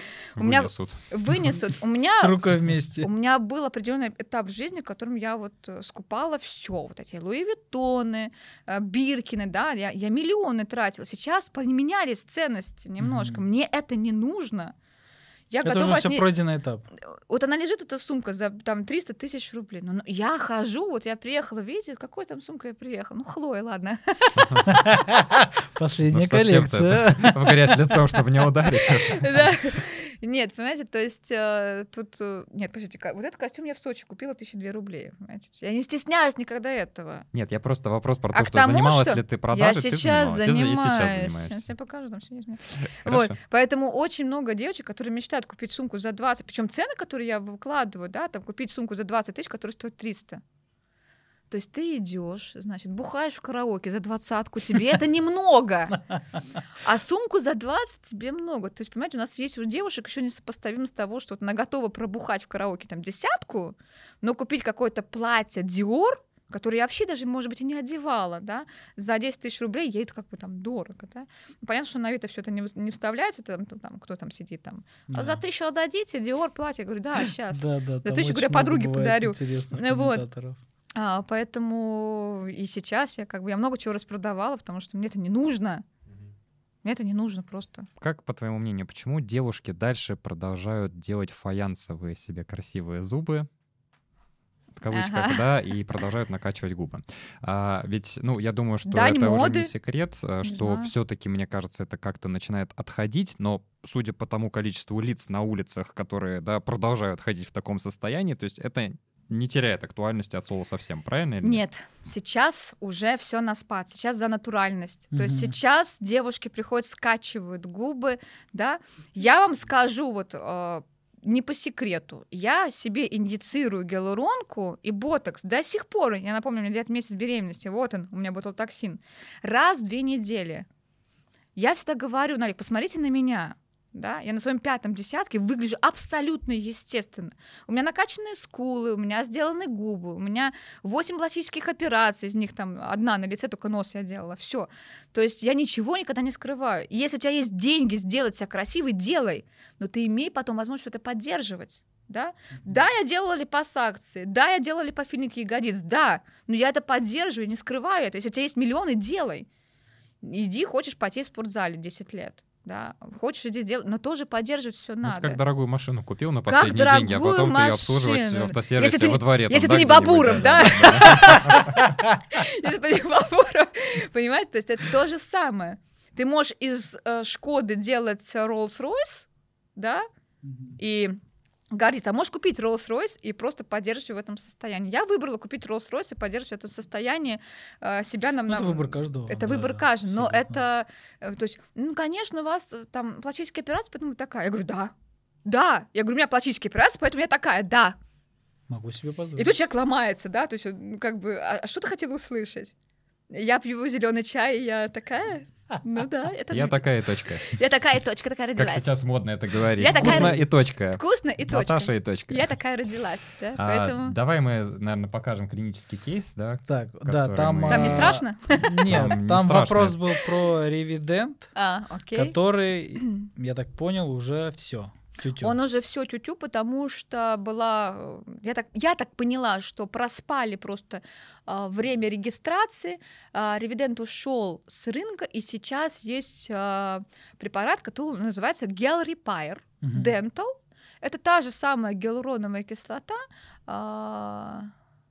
A: У меня
C: Вынесут.
A: вынесут. У меня
B: С рукой вместе.
A: у меня был определенный этап в жизни, в котором я вот э, скупала все, вот эти Луи Виттоны, э, Биркины, да, я, я миллионы тратила. Сейчас поменялись ценности немножко.
B: Мгм.
A: Мне это не нужно. Я
B: Это
A: готова
B: уже
A: от
B: все
A: ней-
B: пройденный этап.
A: Вот она лежит, эта сумка, за там триста тысяч рублей. Ну, ну, я хожу, вот я приехала, видите, какой там сумка я приехала? Ну, Хлоя, ладно.
B: Последняя
C: Ну, совсем-то
B: коллекция.
C: это В грязь лицом, чтобы не ударить.
A: Да. Нет, понимаете, то есть э, тут... э, Нет, подождите, ка- вот этот костюм я в Сочи купила тысяча две рублей. Понимаете? Я не стесняюсь никогда этого.
C: Нет, я просто вопрос про
A: А
C: то,
A: к
C: что
A: тому,
C: занималась
A: что
C: ли ты
A: Я
C: продажей, ты
A: сейчас
C: занималась. И за- и
A: занимаюсь.
C: сейчас
A: Сейчас
C: занимаешься.
A: я покажу, там все не изменилось.
C: Хорошо.
A: Вот, поэтому очень много девочек, которые мечтают купить сумку за двадцать, причем цены, которые я выкладываю, да, там купить сумку за двадцать тысяч, которая стоит триста. То есть ты идешь, значит, бухаешь в караоке за двадцатку, тебе это немного, а сумку за двадцать тебе много. То есть, понимаете, у нас есть у девушек еще несопоставимо с того, что вот она готова пробухать в караоке там десятку, но купить какое-то платье Dior, которое я вообще даже, может быть, и не одевала, да, за десять тысяч рублей ей это как бы там дорого, да. Понятно, что на Авито все это не, не вставляется, там, там, кто там сидит там. А за тысячу отдадите, Dior платье? Я говорю, да, сейчас.
B: Да, да. там
A: тысячу,
B: очень
A: говорю,
B: много
A: подруге
B: бывает
A: подарю.
B: интересных
A: Ну вот.
B: комментаторов.
A: А, поэтому и сейчас я как бы я много чего распродавала, потому что мне это не нужно. Мне Мне это не нужно просто.
C: Как, по твоему мнению, почему девушки дальше продолжают делать фаянсовые себе красивые зубы, в кавычках,
A: Ага.
C: да, и продолжают накачивать губы? А, ведь, ну, я думаю, что
A: Дань
C: это уже
A: моды.
C: не секрет, а,
A: Не
C: что
A: знаю.
C: все-таки, мне кажется, это как-то начинает отходить, но судя по тому количеству лиц на улицах, которые, да, продолжают ходить в таком состоянии, то есть это не теряет актуальности от слова совсем, правильно? или
A: Нет, сейчас уже все на спад, сейчас за натуральность. То есть
B: Мгм.
A: сейчас девушки приходят, скачивают губы, да. Я вам скажу вот э, не по секрету, я себе индицирую гиалуронку и ботокс до сих пор. Я напомню, у меня девятый месяц беременности, вот он, у меня ботулотоксин. Раз в две недели. Я всегда говорю, Налик, посмотрите на меня. Да? Я на своем пятом десятке выгляжу абсолютно естественно. У меня накачанные скулы, у меня сделаны губы, у меня восемь пластических операций, из них там одна на лице, только нос я делала, все. То есть я ничего никогда не скрываю. И если у тебя есть деньги сделать себя красивой, делай, но ты имей потом возможность это поддерживать. Да? Да, я делала липосакции, да, я делала липофильные ягодиц, да, но я это поддерживаю, не скрываю это. Если у тебя есть миллионы, делай. Иди, хочешь потеть в спортзале десять лет. Да, хочешь иди сделать, но тоже поддерживать все
C: Ну,
A: надо.
C: это как дорогую машину купил на
A: Как
C: последние деньги, а
A: дорогую
C: потом ты ее обслуживать
A: машину.
C: в автосервисе
A: Если ты-
C: во дворе. там,
A: если
C: да,
A: ты не
C: где-нибудь,
A: Бабуров, да? Если ты не Бабуров, понимаете, то есть это то же самое. Ты можешь из э, Шкоды делать Rolls-Royce, да,
B: Мгм.
A: и гордиться. А можешь купить Rolls-Royce и просто поддерживать в этом состоянии. Я выбрала купить Rolls-Royce и поддерживать в этом состоянии э, себя на...
B: Ну,
A: на-
B: это выбор каждого.
A: Это
B: да,
A: выбор каждого, но
B: абсолютно.
A: это, э, то есть, ну, конечно, у вас э, там пластическая операция, поэтому вы такая. Я говорю, да, да. Я говорю, у меня пластическая операция, поэтому я такая, да.
B: Могу себе
A: И
B: позволить.
A: тут человек ломается, да, то есть, ну, как бы, а, а что ты хотела услышать? Я пью зеленый чай, и я такая? Ну да, это...
C: Я такая и точка.
A: Я такая точка, такая
C: Как
A: родилась.
C: сейчас модно это говорить.
A: Я такая-
C: Вкусно и точка.
A: Вкусно и точка.
C: Наташа и точка.
A: Я такая родилась, да,
C: А,
A: поэтому...
C: Давай мы, наверное, покажем клинический кейс, да?
B: Так,
C: который
B: да, там...
C: мы-
A: Там не
B: а,
A: страшно?
B: Нет,
C: Там не
B: там
C: страшно.
B: вопрос был про ревидент,
A: А, окей.
B: который, я так понял, уже все.
A: Он уже все тю-тю, потому что была, э, я так, я так поняла, что проспали просто э, время регистрации, э, ревидент ушел с рынка, и сейчас есть э, препарат, который называется Gel Repair Dental. Это та же самая гиалуроновая кислота, э,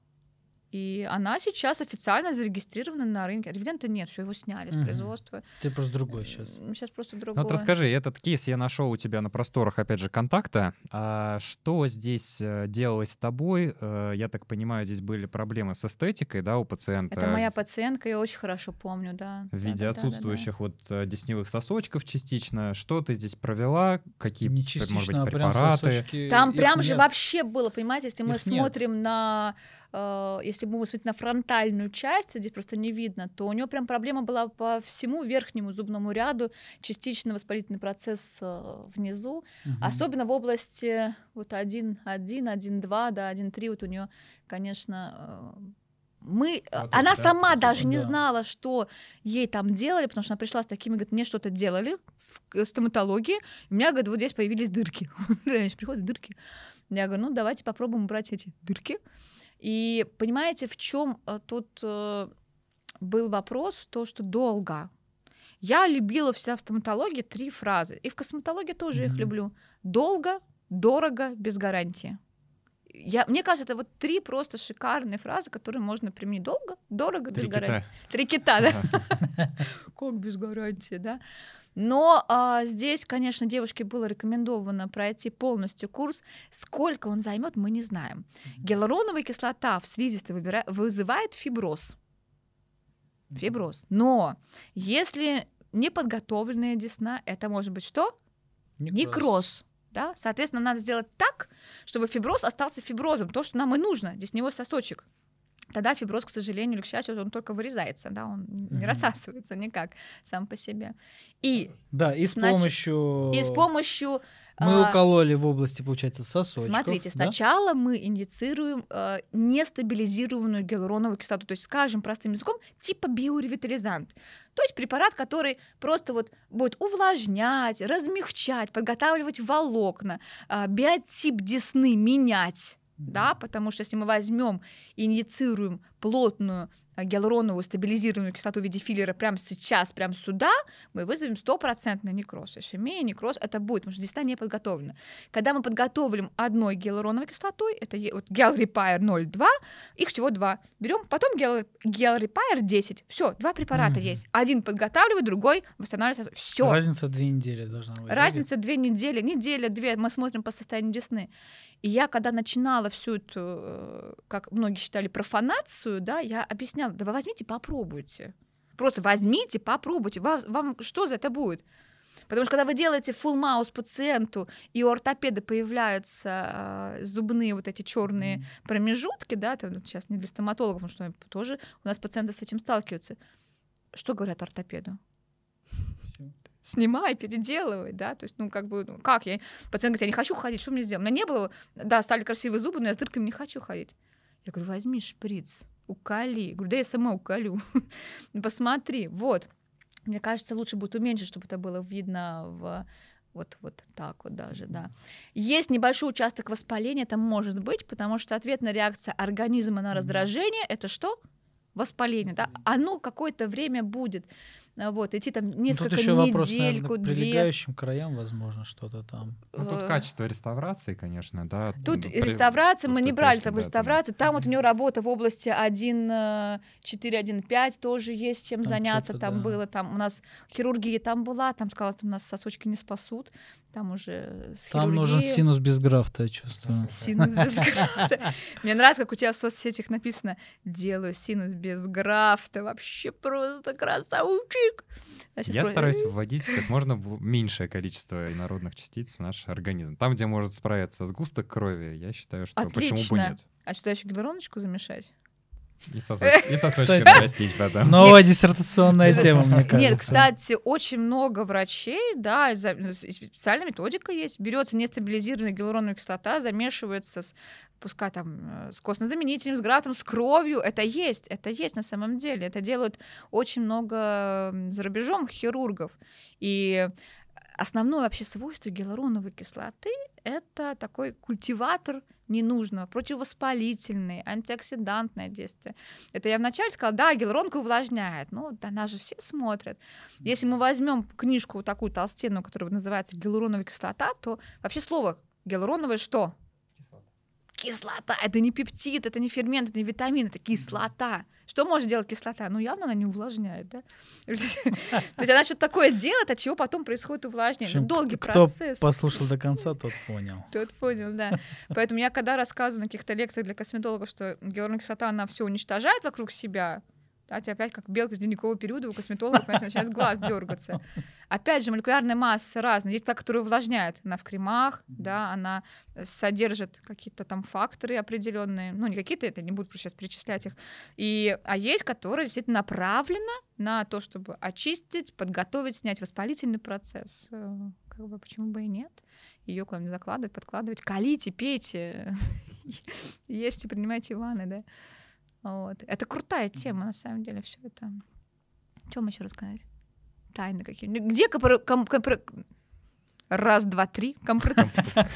A: и она сейчас официально зарегистрирована на рынке. Ревидента нет, все его сняли с
B: Мгм.
A: производства.
B: Ты просто другой сейчас.
A: Сейчас просто
C: Ну
A: другое.
C: вот расскажи, этот кейс я нашел у тебя на просторах, опять же, контакта. А что здесь э, делалось с тобой? Э, Я так понимаю, здесь были проблемы с эстетикой, да, у пациента?
A: Это моя пациентка, я очень хорошо помню, да.
C: В виде
A: Да-да-да-да-да.
C: отсутствующих вот э, десневых сосочков частично. Что ты здесь провела? Какие,
B: Не
C: может
B: частично, а
C: быть,
B: прям
C: препараты?
B: сосочки.
A: Там
B: их
A: прям же
B: нет.
A: вообще было, понимаете, если мы
B: Их нет.
A: смотрим на, э, если мы смотрим на фронтальную часть, здесь просто не видно, то у него прям проблема была по всему верхнему зубному ряду, частично воспалительный процесс э, внизу,
B: Мгм.
A: особенно в области вот один один, один два, да, один три, вот у нее, конечно, э, мы, э,
C: Вот
A: она
C: это, да,
A: сама
C: вот
A: даже
B: это
A: не
B: да.
A: знала, что ей там делали, потому что она пришла с такими, говорит, мне что-то делали в к- стоматологии, у меня, говорит, вот здесь появились дырки. Знаешь, приходят дырки. Я говорю, ну давайте попробуем убрать эти дырки. И понимаете, в чем тут э, был вопрос, то, что долго. Я любила вся в стоматологии три фразы, и в косметологии тоже их
B: Мгм.
A: люблю. Долго, дорого, без гарантии. Я, мне кажется, это вот три просто шикарные фразы, которые можно применить. Долго, дорого, без
C: Три
A: гарантии.
C: кита.
A: Три кита, да?
C: Ага.
A: Как без гарантии, да? Но а, здесь, конечно, девушке было рекомендовано пройти полностью курс. Сколько он займет, мы не знаем. Гиалуроновая кислота в слизистой выбира- вызывает фиброз. Фиброз. Но если неподготовленная десна, это может быть что? Некроз. Да? Соответственно, надо сделать так, чтобы фиброз остался фиброзом, то, что нам и нужно, десневой сосочек. Тогда фиброз, к сожалению или к счастью, он только вырезается, да, он не
B: Мгм.
A: рассасывается никак сам по себе. И,
B: Да, и с
A: Значит,
B: помощью...
A: и с помощью...
B: Мы
A: а,
B: укололи в области, получается, сосочков.
A: Смотрите,
B: да?
A: сначала мы инициируем э, нестабилизированную гиалуроновую кислоту, то есть, скажем простым языком, типа биоревитализант. То есть препарат, который просто вот будет увлажнять, размягчать, подготавливать волокна, э, биотип десны менять. Да, потому что если мы возьмем и инициируем плотную гиалуроновую стабилизированную кислоту в виде филлера прямо сейчас, прямо сюда, мы вызовем стопроцентный некроз. Ишемия, некроз это будет, потому что десна не подготовлена. Когда мы подготовим одной гиалуроновой кислотой, это вот Гиал-Репайр ноль целых два, их всего два. Берем потом Гиал-Репайр десять. Все, два препарата mm-hmm. есть. Один подготавливает, другой восстанавливает. Все.
B: Разница две недели должна быть.
A: Разница две недели, неделя, две. Мы смотрим по состоянию десны. И я, когда начинала всю эту, как многие считали, профанацию, да, я объясняла, да вы возьмите, попробуйте. Просто возьмите, попробуйте. Вам, вам что за это будет? Потому что когда вы делаете full маус пациенту, и у ортопеда появляются э, зубные вот эти черные mm. промежутки, да, это вот сейчас не для стоматологов, потому что тоже у нас пациенты с этим сталкиваются. Что говорят ортопеду? Снимай, переделывай, да, то есть, ну, как бы, ну, как я, пациент говорит, я не хочу ходить, что мне сделать? У меня не было, да, стали красивые зубы, но я с дырками не хочу ходить. Я говорю, возьми шприц, уколи. Я говорю, да я сама уколю. Посмотри, вот. Мне кажется, лучше будет уменьшить, чтобы это было видно в... Вот, вот так вот даже, да. Есть небольшой участок воспаления, это может быть, потому что ответная реакция организма на раздражение — это что? Воспаление, да, оно какое-то время будет, вот, идти там несколько
B: тут еще
A: недельку,
B: вопрос, наверное, к
A: две.
B: прилегающим краям, возможно, что-то там.
C: Ну, тут качество реставрации, конечно, да.
A: Тут
C: ну,
A: реставрация,
C: при...
A: мы не брали там
C: да,
A: реставрацию, там,
C: там
A: вот у нее работа в области один четыре один пять тоже есть чем
B: там
A: заняться, там
B: да.
A: было, там у нас хирургия там была, там сказала, что у нас сосочки не спасут, там уже с
B: Там
A: хирургией...
B: нужен синус без графта, я чувствую.
A: Синус без графта. Мне нравится, как у тебя в соцсетях написано «делаю синус без графта», вообще просто красавчик.
C: Я про... стараюсь вводить как можно меньшее количество инородных частиц в наш организм. Там, где может справиться сгусток крови, я считаю, что
A: Отлично.
C: Почему бы нет.
A: А сюда еще гиалуроночку замешать?
C: И сосочки, и сосочки нарастить потом.
B: Новая диссертационная тема, мне кажется.
A: Нет, кстати, очень много врачей, да, специальная методика есть. Берется нестабилизированная гиалуроновая кислота, замешивается с, пускай там, с костнозаменителем, с графтом, с кровью. Это есть, это есть на самом деле. Это делают очень много за рубежом хирургов. И основное вообще свойство гиалуроновой кислоты — это такой культиватор ненужного, противовоспалительный, антиоксидантное действие. Это я вначале сказала, да, гиалуронка увлажняет, ну, да, нас же все смотрят. Если мы возьмем книжку такую толстенную, которая называется «Гиалуроновая кислота», то вообще слово гиалуроновая что? Кислота. Это не пептид, это не фермент, это не витамин, это кислота. Что может делать кислота? Ну, явно она не увлажняет, да? То есть она что-то такое делает, от чего потом происходит увлажнение. Долгий процесс.
B: Кто послушал до конца, тот понял.
A: Тот понял, да. Поэтому я когда рассказываю на каких-то лекциях для косметологов, что гиалуроновая кислота, она все уничтожает вокруг себя, да, опять как белка с ледникового периода у косметологов начинает глаз дергаться. Опять же, молекулярная масса разная. Есть та, которая увлажняет. Она в кремах, да, она содержит какие-то там факторы определенные. Ну, не какие-то, это не буду сейчас перечислять их. И, а есть, которая действительно направлена на то, чтобы очистить, подготовить, снять воспалительный процесс. Как бы почему бы и нет? Ее куда-нибудь закладывать, подкладывать. Колите, пейте, ешьте, принимайте ванны, да. Вот. Это крутая тема, на самом деле, все это. Что вам еще рассказать? Тайны какие? Где компро... Ком... Компро... Раз, два, три. Компромат.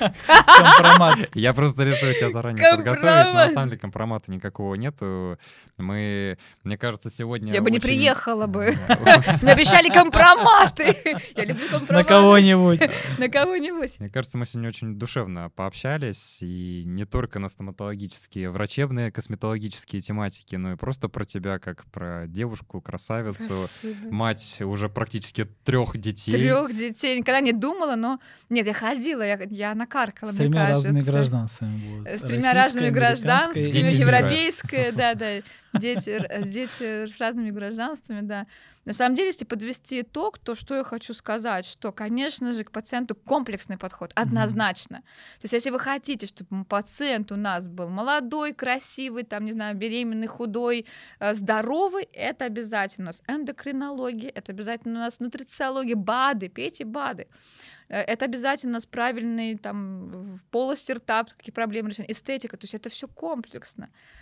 C: Я просто решил тебя заранее подготовить. Но на самом деле компромата никакого нету. Мы, мне кажется, сегодня...
A: Я бы не приехала бы. Мне обещали компроматы. Я люблю компроматы.
B: На кого-нибудь.
A: На кого-нибудь.
C: Мне кажется, мы сегодня очень душевно пообщались. И не только на стоматологические, врачебные, косметологические тематики, но и просто про тебя, как про девушку, красавицу, мать уже практически трех детей.
A: Трех детей. Никогда не думала, но... Нет, я ходила, я, я накаркала,
B: с
A: мне кажется.
B: С тремя разными гражданствами будут.
A: С тремя разными гражданствами, европейское, да, да. Дети, дети с разными гражданствами, да. На самом деле, если подвести итог, то что я хочу сказать, что, конечно же, к пациенту комплексный подход, однозначно. Mm-hmm. То есть если вы хотите, чтобы пациент у нас был молодой, красивый, там, не знаю, беременный, худой, здоровый, это обязательно у нас эндокринология, это обязательно у нас нутрициология, БАДы, пейте БАДы. Это обязательно у нас правильный там в полости рта, какие проблемы решения, эстетика, то есть это все комплексно.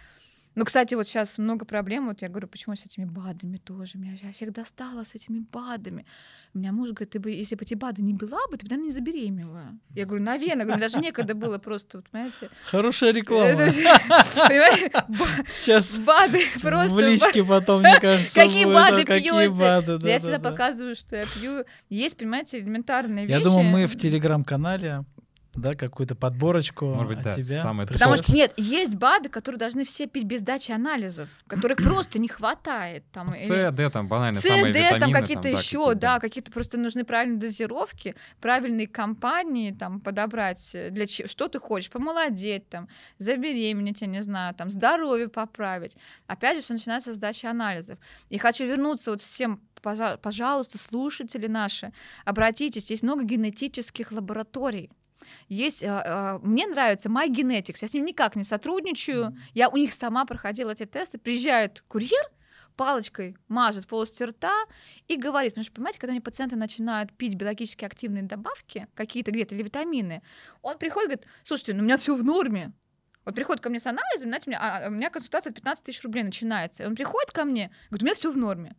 A: Ну, кстати, вот сейчас много проблем. Вот я говорю, почему с этими БАДами тоже? Меня я всех достала с этими БАДами. У меня муж говорит, ты бы, если бы эти БАДы не была бы, ты бы, наверное, не забеременела. Я говорю, наверное. Говорю, даже некогда было просто, вот, понимаете.
B: Хорошая реклама.
A: Понимаете?
B: Сейчас
A: БАДы просто...
B: в личке потом, мне кажется,
A: Какие
B: будет,
A: БАДы
B: какие
A: пьете?
B: БАДы, да,
A: Я
B: да,
A: всегда
B: да.
A: показываю, что я пью. Есть, понимаете, элементарные вещи.
B: Я думаю, мы в телеграм-канале, да, какую-то подборочку
C: Может быть,
B: от
C: да,
B: тебя.
C: самый
A: Потому
C: топ.
A: что нет, есть БАДы, которые должны все пить без дачи анализов, которых просто не хватает. Там, или-
C: С, Д, там банально
A: С,
C: самые
A: Д,
C: витамины.
A: там какие-то
C: да,
A: еще,
C: какие-то.
A: да, какие-то просто нужны правильные дозировки, правильные компании там подобрать, для че- что ты хочешь, помолодеть, там, забеременеть, я не знаю, там, здоровье поправить. Опять же, все начинается с сдачи анализов. И хочу вернуться вот всем, пожа- пожалуйста, слушатели наши, обратитесь, есть много генетических лабораторий. Есть, а, а, мне нравится MyGenetics, я с ним никак не сотрудничаю, я у них сама проходила эти тесты, приезжает курьер, палочкой мажет полостью рта и говорит, потому что, понимаете, когда мне пациенты начинают пить биологически активные добавки, какие-то где-то, или витамины, он приходит и говорит, слушайте, ну у меня все в норме. Вот приходит ко мне с анализом, знаете, у меня, а, у меня консультация от пятнадцать тысяч рублей начинается. И он приходит ко мне, говорит, у меня все в норме.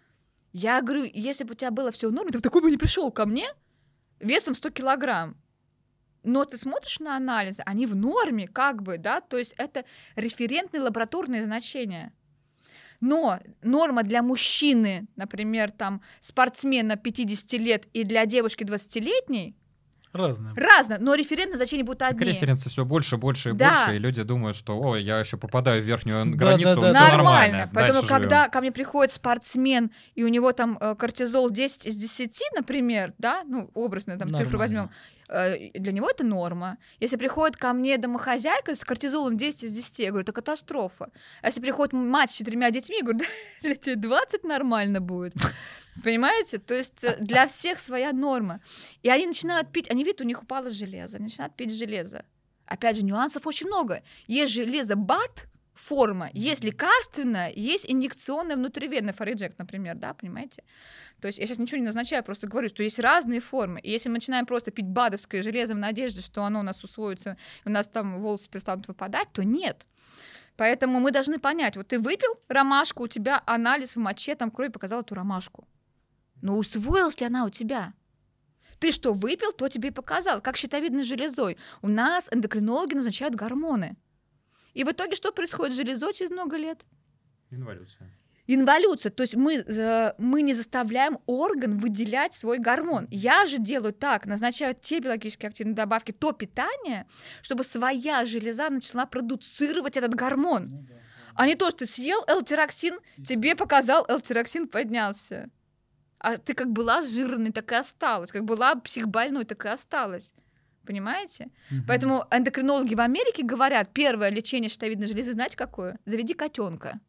A: Я говорю, если бы у тебя было все в норме, ты бы такой бы не пришел ко мне весом сто килограмм. Но ты смотришь на анализы, они в норме, как бы, да, то есть это референтные лабораторные значения. Но норма для мужчины, например, там, спортсмена пятидесяти лет и для девушки двадцатилетней
B: Разные.
A: разная, но референтные значения будут
C: Так
A: одни.
C: референсы все больше, больше и
A: Да.
C: больше, и люди думают, что, ой, я еще попадаю в верхнюю
B: Да,
C: границу,
B: да, да,
C: все
B: да.
C: нормально.
A: Нормально. Поэтому,
C: Дальше
A: когда
C: живем.
A: ко мне приходит спортсмен, и у него там э, кортизол десять из десяти, например, да, ну, образно там цифру возьмем,
B: Нормально.
A: для него это норма. Если приходит ко мне домохозяйка с кортизолом десять из десяти, я говорю, это катастрофа. А если приходит мать с четырьмя детьми, я говорю, да, для тебя двадцать нормально будет. Понимаете? То есть э, для всех своя норма. И они начинают пить, они видят, у них упало железо, они начинают пить железо. Опять же, нюансов очень много. Есть железо БАД, форма, есть лекарственная, есть инъекционная внутривенная, фариджект, например, да, понимаете? То есть я сейчас ничего не назначаю, просто говорю, что есть разные формы. И если мы начинаем просто пить БАДовское железо в надежде, что оно у нас усвоится, и у нас там волосы перестанут выпадать, то нет. Поэтому мы должны понять, вот ты выпил ромашку, у тебя анализ в моче, там кровь показал эту ромашку. Но усвоилась ли она у тебя? Ты что выпил, то тебе и показал. Как щитовидной железой. У нас эндокринологи назначают гормоны. И в итоге что происходит с железой через много лет?
C: Инволюция.
A: Инволюция, то есть мы, э, мы не заставляем орган выделять свой гормон. Я же делаю так, назначаю те биологически активные добавки, то питание, чтобы своя железа начала продуцировать этот гормон. А не то, что ты съел L-тироксин, тебе показал, L-тироксин поднялся. А ты как была жирной, так и осталась. Как была психбольной, так и осталась. Понимаете?
B: Мгм.
A: Поэтому эндокринологи в Америке говорят, первое лечение щитовидной железы, знаете какое? Заведи котенка.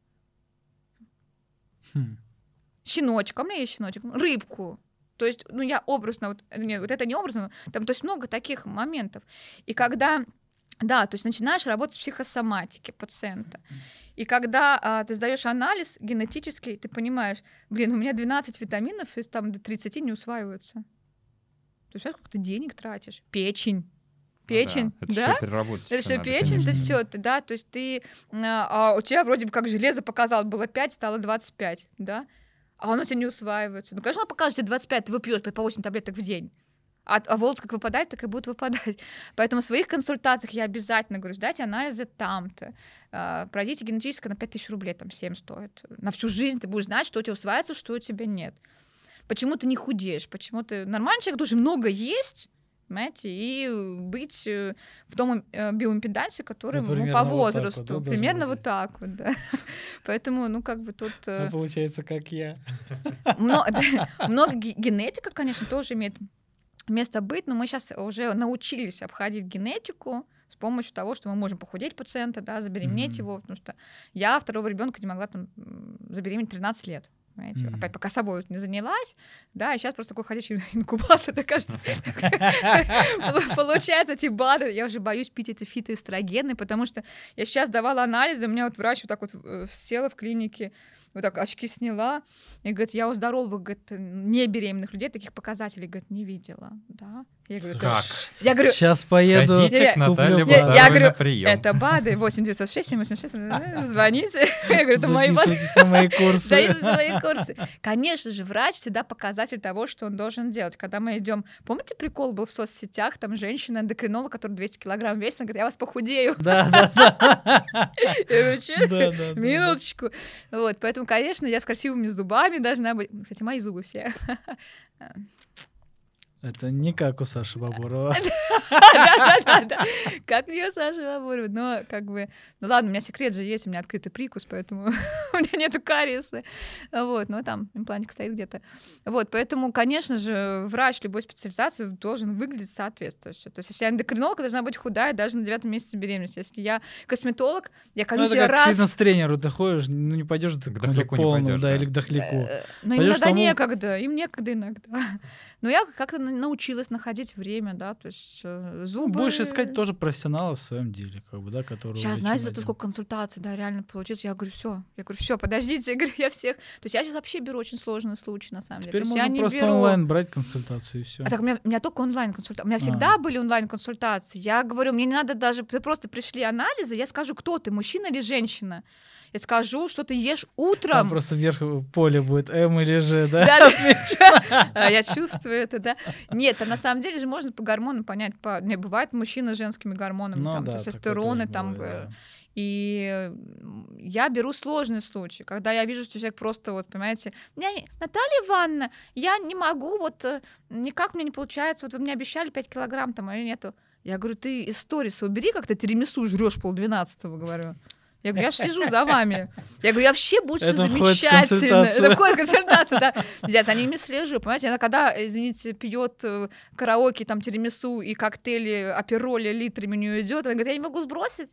B: Хм.
A: Щеночка, у меня есть щеночек, рыбку. То есть, ну, я образно, вот, нет, вот это не образно, там, то есть много таких моментов. И когда, да, то есть начинаешь работать с психосоматикой пациента, и когда а, ты сдаешь анализ генетический, ты понимаешь, блин, у меня двенадцать витаминов из там до тридцати не усваиваются. То есть, сколько ты денег тратишь? Печень. Печень,
C: Ну да? Это
A: да?
C: всё переработать
A: Это
C: ещё
A: все
C: надо,
A: печень, это
B: конечно.
A: все, да, то есть ты, а, а у тебя вроде бы как железо показал, было пять, стало двадцать пять, да, а оно у тебя не усваивается. Ну, конечно, оно покажет, что двадцать пять ты выпьешь по восемь таблеток в день, а, а волос как выпадает, так и будет выпадать. Поэтому в своих консультациях я обязательно говорю, сдайте анализы там-то, а, пройдите генетическое на пять тысяч рублей, там семь стоит. На всю жизнь ты будешь знать, что у тебя усваивается, что у тебя нет. Почему ты не худеешь, почему ты... Нормальный человек должен много есть, понимаете, и быть э, в том э, биоимпедансе, который
B: Ну,
A: ну,
B: примерно
A: по
B: вот так
A: возрасту.
B: вот, да, должно
A: примерно
B: быть.
A: вот так вот, да. Поэтому, ну, как бы тут... э,
B: Ну, получается, как я.
A: мно- да, много ге- генетика, конечно, тоже имеет место быть, но мы сейчас уже научились обходить генетику с помощью того, что мы можем похудеть пациента, да, забеременеть
B: Мгм.
A: его, потому что я второго ребенка не могла там м, забеременеть тринадцать лет. Понимаете?
B: Мгм.
A: Опять пока собой вот не занялась, да, и сейчас просто такой ходячий инкубатор, да, кажется. Получается, эти БАДы, я уже боюсь пить эти фитоэстрогены, потому что я сейчас давала анализы, у меня вот врач вот так вот э, села в клинике, вот так очки сняла, и говорит, я у здоровых, говорит, не беременных людей таких показателей, говорит, не видела, да. Я говорю,
C: Как?
A: я говорю,
B: Сейчас поеду.
C: Сходите
A: Я-
C: к Наталье
B: куплю
A: я,
C: Базаровой
A: я говорю,
C: на прием.
A: это БАДы восемь девятьсот шесть семь восемь шесть, звоните. Я говорю, это мои БАДы.
B: Записывайтесь на мои курсы.
A: Зависит от моих курсы. Конечно же, врач всегда показатель того, что он должен делать. Когда мы идем, помните, прикол был в соцсетях, там женщина-эндокринолог, которая двести килограмм весит, она говорит, я вас похудею.
B: Да, да, да.
A: Я говорю, что?
B: Да, да, да,
A: Минуточку. Вот, поэтому, конечно, я с красивыми зубами должна быть. Кстати, мои зубы все.
B: Это не как у Саши Бабурова.
A: Да-да-да, как мне Саша Бабурова. Но как бы, ну ладно, у меня секрет же есть, у меня открытый прикус, поэтому у меня нету кариеса. Вот, но там имплантик стоит где-то. Вот, поэтому, конечно же, врач любой специализации должен выглядеть соответствующе. То есть, если я эндокринолог, должна быть худая даже на девятом месяце беременности. Если я косметолог, я
B: Ну,
A: колюсь
B: это
A: я
B: как к
A: раз...
B: фитнес-тренеру ты ходишь, ну не пойдешь ты
C: К
B: к
C: дохляку не
B: полному,
C: пойдёшь,
B: да,
C: да.
B: или к дохляку.
A: Э, Ну, им
B: Пойдёшь
A: иногда
B: тому-
A: некогда, им некогда иногда. Но я как-то на- научилась находить время, да, то есть э,
B: Ну,
A: зубы...
B: будешь искать тоже профессионалов в своем деле, как бы, да, которые
A: Сейчас,
B: увлечены
A: знаете, за то,
B: этим.
A: сколько консультаций, да, реально получилось. Я говорю, все, я говорю, все, подождите, я говорю, я всех. То есть я сейчас вообще беру очень сложные случаи, на самом
B: Теперь
A: деле. То есть я
B: можно
A: не
B: просто
A: беру...
B: онлайн брать консультацию и все.
A: А так у меня, у меня только онлайн-консультации. У меня
B: А.
A: всегда были онлайн-консультации. Я говорю, мне не надо даже... Вы просто пришли анализы, я скажу, кто ты, мужчина или женщина. Я скажу, что ты ешь
B: Там
A: утром.
B: просто вверх поле будет М или Ж, да?
A: Да, да. А, я чувствую это, да. Нет, а на самом деле же можно по гормонам понять. По... Не, бывает мужчина с женскими гормонами,
B: Ну
A: там,
B: да,
A: тестостероны,
B: такое тоже
A: там.
B: бывает,
A: э,
B: да.
A: И я беру сложные случаи, когда я вижу, что человек просто, вот, понимаете, «Меня не- Наталья Ивановна, я не могу, вот, э, никак у меня не получается, вот вы мне обещали пять килограмм, там, а нету. Я говорю, ты из сториса убери, как ты тирамису жрешь полдвенадцатого, говорю. Я говорю, я же слежу за вами. Я говорю, я вообще буду
B: Это входит в
A: замечательно.
B: консультацию.
A: Это входит в консультацию, да. Я за ними слежу, понимаете? Она когда, извините, пьет э, караоке, там, тирамису и коктейли, апероли литрами у нее идет, она говорит, я не могу сбросить.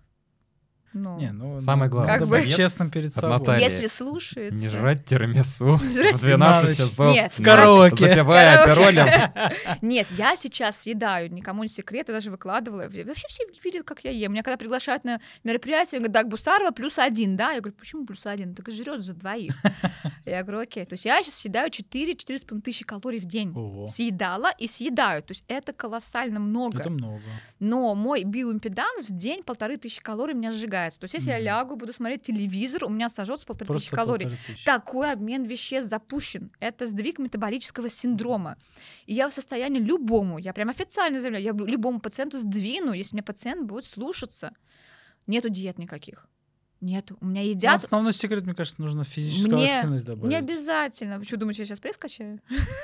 A: Ну,
B: Не, ну,
C: Самое
B: надо-
C: главное,
B: надо
A: Как
B: быть
C: бы-
B: честным перед
C: От
B: собой.
C: Натальи.
A: если слушается.
C: Не жрать тирамису
A: Не жрать
C: в двенадцать
B: на ночь.
C: часов.
A: Нет, в
C: ночи,
B: караоке.
C: Запивая аперолем.
A: Нет, я сейчас съедаю, никому не секрет, я даже выкладывала. Вообще все видят, как я ем. Меня когда приглашают на мероприятие, говорят, так, Бусарова плюс один, да? Я говорю, почему плюс один? Так жрет за двоих. Я говорю, окей. То есть я сейчас съедаю четыре-четыре с половиной тысячи калорий в день.
B: Ого,
A: Съедала и съедаю. То есть это колоссально много.
B: это много.
A: Но мой биоимпеданс в день полторы тысячи калорий у меня сжигается. То есть если я
B: Мгм.
A: лягу, буду смотреть телевизор, у меня сожжется полторы тысячи
B: Просто
A: калорий.
B: полторы тысячи.
A: Такой обмен веществ запущен. Это сдвиг метаболического синдрома. И я в состоянии любому, я прям официально заявляю, я любому пациенту сдвину, если мне пациент будет слушаться. Нету диет никаких. Нету. У меня
B: Ну,
A: едят...
B: основной секрет, мне кажется, нужно физическую
A: Мне
B: активность добавить.
A: Не обязательно. Вы что, думаете, я сейчас пресс качаю?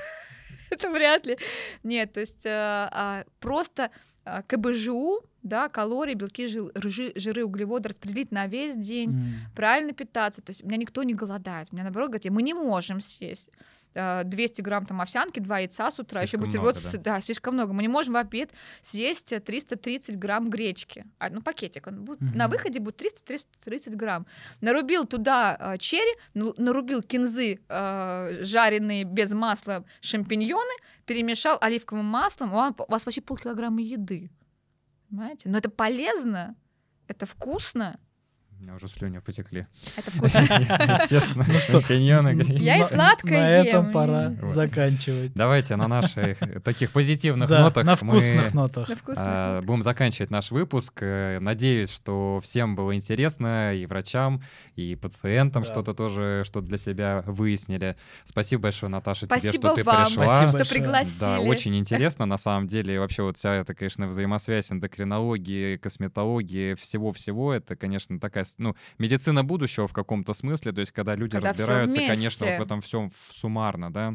A: Это вряд ли. Нет, то есть э, а, просто а, ка бэ жэ у, да, калории, белки, жи- ржи- жиры, углеводы распределить на весь день,
B: М.
A: правильно питаться. То есть у меня никто не голодает. У меня наоборот говорят, мы не можем съесть э, двести грамм там овсянки, два яйца с утра, еще
C: Слишком
A: бутерброд,
C: много,
A: с- да, слишком много. Мы не можем в обед съесть э, триста тридцать грамм гречки. А, ну, пакетик. Он будет,
B: Мгм.
A: на выходе будет триста тридцать грамм. Нарубил туда э, черри, ну, нарубил кинзы э, жареные без масла шампиньоны, перемешал оливковым маслом, у вас, у вас почти полкилограмма еды. Понимаете? Но это полезно, это вкусно,
C: У меня уже слюни потекли.
A: это вкусно.
C: Если честно,
B: Ну что,
C: шампиньоны, гречка.
A: Я и
B: На-
A: сладкое
B: На этом
A: ем,
B: пора
C: и-
B: заканчивать.
C: Давайте на наших таких позитивных
B: Да,
C: нотах
B: на
C: мы
B: вкусных нотах.
A: Это вкусно.
C: а, будем заканчивать наш выпуск. Э, Надеюсь, что всем было интересно, и врачам, и пациентам
B: Да.
C: что-то тоже, что для себя выяснили. Спасибо большое, Наташа, тебе,
A: Спасибо
C: что ты
A: вам,
C: пришла.
B: Спасибо
A: что
B: большое.
A: пригласили.
C: Да, очень интересно, на самом деле. И вообще вот вся эта, конечно, взаимосвязь эндокринологии, косметологии, всего-всего, это, конечно, такая, ну, медицина будущего в каком-то смысле, то есть когда люди
A: Когда всё
C: разбираются,
A: вместе.
C: конечно, вот в этом всем суммарно, да.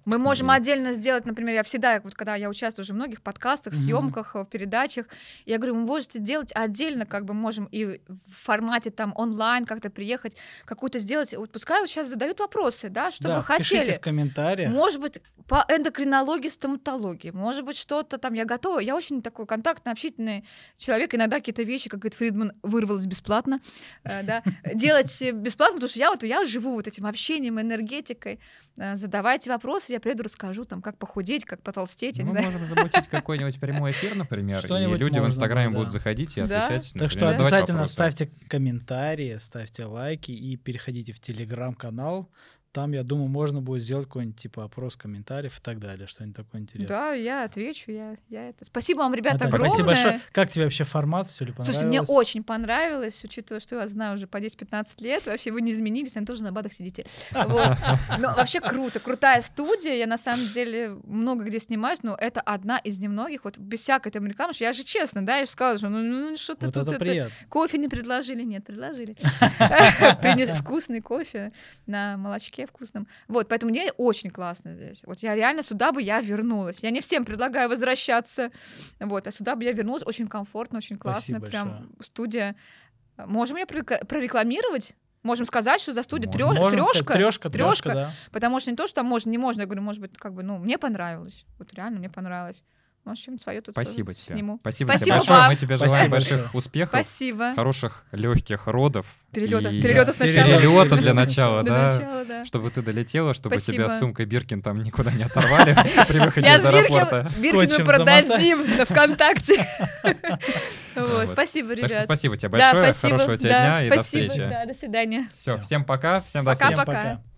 A: Мы можем
C: И-
A: отдельно сделать, например, я всегда, вот когда я участвую уже в многих подкастах,
B: Мгм.
A: съемках, в передачах, я говорю, вы можете делать отдельно, как бы можем и в формате там онлайн как-то приехать, какую-то сделать, вот пускай вот сейчас задают вопросы, да, что
B: Да,
A: вы
B: пишите
A: хотели.
B: в комментариях.
A: Может быть, по эндокринологии, стоматологии, может быть, что-то там я готова. Я очень такой контактный, общительный человек. Иногда какие-то вещи, как говорит Фридман, вырвалось бесплатно, э, да, делать бесплатно, потому что я вот я живу вот этим общением, энергетикой. Э, Задавайте вопросы, я приеду, расскажу, там, как похудеть, как потолстеть, я не
C: Мы
A: знаю.
C: можем замутить какой-нибудь прямой эфир, например, и
B: Что-нибудь
C: люди в
B: можно,
C: Инстаграме
B: да.
C: будут заходить и
A: Да.
C: отвечать,
B: Так что
C: например, задавать
B: обязательно
C: вопросы.
B: ставьте комментарии, ставьте лайки и переходите в Телеграм-канал. Там, я думаю, можно будет сделать какой-нибудь типа опрос комментариев и так далее, что-нибудь такое интересное.
A: Да, я отвечу, я, я это. Спасибо вам, ребята,
B: Наталья,
A: огромное.
B: спасибо большое. Как тебе вообще формат? Все ли понравилось?
A: Слушай, мне очень понравилось, учитывая, что я вас знаю уже по десять-пятнадцать лет, вообще вы не изменились, наверное, тоже на БАДах сидите. Вот. Но вообще круто, крутая студия, я на самом деле много где снимаюсь, но это одна из немногих, вот без всякой там рекламы, что я же честно, да, я же сказала, что ну, ну что-то
B: Вот
A: тут
B: это
A: это...
B: приятно.
A: Кофе не предложили? Нет, предложили. Принес вкусный кофе на молочке вкусном. Вот, поэтому мне очень классно здесь. Вот я реально сюда бы я вернулась. Я не всем предлагаю возвращаться. Вот, а сюда бы я вернулась. Очень комфортно, очень классно.
B: Спасибо
A: Прям
B: большое.
A: студия. Можем ее прорека- прорекламировать? Можем сказать, что за студия
C: Можно.
A: трё-
B: Можно сказать,
A: трёшка,
B: трёшка,
A: трёшка,
B: трёшка, да.
A: потому что не то, что там можно, не можно, я говорю, может быть, как бы, ну, мне понравилось. Вот реально мне понравилось. Может, что-нибудь свое тут
C: Спасибо тебе.
A: сниму.
C: Спасибо,
A: Спасибо
C: тебе большое.
A: вам.
C: Мы тебе
B: Спасибо
C: желаем
B: большое.
C: больших успехов,
A: Спасибо.
C: хороших легких родов.
A: Перелета,
C: и-
A: перелета сначала.
C: Перелета для
B: Перелёта
C: начала,
A: До
C: да.
A: начала, да.
C: Чтобы ты долетела, чтобы
A: Спасибо.
C: тебя с сумкой Биркин там никуда не оторвали при выходе
A: Я
C: из
A: с
C: аэропорта.
A: Биркин, Биркин мы
B: Скотчем
A: продадим на ВКонтакте.
C: Вот.
A: Вот, спасибо,
C: Так что
A: ребят.
C: спасибо тебе
A: Да,
C: большое,
A: спасибо.
C: хорошего тебе
A: Да,
C: дня и до
A: спасибо,
C: встречи.
A: да, до свидания.
C: Все, всем пока, всем до
A: Пока-пока.
C: встречи.
B: Всем пока.